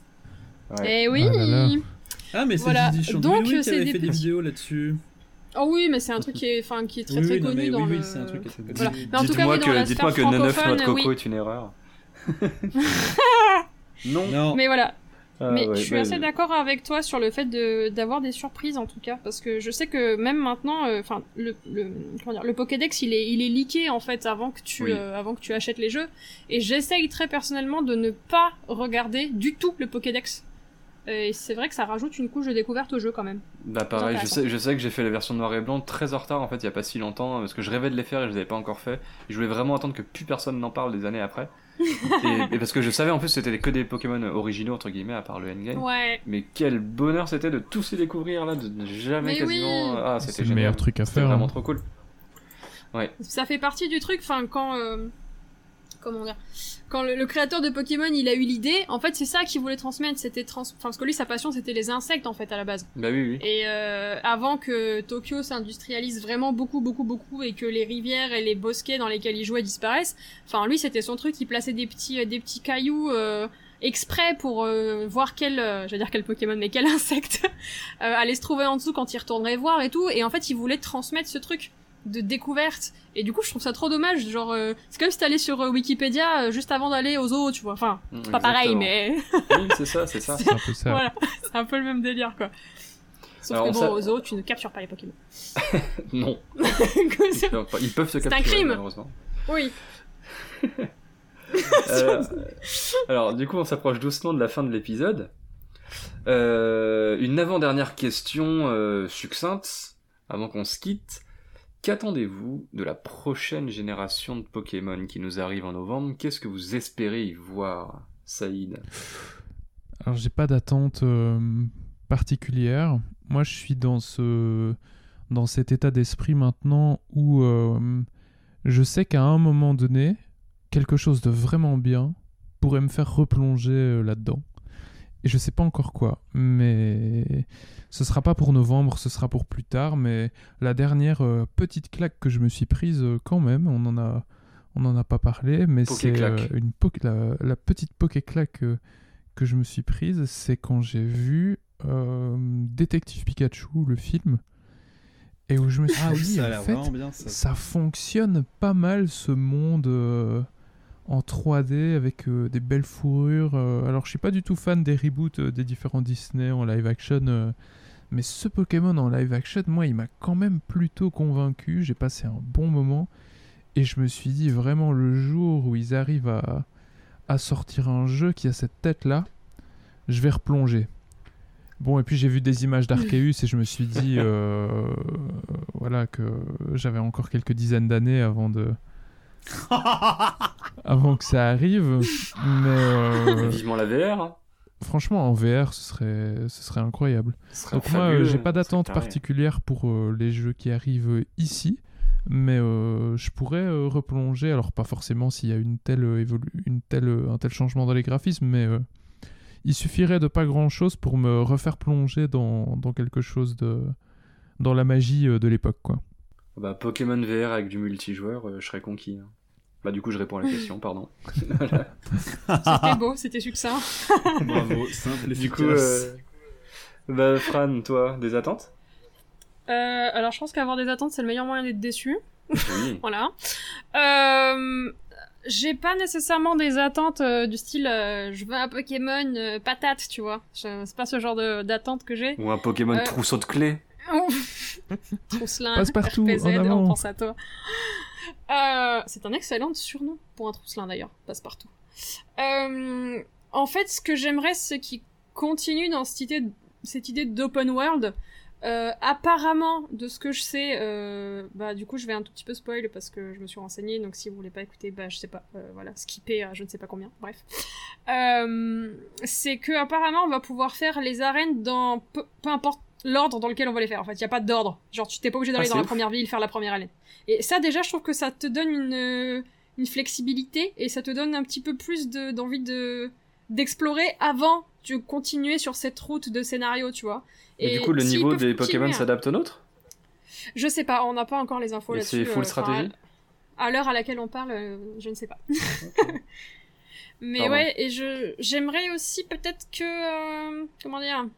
C: Ouais.
D: Et oui.
F: Ah là là.
E: Ah mais c'est
D: Voilà.
E: Didi Champ-
D: Donc,
E: oui, oui, qui
D: c'est
E: avait
D: des
E: fait des
D: petits-
E: vidéos là-dessus.
D: Oh oui, mais c'est un truc qui est, enfin, qui est très
E: Oui,
D: très
E: oui, non,
D: connu
E: mais
D: dans
E: oui,
D: le.
E: oui, c'est un truc qui est très connu.
D: Voilà. Mais en tout cas,
C: Dites-moi
D: oui, dans
C: que,
D: la
C: dites-moi
D: sphère
C: que Neuf Noix de
D: francophone,
C: Coco
D: oui.
C: est une erreur. Non.
E: Non.
D: Mais voilà.
C: Ah,
D: mais
C: ouais,
D: je suis
C: ouais,
D: assez
C: ouais.
D: d'accord avec toi sur le fait de d'avoir des surprises en tout cas, parce que je sais que même maintenant, enfin euh, le le comment dire, le Pokédex il est il est leaké en fait avant que tu
C: Oui.
D: euh, avant que tu achètes les jeux, et j'essaye très personnellement de ne pas regarder du tout le Pokédex. Et c'est vrai que ça rajoute une couche de découverte au jeu quand même.
C: Bah pareil, je
D: Intéressant.
C: sais, je sais que j'ai fait la version noir et blanc très en retard en fait, il y a pas si longtemps, parce que je rêvais de les faire et je les avais pas encore fait. Et je voulais vraiment attendre que plus personne n'en parle des années après. et, et parce que je savais en plus que c'était que des Pokémon originaux entre guillemets à part le endgame.
D: Ouais.
C: Mais quel bonheur c'était de tous les découvrir là, de de jamais
D: Mais
C: quasiment.
D: oui.
C: Ah, c'était
F: C'est le
C: génial.
F: meilleur truc à
C: C'était
F: faire,
C: vraiment
F: hein.
C: trop cool. Ouais.
D: Ça fait partie du truc, enfin quand euh, comment dire, quand le, le créateur de Pokémon il a eu l'idée, en fait c'est ça qu'il voulait transmettre, c'était trans, enfin parce que lui sa passion c'était les insectes en fait à la base.
C: Bah oui, oui.
D: Et euh, avant que Tokyo s'industrialise vraiment beaucoup beaucoup beaucoup et que les rivières et les bosquets dans lesquels il jouait disparaissent, enfin lui c'était son truc, il plaçait des petits des petits cailloux euh, exprès pour euh, voir quel, euh, j'allais dire quel Pokémon, mais quel insecte euh, allait se trouver en dessous quand il retournerait voir et tout, et en fait il voulait transmettre ce truc de découverte, et du coup je trouve ça trop dommage, genre euh, c'est comme si t'allais sur euh, Wikipédia euh, juste avant d'aller au zoo, tu vois, enfin
C: Mm,
D: c'est pas pareil
C: exactement.
D: mais
C: Oui, c'est ça, c'est ça.
F: C'est un peu ça.
D: voilà, c'est un peu le même délire quoi. Sauf
C: Alors,
D: que bon,
C: ça-
D: au zoo tu ne captures pas les Pokémon.
C: Non.
D: C'est-
C: Ils peuvent se
D: C'est un
C: capturer
D: crime.
C: malheureusement.
D: oui.
C: Euh, alors, du coup, on s'approche doucement de la fin de l'épisode. Euh, une avant-dernière question euh, succincte, avant qu'on se quitte. Qu'attendez-vous de la prochaine génération de Pokémon qui nous arrive en novembre? Qu'est-ce que vous espérez y voir, Saïd?
F: Alors j'ai pas d'attente euh, particulière. Moi je suis dans ce dans cet état d'esprit maintenant où euh, je sais qu'à un moment donné, quelque chose de vraiment bien pourrait me faire replonger euh, là-dedans. Et je sais pas encore quoi, mais ce sera pas pour novembre, ce sera pour plus tard. Mais la dernière euh, petite claque que je me suis prise euh, quand même, on en a, on en a pas parlé, mais c'est
C: Poké-claque.
F: euh, une po- la, la petite poké-claque euh, que je me suis prise, c'est quand j'ai vu euh, Détective Pikachu, le film, et où je me suis
E: Ah oui,
F: dit,
E: ça a
F: en
E: l'air
F: fait,
E: vraiment bien ça.
F: ça fonctionne pas mal ce monde euh, en trois D avec euh, des belles fourrures. euh. Alors je suis pas du tout fan des reboots euh, des différents Disney en live action, euh, mais ce Pokémon en live action, moi il m'a quand même plutôt convaincu. J'ai passé un bon moment et je me suis dit vraiment le jour où ils arrivent à, à sortir un jeu qui a cette tête là, je vais replonger. Bon, et puis j'ai vu des images d'Arceus et je me suis dit euh, voilà que j'avais encore quelques dizaines d'années avant de avant que ça arrive, mais euh,
C: Vivement la V R, hein.
F: franchement en V R ce serait ce serait incroyable.
C: Ce serait
F: Donc moi
C: fabuleux,
F: euh, j'ai pas
C: ce serait
F: d'attente
C: taré.
F: particulière pour euh, les jeux qui arrivent euh, ici, mais euh, je pourrais euh, replonger, alors pas forcément s'il y a une telle euh, évolu- une telle euh, un tel changement dans les graphismes, mais euh, il suffirait de pas grand chose pour me refaire plonger dans, dans quelque chose de dans la magie euh, de l'époque quoi.
C: Bah, Pokémon V R avec du multijoueur, euh, je serais conquis. hein. Bah, du coup, je réponds à la question, pardon. Voilà.
D: C'était beau, c'était succinct.
E: Bravo, simple,
C: Du coup,
E: efficace.
C: euh... bah, Fran, toi, des attentes?
D: Euh, alors je pense qu'avoir des attentes c'est le meilleur moyen d'être déçu.
C: Oui.
D: Voilà. Euh, j'ai pas nécessairement des attentes euh, du style euh, je veux un Pokémon euh, patate, tu vois. Je- C'est pas ce genre de- d'attente que j'ai.
C: Ou un Pokémon
D: Euh,
C: trousseau de clés.
D: Trousselin,
F: Passe-partout,
D: R P Z,
F: en avant.
D: on pense à toi. Euh, c'est un excellent surnom pour un trousselin d'ailleurs, passe-partout. Euh, en fait, ce que j'aimerais, c'est qu'il continue dans cette idée, cette idée d'open world. Euh, apparemment, de ce que je sais, euh, bah du coup, je vais un tout petit peu spoil parce que je me suis renseignée. Donc, si vous voulez pas écouter, bah je sais pas, euh, voilà, skipper, à je ne sais pas combien. Bref, euh, c'est que apparemment, on va pouvoir faire les arènes dans peu, peu importe l'ordre dans lequel on va les faire. En fait, il y a pas d'ordre. Genre, tu t'es pas obligé d'aller
C: Ah,
D: dans
C: c'est
D: la
C: ouf.
D: première ville faire la première arène. Et ça, déjà, je trouve que ça te donne une une flexibilité et ça te donne un petit peu plus de d'envie de d'explorer avant de continuer sur cette route de scénario, tu vois.
C: Et, du coup, le
D: s'ils
C: niveau
D: peuvent
C: des
D: continuer,
C: Pokémon
D: hein.
C: s'adapte au nôtre?
D: Je sais pas, on n'a pas encore les infos
C: Et
D: là-dessus.
C: c'est full
D: euh,
C: stratégie?
D: enfin, à l'heure à laquelle on parle, euh, je ne sais pas. Mais
C: Pardon.
D: ouais, et je j'aimerais aussi peut-être que euh, comment dire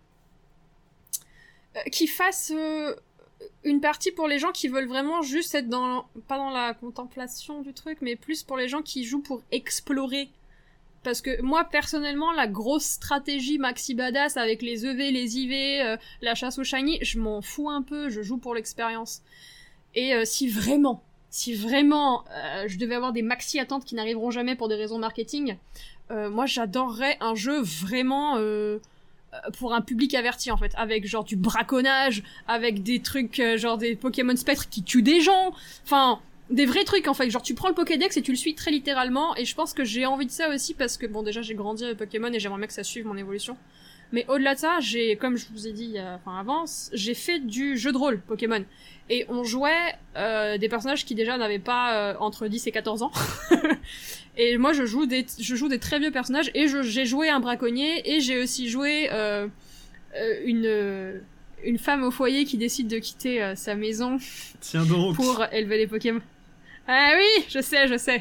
D: euh, qu'ils fassent euh, une partie pour les gens qui veulent vraiment juste être dans pas dans la contemplation du truc, mais plus pour les gens qui jouent pour explorer. parce que moi personnellement la grosse stratégie maxi badass avec les E V, les I V, euh, la chasse au shiny, je m'en fous un peu, je joue pour l'expérience. Et euh, si vraiment, si vraiment euh, je devais avoir des maxi attentes qui n'arriveront jamais pour des raisons marketing, euh, moi j'adorerais un jeu vraiment euh, pour un public averti en fait, avec genre du braconnage, avec des trucs euh, genre des Pokémon spectres qui tuent des gens, enfin des vrais trucs en fait, genre tu prends le Pokédex et tu le suis très littéralement, et je pense que j'ai envie de ça aussi parce que bon déjà j'ai grandi avec Pokémon et j'aimerais bien que ça suive mon évolution. Mais au-delà de ça, j'ai, comme je vous ai dit euh, enfin avant, j'ai fait du jeu de rôle Pokémon. Et on jouait euh, des personnages qui déjà n'avaient pas euh, entre dix et quatorze ans. Et moi je joue des je joue des très vieux personnages, et je, j'ai joué un braconnier, et j'ai aussi joué euh, euh, une euh, une femme au foyer qui décide de quitter euh, sa maison.
E: Tiens donc.
D: Pour élever les Pokémon. Ah oui, je sais, je sais.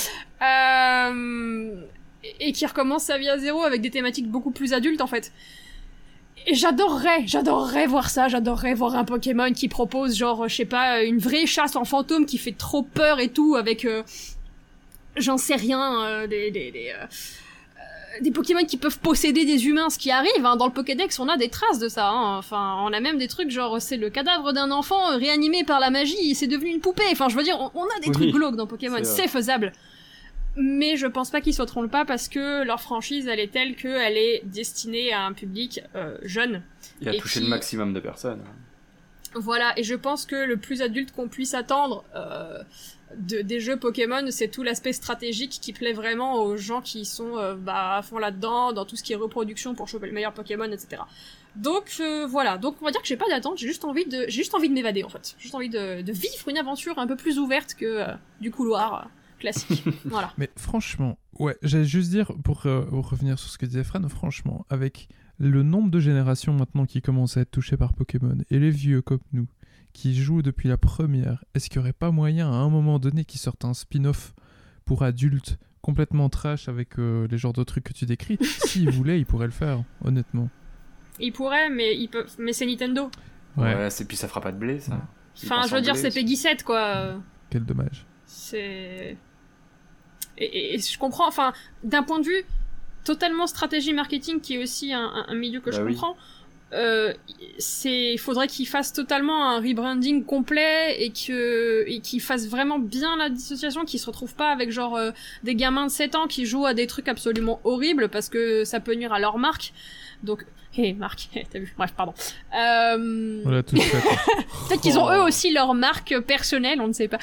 D: Euh... Et qui recommence sa vie à zéro avec des thématiques beaucoup plus adultes en fait. Et j'adorerais, j'adorerais voir ça, j'adorerais voir un Pokémon qui propose genre, je sais pas, une vraie chasse en fantôme qui fait trop peur et tout, avec, euh, j'en sais rien, euh, des, des, des, euh, euh, des Pokémon qui peuvent posséder des humains, ce qui arrive, hein, dans le Pokédex on a des traces de ça, hein. Enfin, on a même des trucs genre, c'est le cadavre d'un enfant euh, réanimé par la magie, et c'est devenu une poupée, enfin je veux dire, on, on a des
C: Oui,
D: trucs glauques dans Pokémon,
C: c'est,
D: c'est faisable. Mais je pense pas qu'ils sauteront le pas parce que leur franchise, elle est telle qu'elle est destinée à un public euh, jeune.
C: Et à toucher
D: qui...
C: le maximum de personnes.
D: Voilà, et je pense que le plus adulte qu'on puisse attendre euh, de, des jeux Pokémon, c'est tout l'aspect stratégique qui plaît vraiment aux gens qui sont euh, bah, à fond là-dedans, dans tout ce qui est reproduction pour choper le meilleur Pokémon, et cetera. Donc euh, voilà, donc on va dire que j'ai pas d'attente, j'ai juste envie de, j'ai juste envie de m'évader en fait. J'ai juste envie de, de vivre une aventure un peu plus ouverte que euh, du couloir. Euh, classique. Voilà.
F: Mais franchement, ouais, j'allais juste dire, pour euh, revenir sur ce que disait Fran, franchement, avec le nombre de générations maintenant qui commencent à être touchées par Pokémon, et les vieux comme nous, qui jouent depuis la première, est-ce qu'il n'y aurait pas moyen à un moment donné qu'ils sortent un spin-off pour adultes complètement trash avec euh, les genres de trucs que tu décris? S'ils voulaient, ils pourraient le faire, honnêtement.
D: Ils pourraient, mais, ils peuvent... mais c'est Nintendo.
C: Ouais, ouais c'est... puis ça fera pas de blé, ça.
D: Enfin, je veux dire, c'est Peggy sept, quoi.
F: Quel dommage.
D: C'est... Et, et, et je comprends, enfin, d'un point de vue totalement stratégie marketing, qui est aussi un, un, un milieu que bah je oui. comprends, euh, c'est, il faudrait qu'ils fassent totalement un rebranding complet et que, et qu'ils fassent vraiment bien la dissociation, qu'ils se retrouvent pas avec genre euh, des gamins de sept ans qui jouent à des trucs absolument horribles parce que ça peut nuire à leur marque. Donc, hé, hey, Marc, t'as vu, bref, pardon. Euh...
F: Voilà, tout fait.
D: Peut-être qu'ils ont eux aussi leur marque personnelle, on ne sait pas.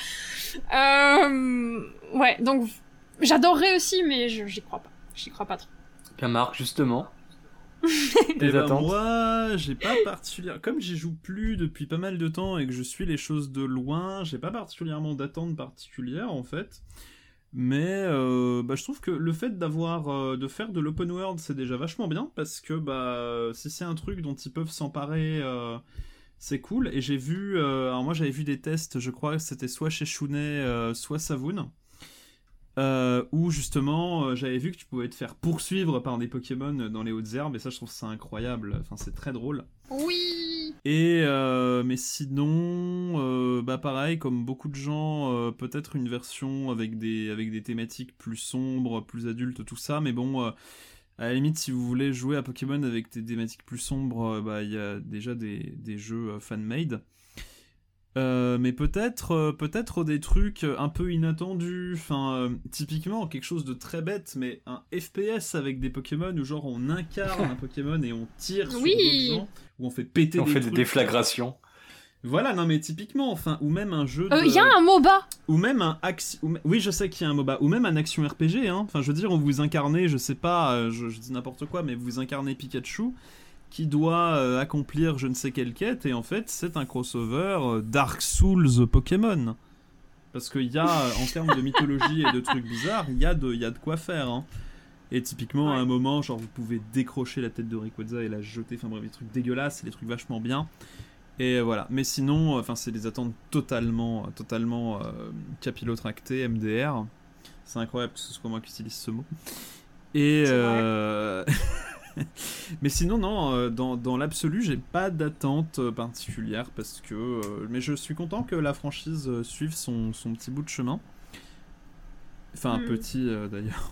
D: Euh... Ouais, donc, j'adorerais aussi, mais je, j'y crois pas. J'y crois pas trop.
C: Bien, Marc, justement.
E: Des attentes. Ben moi, j'ai pas particulièrement... Comme j'y joue plus depuis pas mal de temps et que je suis les choses de loin, j'ai pas particulièrement d'attentes particulières, en fait. Mais euh, bah, je trouve que le fait d'avoir euh, de faire de l'open world, c'est déjà vachement bien, parce que bah si c'est un truc dont ils peuvent s'emparer, euh, c'est cool. Et j'ai vu, euh, alors moi j'avais vu des tests, je crois que c'était soit chez Shunei, euh, soit Savoon, euh, où justement euh, j'avais vu que tu pouvais te faire poursuivre par des Pokémon dans les hautes herbes, et ça je trouve ça incroyable. Enfin c'est très drôle.
D: Oui.
E: Et euh, mais sinon, euh, bah pareil, comme beaucoup de gens, euh, peut-être une version avec des avec des thématiques plus sombres, plus adultes, tout ça. Mais bon, euh, à la limite, si vous voulez jouer à Pokémon avec des thématiques plus sombres, euh, bah il y a déjà des des jeux euh, fan-made. Euh, mais peut-être euh, peut-être des trucs un peu inattendus, enfin euh, typiquement quelque chose de très bête, mais un F P S avec des Pokémon où genre on incarne un Pokémon et on tire sur
D: oui.
E: d'autres gens, où on fait péter
C: on
E: des
C: fait
E: trucs.
C: des déflagrations.
E: Voilà, non mais typiquement, enfin, ou même un jeu. Il
D: euh,
E: de...
D: y a un MOBA.
E: Ou même un action. Ou... Oui, je sais qu'il y a un MOBA. Ou même un action R P G, hein. Enfin, je veux dire, on vous incarnez, je sais pas, euh, je, je dis n'importe quoi, mais vous incarnez Pikachu qui doit euh, accomplir je ne sais quelle quête, et en fait, c'est un crossover euh, Dark Souls Pokémon. Parce qu'il y a, en termes de mythologie et de trucs bizarres, il y a de, il y a de quoi faire, hein. Et typiquement, ouais. à un moment, genre, vous pouvez décrocher la tête de Rayquaza et la jeter, enfin bref, des trucs dégueulasses, et des trucs vachement bien. Et voilà, mais sinon, enfin, c'est des attentes totalement, totalement euh, capillotractées, M D R. C'est incroyable que ce soit moi qui utilise ce mot. Et euh... mais sinon, non, euh, dans, dans l'absolu, j'ai pas d'attente particulière parce que, euh, mais je suis content que la franchise suive son, son petit bout de chemin. Enfin, un mm. petit euh, d'ailleurs.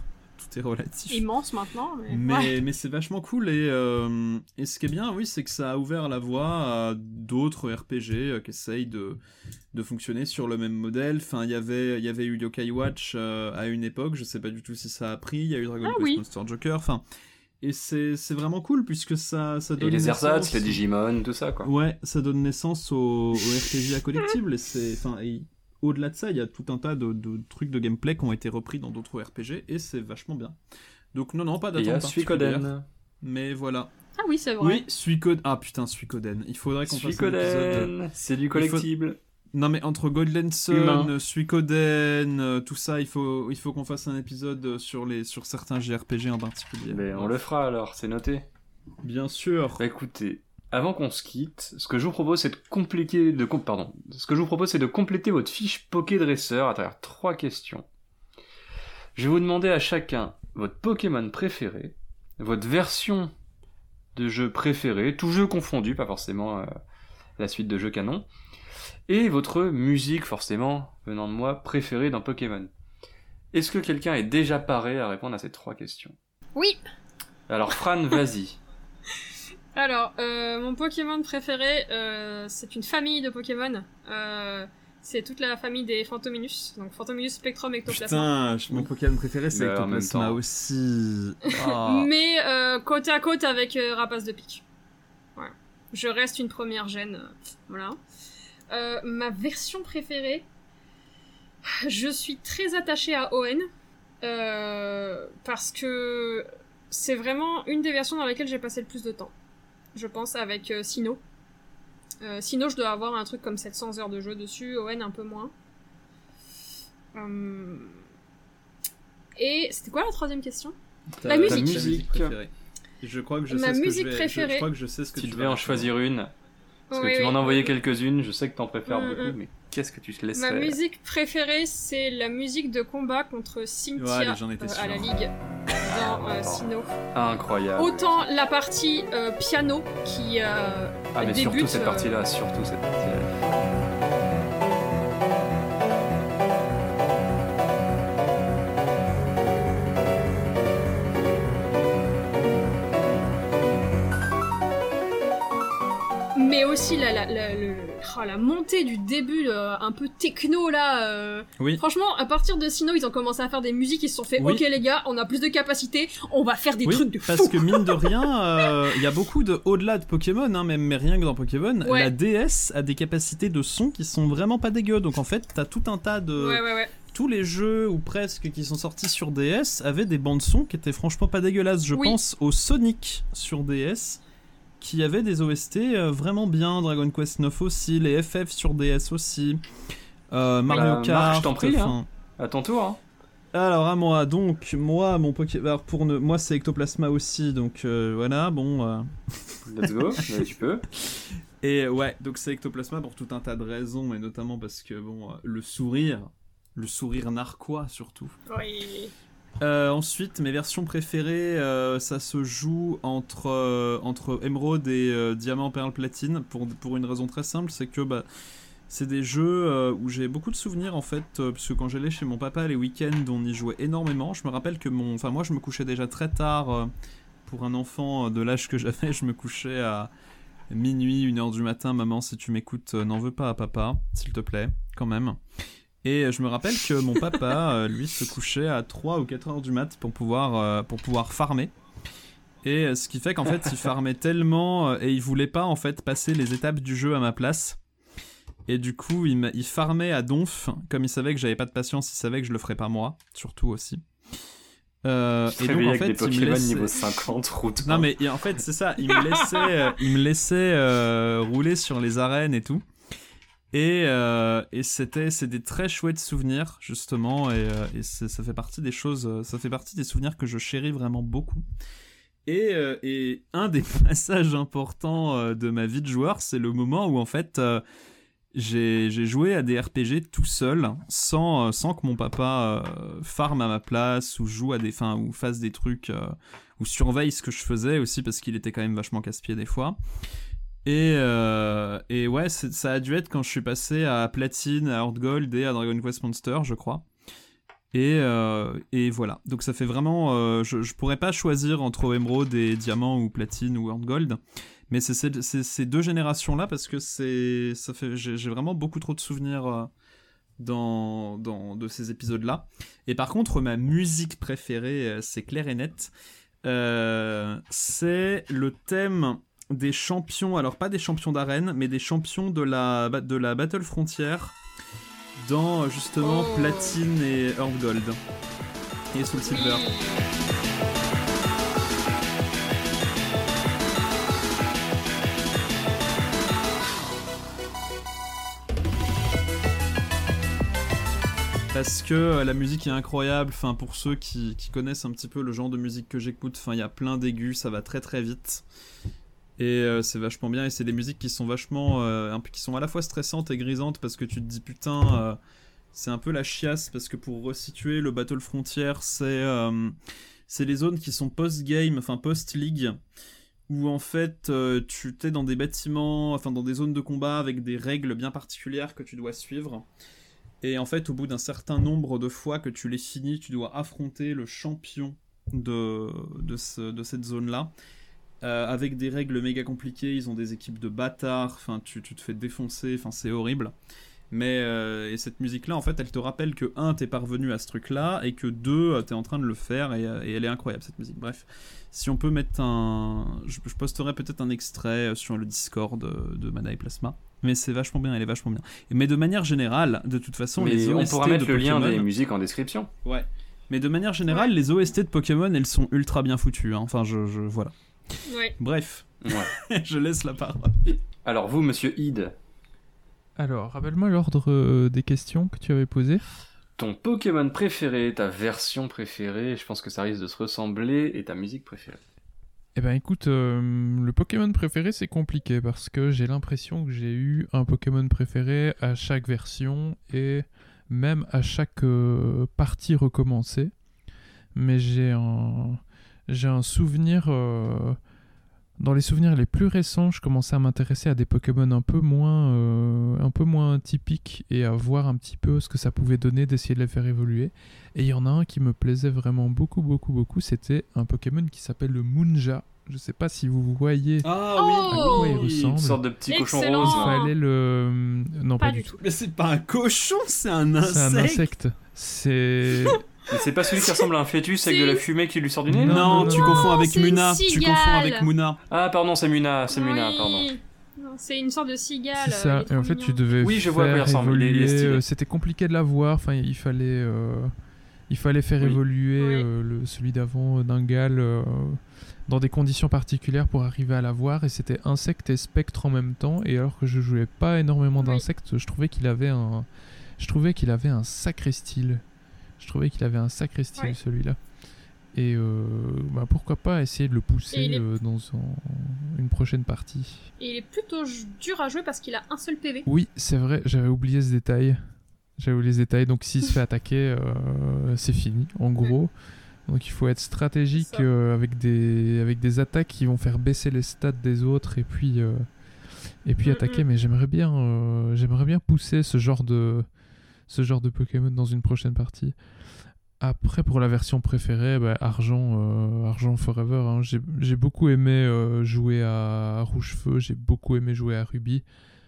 E: tout est relatif.
D: Immense maintenant, mais...
E: Mais,
D: ouais.
E: mais c'est vachement cool, et, euh, et ce qui est bien, oui, c'est que ça a ouvert la voie à d'autres R P G euh, qui essayent de, de fonctionner sur le même modèle. Enfin, il y avait, il y avait eu Yokai Watch euh, à une époque, je sais pas du tout si ça a pris, il y a eu Dragon
D: Ah
E: Quest
D: oui.
E: Monster Joker, enfin... Et c'est, c'est vraiment cool, puisque ça, ça donne
C: Et les
E: naissance...
C: ersatz, les Digimon, tout ça, quoi.
E: Ouais, ça donne naissance au, au R P G à collectible, et c'est... Enfin, et au-delà de ça, il y a tout un tas de, de trucs de gameplay qui ont été repris dans d'autres R P G, et c'est vachement bien. Donc non, non, pas
C: Et il y
E: d'attente
C: a
E: particulière.
C: Suikoden.
E: Mais voilà.
D: Ah oui, c'est vrai.
E: Oui, Suikoden... Ah putain, Suikoden. Il faudrait qu'on fasse un épisode...
C: Suikoden, c'est du collectible.
E: Non mais entre Golden Sun,
C: Humain.
E: Suikoden, euh, tout ça, il faut, il faut qu'on fasse un épisode sur, les, sur certains J R P G en particulier.
C: Mais on le fera alors, c'est noté.
E: Bien sûr.
C: Bah écoutez, avant qu'on se quitte, ce que je vous propose c'est de compliquer, de com- pardon, ce que je vous propose c'est de compléter votre fiche Poké Dresseur à travers trois questions. Je vais vous demander à chacun votre Pokémon préféré, votre version de jeu préférée, tout jeu confondu, pas forcément euh, la suite de jeux canon, et votre musique forcément venant de moi préférée dans Pokémon. Est-ce que quelqu'un est déjà paré à répondre à ces trois questions ?
D: Oui.
C: Alors Fran, vas-y.
D: Alors, euh, mon Pokémon préféré, euh, c'est une famille de Pokémon. Euh, c'est toute la famille des Fantominus. Donc Fantominus, Spectrum, Ectoplasma.
E: Putain, mon Pokémon préféré c'est
C: Bah, en même
E: Ectoplasma
C: temps.
E: aussi. Ah.
D: Mais euh, côte à côte avec euh, Rapace de Pique. Voilà. Je reste une première gêne. euh, voilà. Euh, ma version préférée, je suis très attachée à Owen. Euh, parce que c'est vraiment une des versions dans lesquelles j'ai passé le plus de temps. Je pense avec euh, Sinnoh. Euh, Sinnoh, je dois avoir un truc comme sept cents heures de jeu dessus. Owen, un peu moins. Euh... Et c'était quoi la troisième question ?
E: Ta-
D: La
E: ta
D: musique.
E: musique préférée. Je crois que je
D: Ma
E: sais ce que
D: musique
E: je vais...
D: préférée.
E: Je, je crois que je sais ce que
C: Si
E: tu
C: tu
E: vas
C: devais en
E: répondre.
C: choisir une, parce que
D: Oui,
C: tu m'en
D: oui.
C: as envoyé quelques-unes, je sais que t'en préfères
D: Mm,
C: beaucoup,
D: mm.
C: mais qu'est-ce que tu te
D: Ma
C: laisserais
D: musique préférée, c'est la musique de combat contre Cynthia
E: Ouais, allez, j'en étais
D: euh,
E: sûr.
D: à la Ligue dans euh, Sinnoh.
C: Incroyable.
D: Autant la partie euh, piano qui euh,
C: Ah mais
D: débute,
C: surtout cette
D: euh,
C: partie-là, surtout cette partie-là.
D: mais aussi la, la, la, le- oh, la montée du début euh, un peu techno là. euh.
E: Oui.
D: Franchement, à partir de Sinnoh, ils ont commencé à faire des musiques, ils se sont fait
E: Oui.
D: ok les gars, on a plus de capacité, on va faire des
E: Oui,
D: trucs de
E: parce
D: fou.
E: que mine de rien, euh, il y a beaucoup de au-delà de Pokémon, hein, même mais rien que dans Pokémon,
D: Ouais.
E: la D S a des capacités de son qui sont vraiment pas dégueu. Donc en fait, t'as tout un tas de
D: Ouais ouais ouais.
E: tous les jeux ou presque qui sont sortis sur D S avaient des bandes son qui étaient franchement pas dégueulasses. Je
D: Oui.
E: pense au Sonic sur D S qui avait des O S T euh, vraiment bien, Dragon Quest neuf aussi, les F F sur D S aussi, euh, Mario
C: Bah, Marc,
E: Kart.
C: je t'en prie,
E: enfin,
C: hein. À ton tour, hein.
E: Alors à moi, donc moi mon Poké, alors pour ne, moi c'est Ectoplasma aussi, donc euh, voilà, bon. euh,
C: Let's go, mais tu peux.
E: Et ouais, donc c'est Ectoplasma pour tout un tas de raisons, et notamment parce que bon, euh, le sourire, le sourire narquois surtout.
D: Oui.
E: Euh, ensuite, mes versions préférées, euh, ça se joue entre euh, entre Émeraude et euh, Diamant, Perle, Platine, pour pour une raison très simple, c'est que bah c'est des jeux euh, où j'ai beaucoup de souvenirs en fait, euh, parce que quand j'allais chez mon papa les week-ends, on y jouait énormément. Je me rappelle que mon, enfin moi je me couchais déjà très tard euh, pour un enfant de l'âge que j'avais, je me couchais à minuit, une heure du matin. Maman, si tu m'écoutes, euh, n'en veux pas à papa, s'il te plaît, quand même. Et je me rappelle que mon papa, euh, lui, se couchait à trois ou quatre heures du mat pour pouvoir, euh, pour pouvoir farmer. Et euh, ce qui fait qu'en fait, il farmait tellement euh, et il voulait pas en fait passer les étapes du jeu à ma place. Et du coup, il, m'a- il farmait à donf, comme il savait que j'avais pas de patience, il savait que je le ferais pas moi, surtout aussi. Euh, et donc en
C: avec
E: fait,
C: des
E: il me
C: Pokémon
E: laissait...
C: niveau cinquante, route.
E: Non mais et en fait c'est ça, il me laissait, euh, il me laissait euh, rouler sur les arènes et tout. Et, euh, et c'était c'est des très chouettes souvenirs justement, et, euh, et c'est- ça fait partie des choses, euh, ça fait partie des souvenirs que je chéris vraiment beaucoup. Et, euh, et un des passages importants euh, de ma vie de joueur, c'est le moment où en fait euh, j'ai j'ai joué à des R P G tout seul, sans, euh, sans que mon papa euh, farme à ma place ou joue à des, fin, ou fasse des trucs euh, ou surveille ce que je faisais aussi, parce qu'il était quand même vachement casse-pied des fois. Et, euh, et ouais, c'est- ça a dû être quand je suis passé à Platine, à Horde Gold et à Dragon Quest Monster, je crois. Et, euh, et voilà. Donc ça fait vraiment... Euh, je, je pourrais pas choisir entre émeraude et diamant ou platine ou earth gold. Mais c'est, c'est, c'est ces deux générations-là parce que c'est, ça fait, j'ai, j'ai vraiment beaucoup trop de souvenirs euh, dans, dans, de ces épisodes-là. Et par contre, ma musique préférée, euh, c'est clair et net. Euh, c'est le thème des champions, alors pas des champions d'arène, mais des champions de la, de la Battle Frontier dans justement oh. Platine et Earth Gold. Et Soul Silver. Parce que euh, la musique est incroyable, enfin, pour ceux qui, qui connaissent un petit peu le genre de musique que j'écoute, il y a plein d'aigus, ça va très très vite. Et euh, c'est vachement bien, et c'est des musiques qui sont vachement... Euh, un peu, qui sont à la fois stressantes et grisantes, parce que tu te dis putain, euh, c'est un peu la chiasse, parce que pour resituer, le Battle Frontier, c'est, euh, c'est les zones qui sont post-game, enfin post-league, où en fait euh, tu t'es dans des bâtiments, enfin dans des zones de combat avec des règles bien particulières que tu dois suivre. Et en fait, au bout d'un certain nombre de fois que tu les finis, tu dois affronter le champion de, de, ce, de cette zone-là. Euh, avec des règles méga compliquées, ils ont des équipes de bâtards, enfin, tu, tu te fais défoncer, enfin, c'est horrible. Mais euh, et cette musique-là, en fait, elle te rappelle que un, t'es parvenu à ce truc-là, et que deux, t'es en train de le faire, et, et elle est incroyable, cette musique. Bref, si on peut mettre un... Je, je posterai peut-être un extrait sur le Discord de, de Mana et Plasma. Mais c'est vachement bien, elle est vachement bien. Mais de manière générale, de toute façon,
C: mais
E: les O S T
C: on pourra mettre
E: de
C: le
E: Pokémon...
C: lien des musiques en description.
E: Ouais. Mais de manière générale, ouais. les O S T de Pokémon, elles sont ultra bien foutues. Hein. Enfin, je, je... Voilà.
D: Ouais.
E: Bref.
C: Ouais.
E: Je laisse la parole.
C: Alors vous, monsieur Id.
F: Alors, rappelle-moi l'ordre euh, des questions que tu avais posées.
C: Ton Pokémon préféré, ta version préférée, je pense que ça risque de se ressembler, et ta musique préférée.
F: Eh ben écoute, euh, le Pokémon préféré c'est compliqué parce que j'ai l'impression que j'ai eu un Pokémon préféré à chaque version et même à chaque euh, partie recommencée. Mais j'ai un, j'ai un souvenir, euh, dans les souvenirs les plus récents, je commençais à m'intéresser à des Pokémon un peu moins, euh, un peu moins typiques et à voir un petit peu ce que ça pouvait donner, d'essayer de les faire évoluer. Et il y en a un qui me plaisait vraiment beaucoup, beaucoup, beaucoup. C'était un Pokémon qui s'appelle le Munja. Je sais pas si vous voyez
E: ah,
F: à
E: oui.
F: quoi il ressemble.
C: Une sorte de petit
D: Excellent.
C: cochon rose.
F: Il fallait le... Non, pas,
D: pas
F: du
D: du
F: tout.
D: tout.
E: Mais c'est pas un cochon, c'est un insecte.
F: C'est un insecte. C'est...
C: Mais c'est pas celui qui ressemble à un fœtus avec de la fumée qui lui sort du nez?
E: Non,
F: Non, non,
E: tu
F: non.
E: confonds avec
D: c'est
E: Muna.
D: une
E: Tu
D: cigale.
E: confonds avec Muna.
C: Ah pardon, c'est Muna, c'est Muna,
D: Oui.
C: pardon.
D: Non, c'est une sorte de cigale.
F: C'est ça.
D: il est
F: Et en
D: trop
F: fait,
D: mignon.
F: tu devais
C: Oui, je vois à quoi il
F: faire
C: ressemble. Il est- il est
F: évoluer,
C: stylé.
F: euh, C'était compliqué de l'avoir. Enfin, il fallait... euh, Il fallait faire
C: Oui.
F: évoluer
D: Oui.
F: euh, le, celui d'avant euh, d'un gal euh, dans des conditions particulières pour arriver à l'avoir, et c'était insecte et spectre en même temps. Et alors que je jouais pas énormément
D: Oui.
F: d'insectes, je trouvais qu'il avait un, je trouvais qu'il avait un sacré style. Je trouvais qu'il avait un sacré style
D: Oui.
F: celui-là. Et euh, bah pourquoi pas essayer de le pousser
D: Et il est-
F: euh, dans un- une prochaine partie.
D: Et il est plutôt j- dur à jouer parce qu'il a un seul P V.
F: Oui, c'est vrai, j'avais oublié ce détail. J'avais oublié ce détail. Donc s'il se fait attaquer, euh, c'est fini, en gros. Donc il faut être stratégique
D: C'est ça.
F: euh, avec, des, avec des attaques qui vont faire baisser les stats des autres et puis, euh, et puis
D: Mm,
F: attaquer.
D: mm.
F: Mais j'aimerais bien, euh, j'aimerais bien pousser ce genre, de, ce genre de Pokémon dans une prochaine partie. Après, pour la version préférée, bah, Argent, euh, Argent Forever. Hein. J'ai, j'ai beaucoup aimé euh, jouer à Rouge-Feu, j'ai beaucoup aimé jouer à Ruby.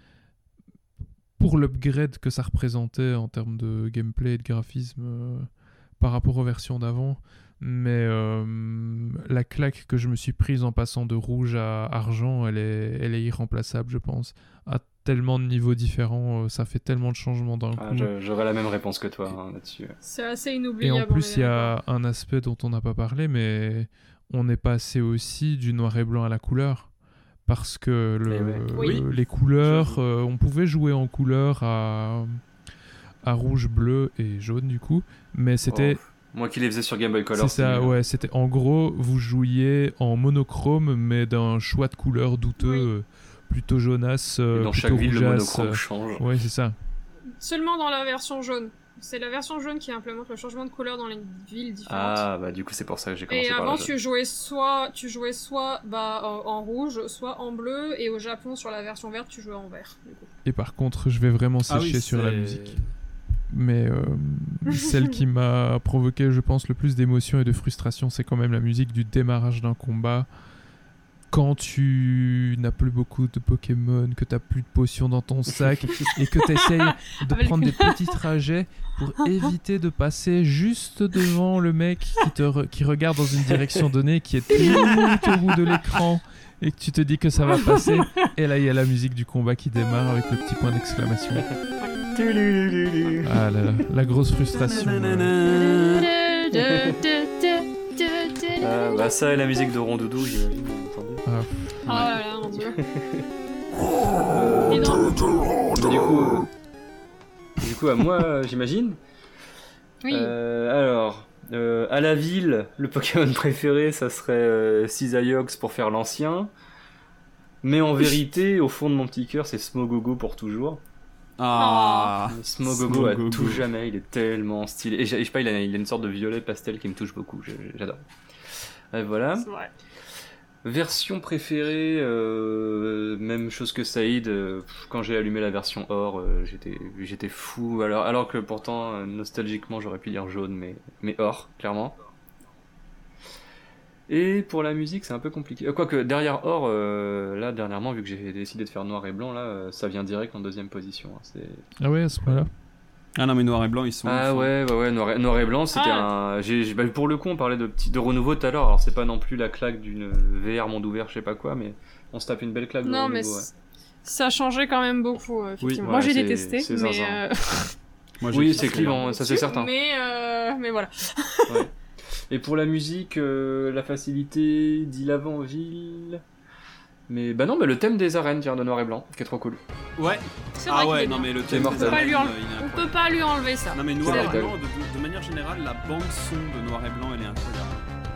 F: Pour l'upgrade que ça représentait en termes de gameplay et de graphisme euh, par rapport aux versions d'avant. Mais euh, la claque que je me suis prise en passant de rouge à argent, elle est, elle est irremplaçable, je pense. À tellement de niveaux différents, euh, ça fait tellement de changements d'un
C: Ah,
F: coup.
C: je- J'aurais la même réponse que toi hein, là-dessus.
D: C'est assez
F: Et
D: inoubliable.
F: en plus,
D: on
F: il y
D: est
F: a un aspect dont on n'a pas parlé, mais on est passé aussi du noir et blanc à la couleur. Parce que le-
C: Eh ouais.
D: Oui.
F: les couleurs,
C: J'avoue.
F: euh, on pouvait jouer en couleur à, à rouge, bleu et jaune du coup, mais c'était...
C: Oh, moi qui les faisais sur Game Boy Color.
F: C'est ça,
C: c'était mieux.
F: ouais, c'était en gros, vous jouiez en monochrome, mais d'un choix de couleurs douteux,
D: Oui.
F: euh, plutôt jaunasse, euh,
C: Et dans
F: plutôt
C: chaque ville, le
F: rougeasse,
C: monochrome
F: euh,
C: change.
F: Ouais, c'est ça.
D: Seulement dans la version jaune. C'est la version jaune qui implémente le changement de couleur dans les villes différentes.
C: Ah, bah du coup, c'est pour ça que j'ai commencé
D: Et
C: par
D: avant,
C: là.
D: tu jouais soit, tu jouais soit bah, en, en rouge, soit en bleu, et au Japon, sur la version verte, tu jouais en vert. Du coup.
F: Et par contre, je vais vraiment
E: Ah
F: sécher
E: oui,
F: sur la
E: c'est-
F: musique. mais euh, celle qui m'a provoqué, je pense, le plus d'émotion et de frustration, c'est quand même la musique du démarrage d'un combat. Quand tu n'as plus beaucoup de Pokémon, que tu n'as plus de potions dans ton sac et que tu essayes de
D: Avec
F: prendre
D: une-
F: des petits trajets pour éviter de passer juste devant le mec qui, te re- qui regarde dans une direction donnée, qui est tout au bout de l'écran, et que tu te dis que ça va passer. Et là, il y a la musique du combat qui démarre avec le petit point d'exclamation. Ah là là, la grosse frustration. euh.
C: Ah, bah ça et la musique de Rondoudou, j'imagine, vous entendez.
F: Ah,
D: Oh là là, mon dieu.
C: Euh,
D: Et non.
C: du coup, euh, du coup, à moi, euh, j'imagine.
D: Oui.
C: Euh, alors, euh, à la ville, le Pokémon préféré, ça serait euh, Cisaiox pour faire l'ancien. Mais en vérité, au fond de mon petit cœur, c'est Smogogo pour toujours.
E: Ah,
C: Smogogo à
E: Smogogo.
C: tout jamais, il est tellement stylé. Et je je sais pas, il a, il a une sorte de violet pastel qui me touche beaucoup, je- je- j'adore. Et voilà.
D: C'est vrai.
C: Version préférée, euh, même chose que Saïd, euh, quand j'ai allumé la version or, euh, j'étais, j'étais fou, alors, alors que pourtant, euh, nostalgiquement, j'aurais pu dire jaune, mais, mais or, clairement. Et pour la musique, c'est un peu compliqué. Euh, Quoique, derrière or, euh, là, dernièrement, vu que j'ai décidé de faire noir et blanc, là, euh, ça vient direct en deuxième position. hein, c'est...
F: ah ouais, à ce point-là.
E: ah non mais noir et blanc ils sont.
C: Ah
E: ouf, hein.
C: ouais, ouais, ouais, noir et, noir et blanc, c'était
D: Ah.
C: un. J'ai, j'ai- bah, pour le coup, on parlait de petit de renouveau tout à l'heure. Alors c'est pas non plus la claque d'une V R monde ouvert, je sais pas quoi, mais on se tape une belle claque de
D: Non,
C: renouveau.
D: mais
C: ouais.
D: c- ça changeait quand même beaucoup, euh, effectivement.
C: ouais,
D: Moi, j'ai
C: c'est-
D: détesté,
C: c'est
D: mais...
C: zinzin.
D: euh,
E: Moi, j'ai
C: Oui,
E: kiffé.
C: c'est clivant, ça c'est certain.
D: Mais, euh, mais voilà.
C: Et pour la musique, euh, la facilité, dit l'avant-ville. Mais bah non, mais le thème des arènes vient de noir et blanc, qui est trop cool.
E: Ouais.
D: C'est vrai
E: Ah
D: qu'il
E: ouais,
D: est
E: non
D: bien.
E: mais le
C: C'est
E: thème
C: mortel.
E: des
C: On peut
D: pas
E: arènes,
D: lui
E: euh,
D: en-
E: il est
D: On
E: incroyable.
D: peut pas lui enlever ça.
E: Non mais noir
C: C'est
E: et
C: mortel.
E: blanc, de, de manière générale, la bande son de noir et blanc, elle est incroyable.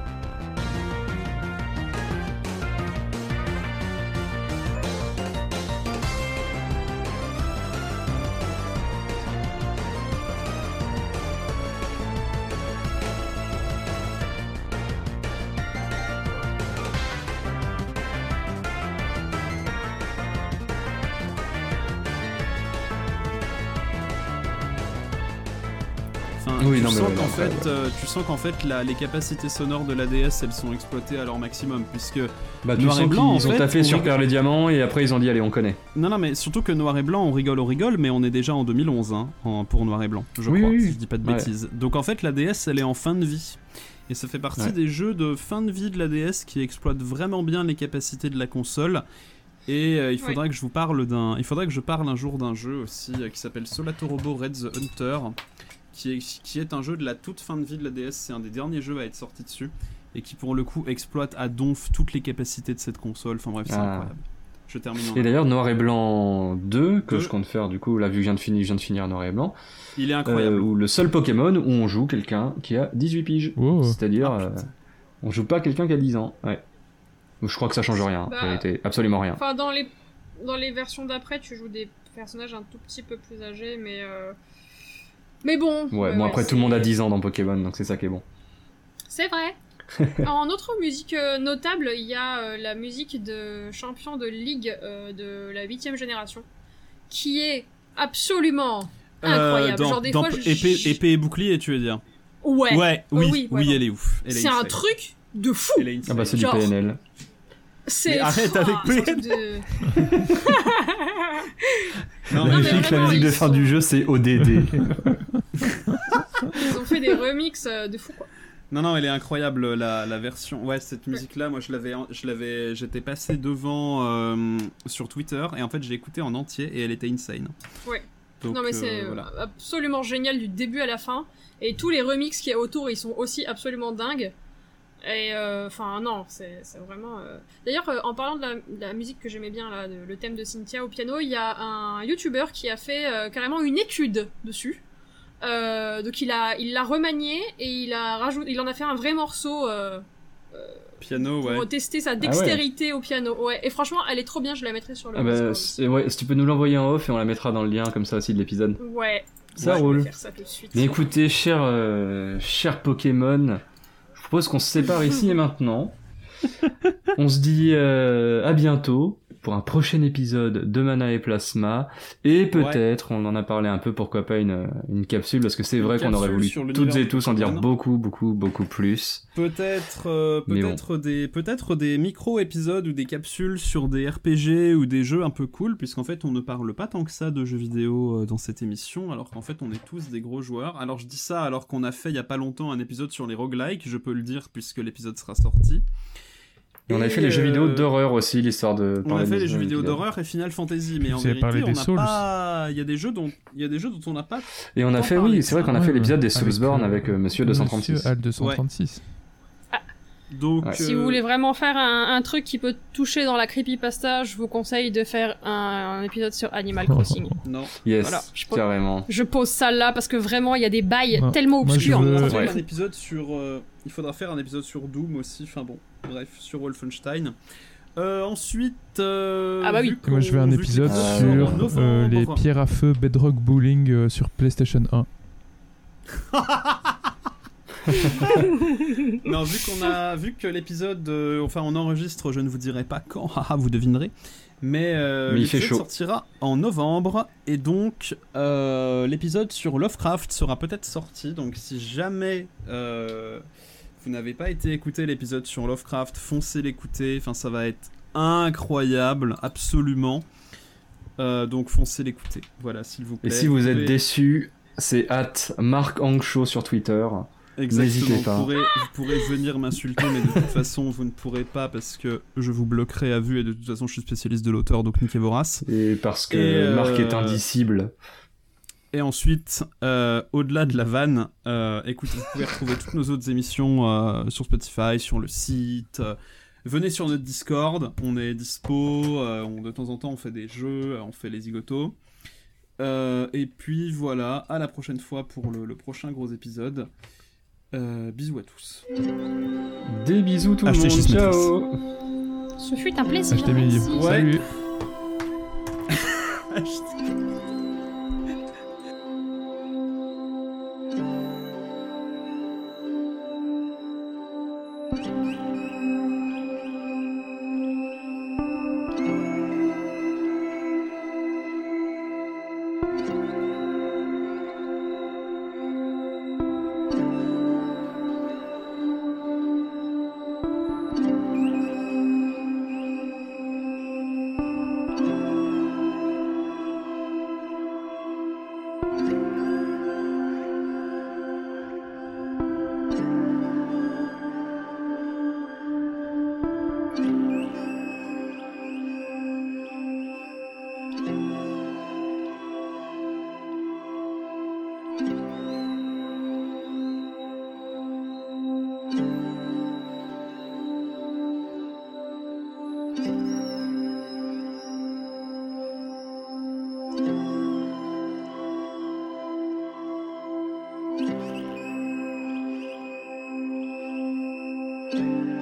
E: Enfin,
C: Oui,
E: tu,
C: non, mais
E: sens
C: ouais,
E: qu'en
C: non,
E: fait,
C: ouais.
E: euh, tu sens qu'en fait la- les capacités sonores de l'A D S elles sont exploitées à leur maximum puisque
C: Bah tu
E: Noir et
C: sens
E: blanc,
C: qu'ils
E: en
C: ont
E: fait,
C: taffé
E: on
C: sur
E: rigole.
C: Perle et Diamant et après ils ont dit allez on connaît.
E: non non mais surtout que Noir et Blanc on rigole on rigole mais on est déjà en deux mille onze hein, en- pour Noir et Blanc je
C: Oui,
E: crois
C: oui,
E: si
C: oui.
E: je dis pas de
C: Ouais.
E: bêtises donc en fait la D S elle est en fin de vie et ça fait partie
C: Ouais.
E: des jeux de fin de vie de la D S qui exploitent vraiment bien les capacités de la console et euh, il faudra que je vous parle d'un il faudra que je parle un jour d'un jeu aussi euh, qui s'appelle Solatorobo Red the Hunter qui est, qui est un jeu de la toute fin de vie de la D S c'est un des derniers jeux à être sorti dessus et qui pour le coup exploite à donf toutes les capacités de cette console enfin bref c'est
C: Ah.
E: incroyable je termine en
C: Et d'ailleurs Noir et Blanc deux, que
E: Deux.
C: je compte faire du coup, là vu que je viens de finir, je viens de finir Noir et Blanc,
E: il est
C: euh,
E: incroyable
C: où le seul Pokémon où on joue quelqu'un qui a dix-huit piges.
F: Oh.
C: C'est-à-dire,
E: Ah,
C: euh,
E: putain.
C: on joue pas quelqu'un qui a dix ans. Ouais. Je crois que ça change rien, en
D: Bah,
C: réalité. Absolument rien.
D: Enfin, dans les, dans les versions d'après, tu joues des personnages un tout petit peu plus âgés, mais... euh, Mais bon...
C: Ouais, bon après
D: c'est-
C: tout le monde a dix ans dans Pokémon, donc c'est ça qui est bon.
D: C'est vrai. En autre musique euh, notable, il y a euh, la musique de champion de ligue euh, de la huitième génération, qui est absolument incroyable.
E: Euh, dans,
D: Genre des
E: dans
D: fois, je-
E: épée,
D: je-
E: épée et bouclier tu veux dire
D: Ouais.
E: ouais oui
D: oui,
E: oui,
D: vraiment.
E: elle est ouf Elle est
D: C'est un
E: insane.
D: truc de fou.
E: Elle est
C: Ah bah c'est
E: insane.
C: du
D: Genre-
C: P N L.
D: C'est
E: Mais arrête
D: Ah,
E: avec
D: c'est un
E: P N.
D: truc de...
E: non,
D: Non,
E: mais
D: mais
C: Magnifique, la
D: vraiment,
C: musique de
D: ils
C: fin
D: sont-
C: du jeu c'est O D D.
D: Ils ont fait des remixes euh, de fou, quoi.
E: non non elle est incroyable la, la version ouais cette musique là moi je l'avais je l'avais j'étais passé devant euh, sur Twitter et en fait j'ai écouté en entier et elle était insane
D: Ouais.
E: donc
D: Non mais
E: euh,
D: c'est euh,
E: voilà.
D: absolument génial du début à la fin, et tous les remixes qu'il y a autour, ils sont aussi absolument dingues. Et enfin non, c'est c'est vraiment... euh, D'ailleurs, euh, en parlant de la, de la musique que j'aimais bien, là, de- le thème de Cynthia au piano, il y a un YouTuber qui a fait euh, carrément une étude dessus. Euh, donc il a il l'a remanié et il a rajouté, il en a fait un vrai morceau euh,
E: piano
D: pour
E: ouais
D: tester sa dextérité au piano. Ouais, et franchement, elle est trop bien, je la mettrai sur le
C: Ah bah,
D: Discord.
C: c'est- ouais, si tu peux nous l'envoyer en off et on la mettra dans le lien comme ça aussi de l'épisode.
D: Ouais.
C: Ça
D: Ouais,
C: roule.
D: Je vais faire ça tout de suite.
C: Mais écoutez, cher, euh, cher Pokémon, je propose qu'on se sépare ici et maintenant. On se dit euh, à bientôt pour un prochain épisode de Mana et Plasma, et peut-être, ouais. on en a parlé un peu, pourquoi pas une, une capsule, parce que c'est une vrai qu'on aurait voulu toutes et tous en dire beaucoup, beaucoup, beaucoup plus.
E: Peut-être, euh, peut-être bon. des, peut-être des micro-épisodes ou des capsules sur des R P G ou des jeux un peu cool, puisqu'en fait on ne parle pas tant que ça de jeux vidéo euh, dans cette émission, alors qu'en fait on est tous des gros joueurs. Alors je dis ça alors qu'on a fait il y a pas longtemps un épisode sur les roguelikes, je peux le dire puisque l'épisode sera sorti.
C: Et on a fait les euh... jeux vidéo d'horreur aussi, l'histoire de...
E: On a fait les jeux vidéo d'horreur et Final Fantasy, mais en vérité, on n'a pas... Il y a des jeux dont, il y a des jeux dont on n'a pas...
C: Et on a fait, oui, c'est vrai qu'on a fait l'épisode des Soulsborne avec, euh, avec Monsieur deux cent trente-six.
F: Monsieur Al deux cent trente-six.
D: Ouais.
E: Ah. Donc,
D: ouais.
E: euh...
D: Si vous voulez vraiment faire un, un truc qui peut toucher dans la creepypasta, je vous conseille de faire un, un épisode sur Animal Crossing.
E: Non.
C: Yes,
D: voilà, je pose,
C: carrément.
D: Je pose ça là parce que vraiment, il y a des bails
F: non.
D: tellement obscurs.
F: Moi,
E: veux...
C: ouais.
E: un épisode sur... Euh... Il faudra faire un épisode sur Doom aussi, enfin bon, bref, sur Wolfenstein. Euh, ensuite, euh,
D: ah bah oui.
F: Moi je veux un épisode
C: ah,
F: sur
E: novembre...
F: euh, les pierres à feu Bedrock Bowling euh, sur PlayStation un.
E: Non, vu qu'on a vu que l'épisode, euh, enfin on enregistre, je ne vous dirai pas quand, haha, vous devinerez. Mais, euh,
C: Mais il fait chaud.
E: Sortira en novembre et donc euh, l'épisode sur Lovecraft sera peut-être sorti. Donc si jamais euh, vous n'avez pas été écouter l'épisode sur Lovecraft, foncez l'écouter. Enfin ça va être incroyable, absolument. Euh, donc foncez l'écouter. Voilà, s'il vous plaît.
C: Et si vous, vous êtes
E: pouvez...
C: déçu, c'est at Marc Angshow sur Twitter.
E: Exactement,
C: n'hésitez pas.
E: Vous pourrez, vous pourrez venir m'insulter, mais de toute façon, vous ne pourrez pas parce que je vous bloquerai à vue et de toute façon, je suis spécialiste de l'auteur, donc niquez vos races.
C: Et parce que
E: et euh...
C: Marc est indicible.
E: Et ensuite, euh, au-delà de la vanne, euh, écoutez, vous pouvez retrouver toutes nos autres émissions euh, sur Spotify, sur le site. Euh, venez sur notre Discord, on est dispo. Euh, on, de temps en temps, on fait des jeux, on fait les zigotos. Euh, et puis voilà, à la prochaine fois pour le, le prochain gros épisode. Euh, bisous à tous.
C: Des bisous tout le monde. Ciao.
D: Ce fut un plaisir.
F: Achetez mes livres.
E: Ouais.
F: Salut.
I: Thank you.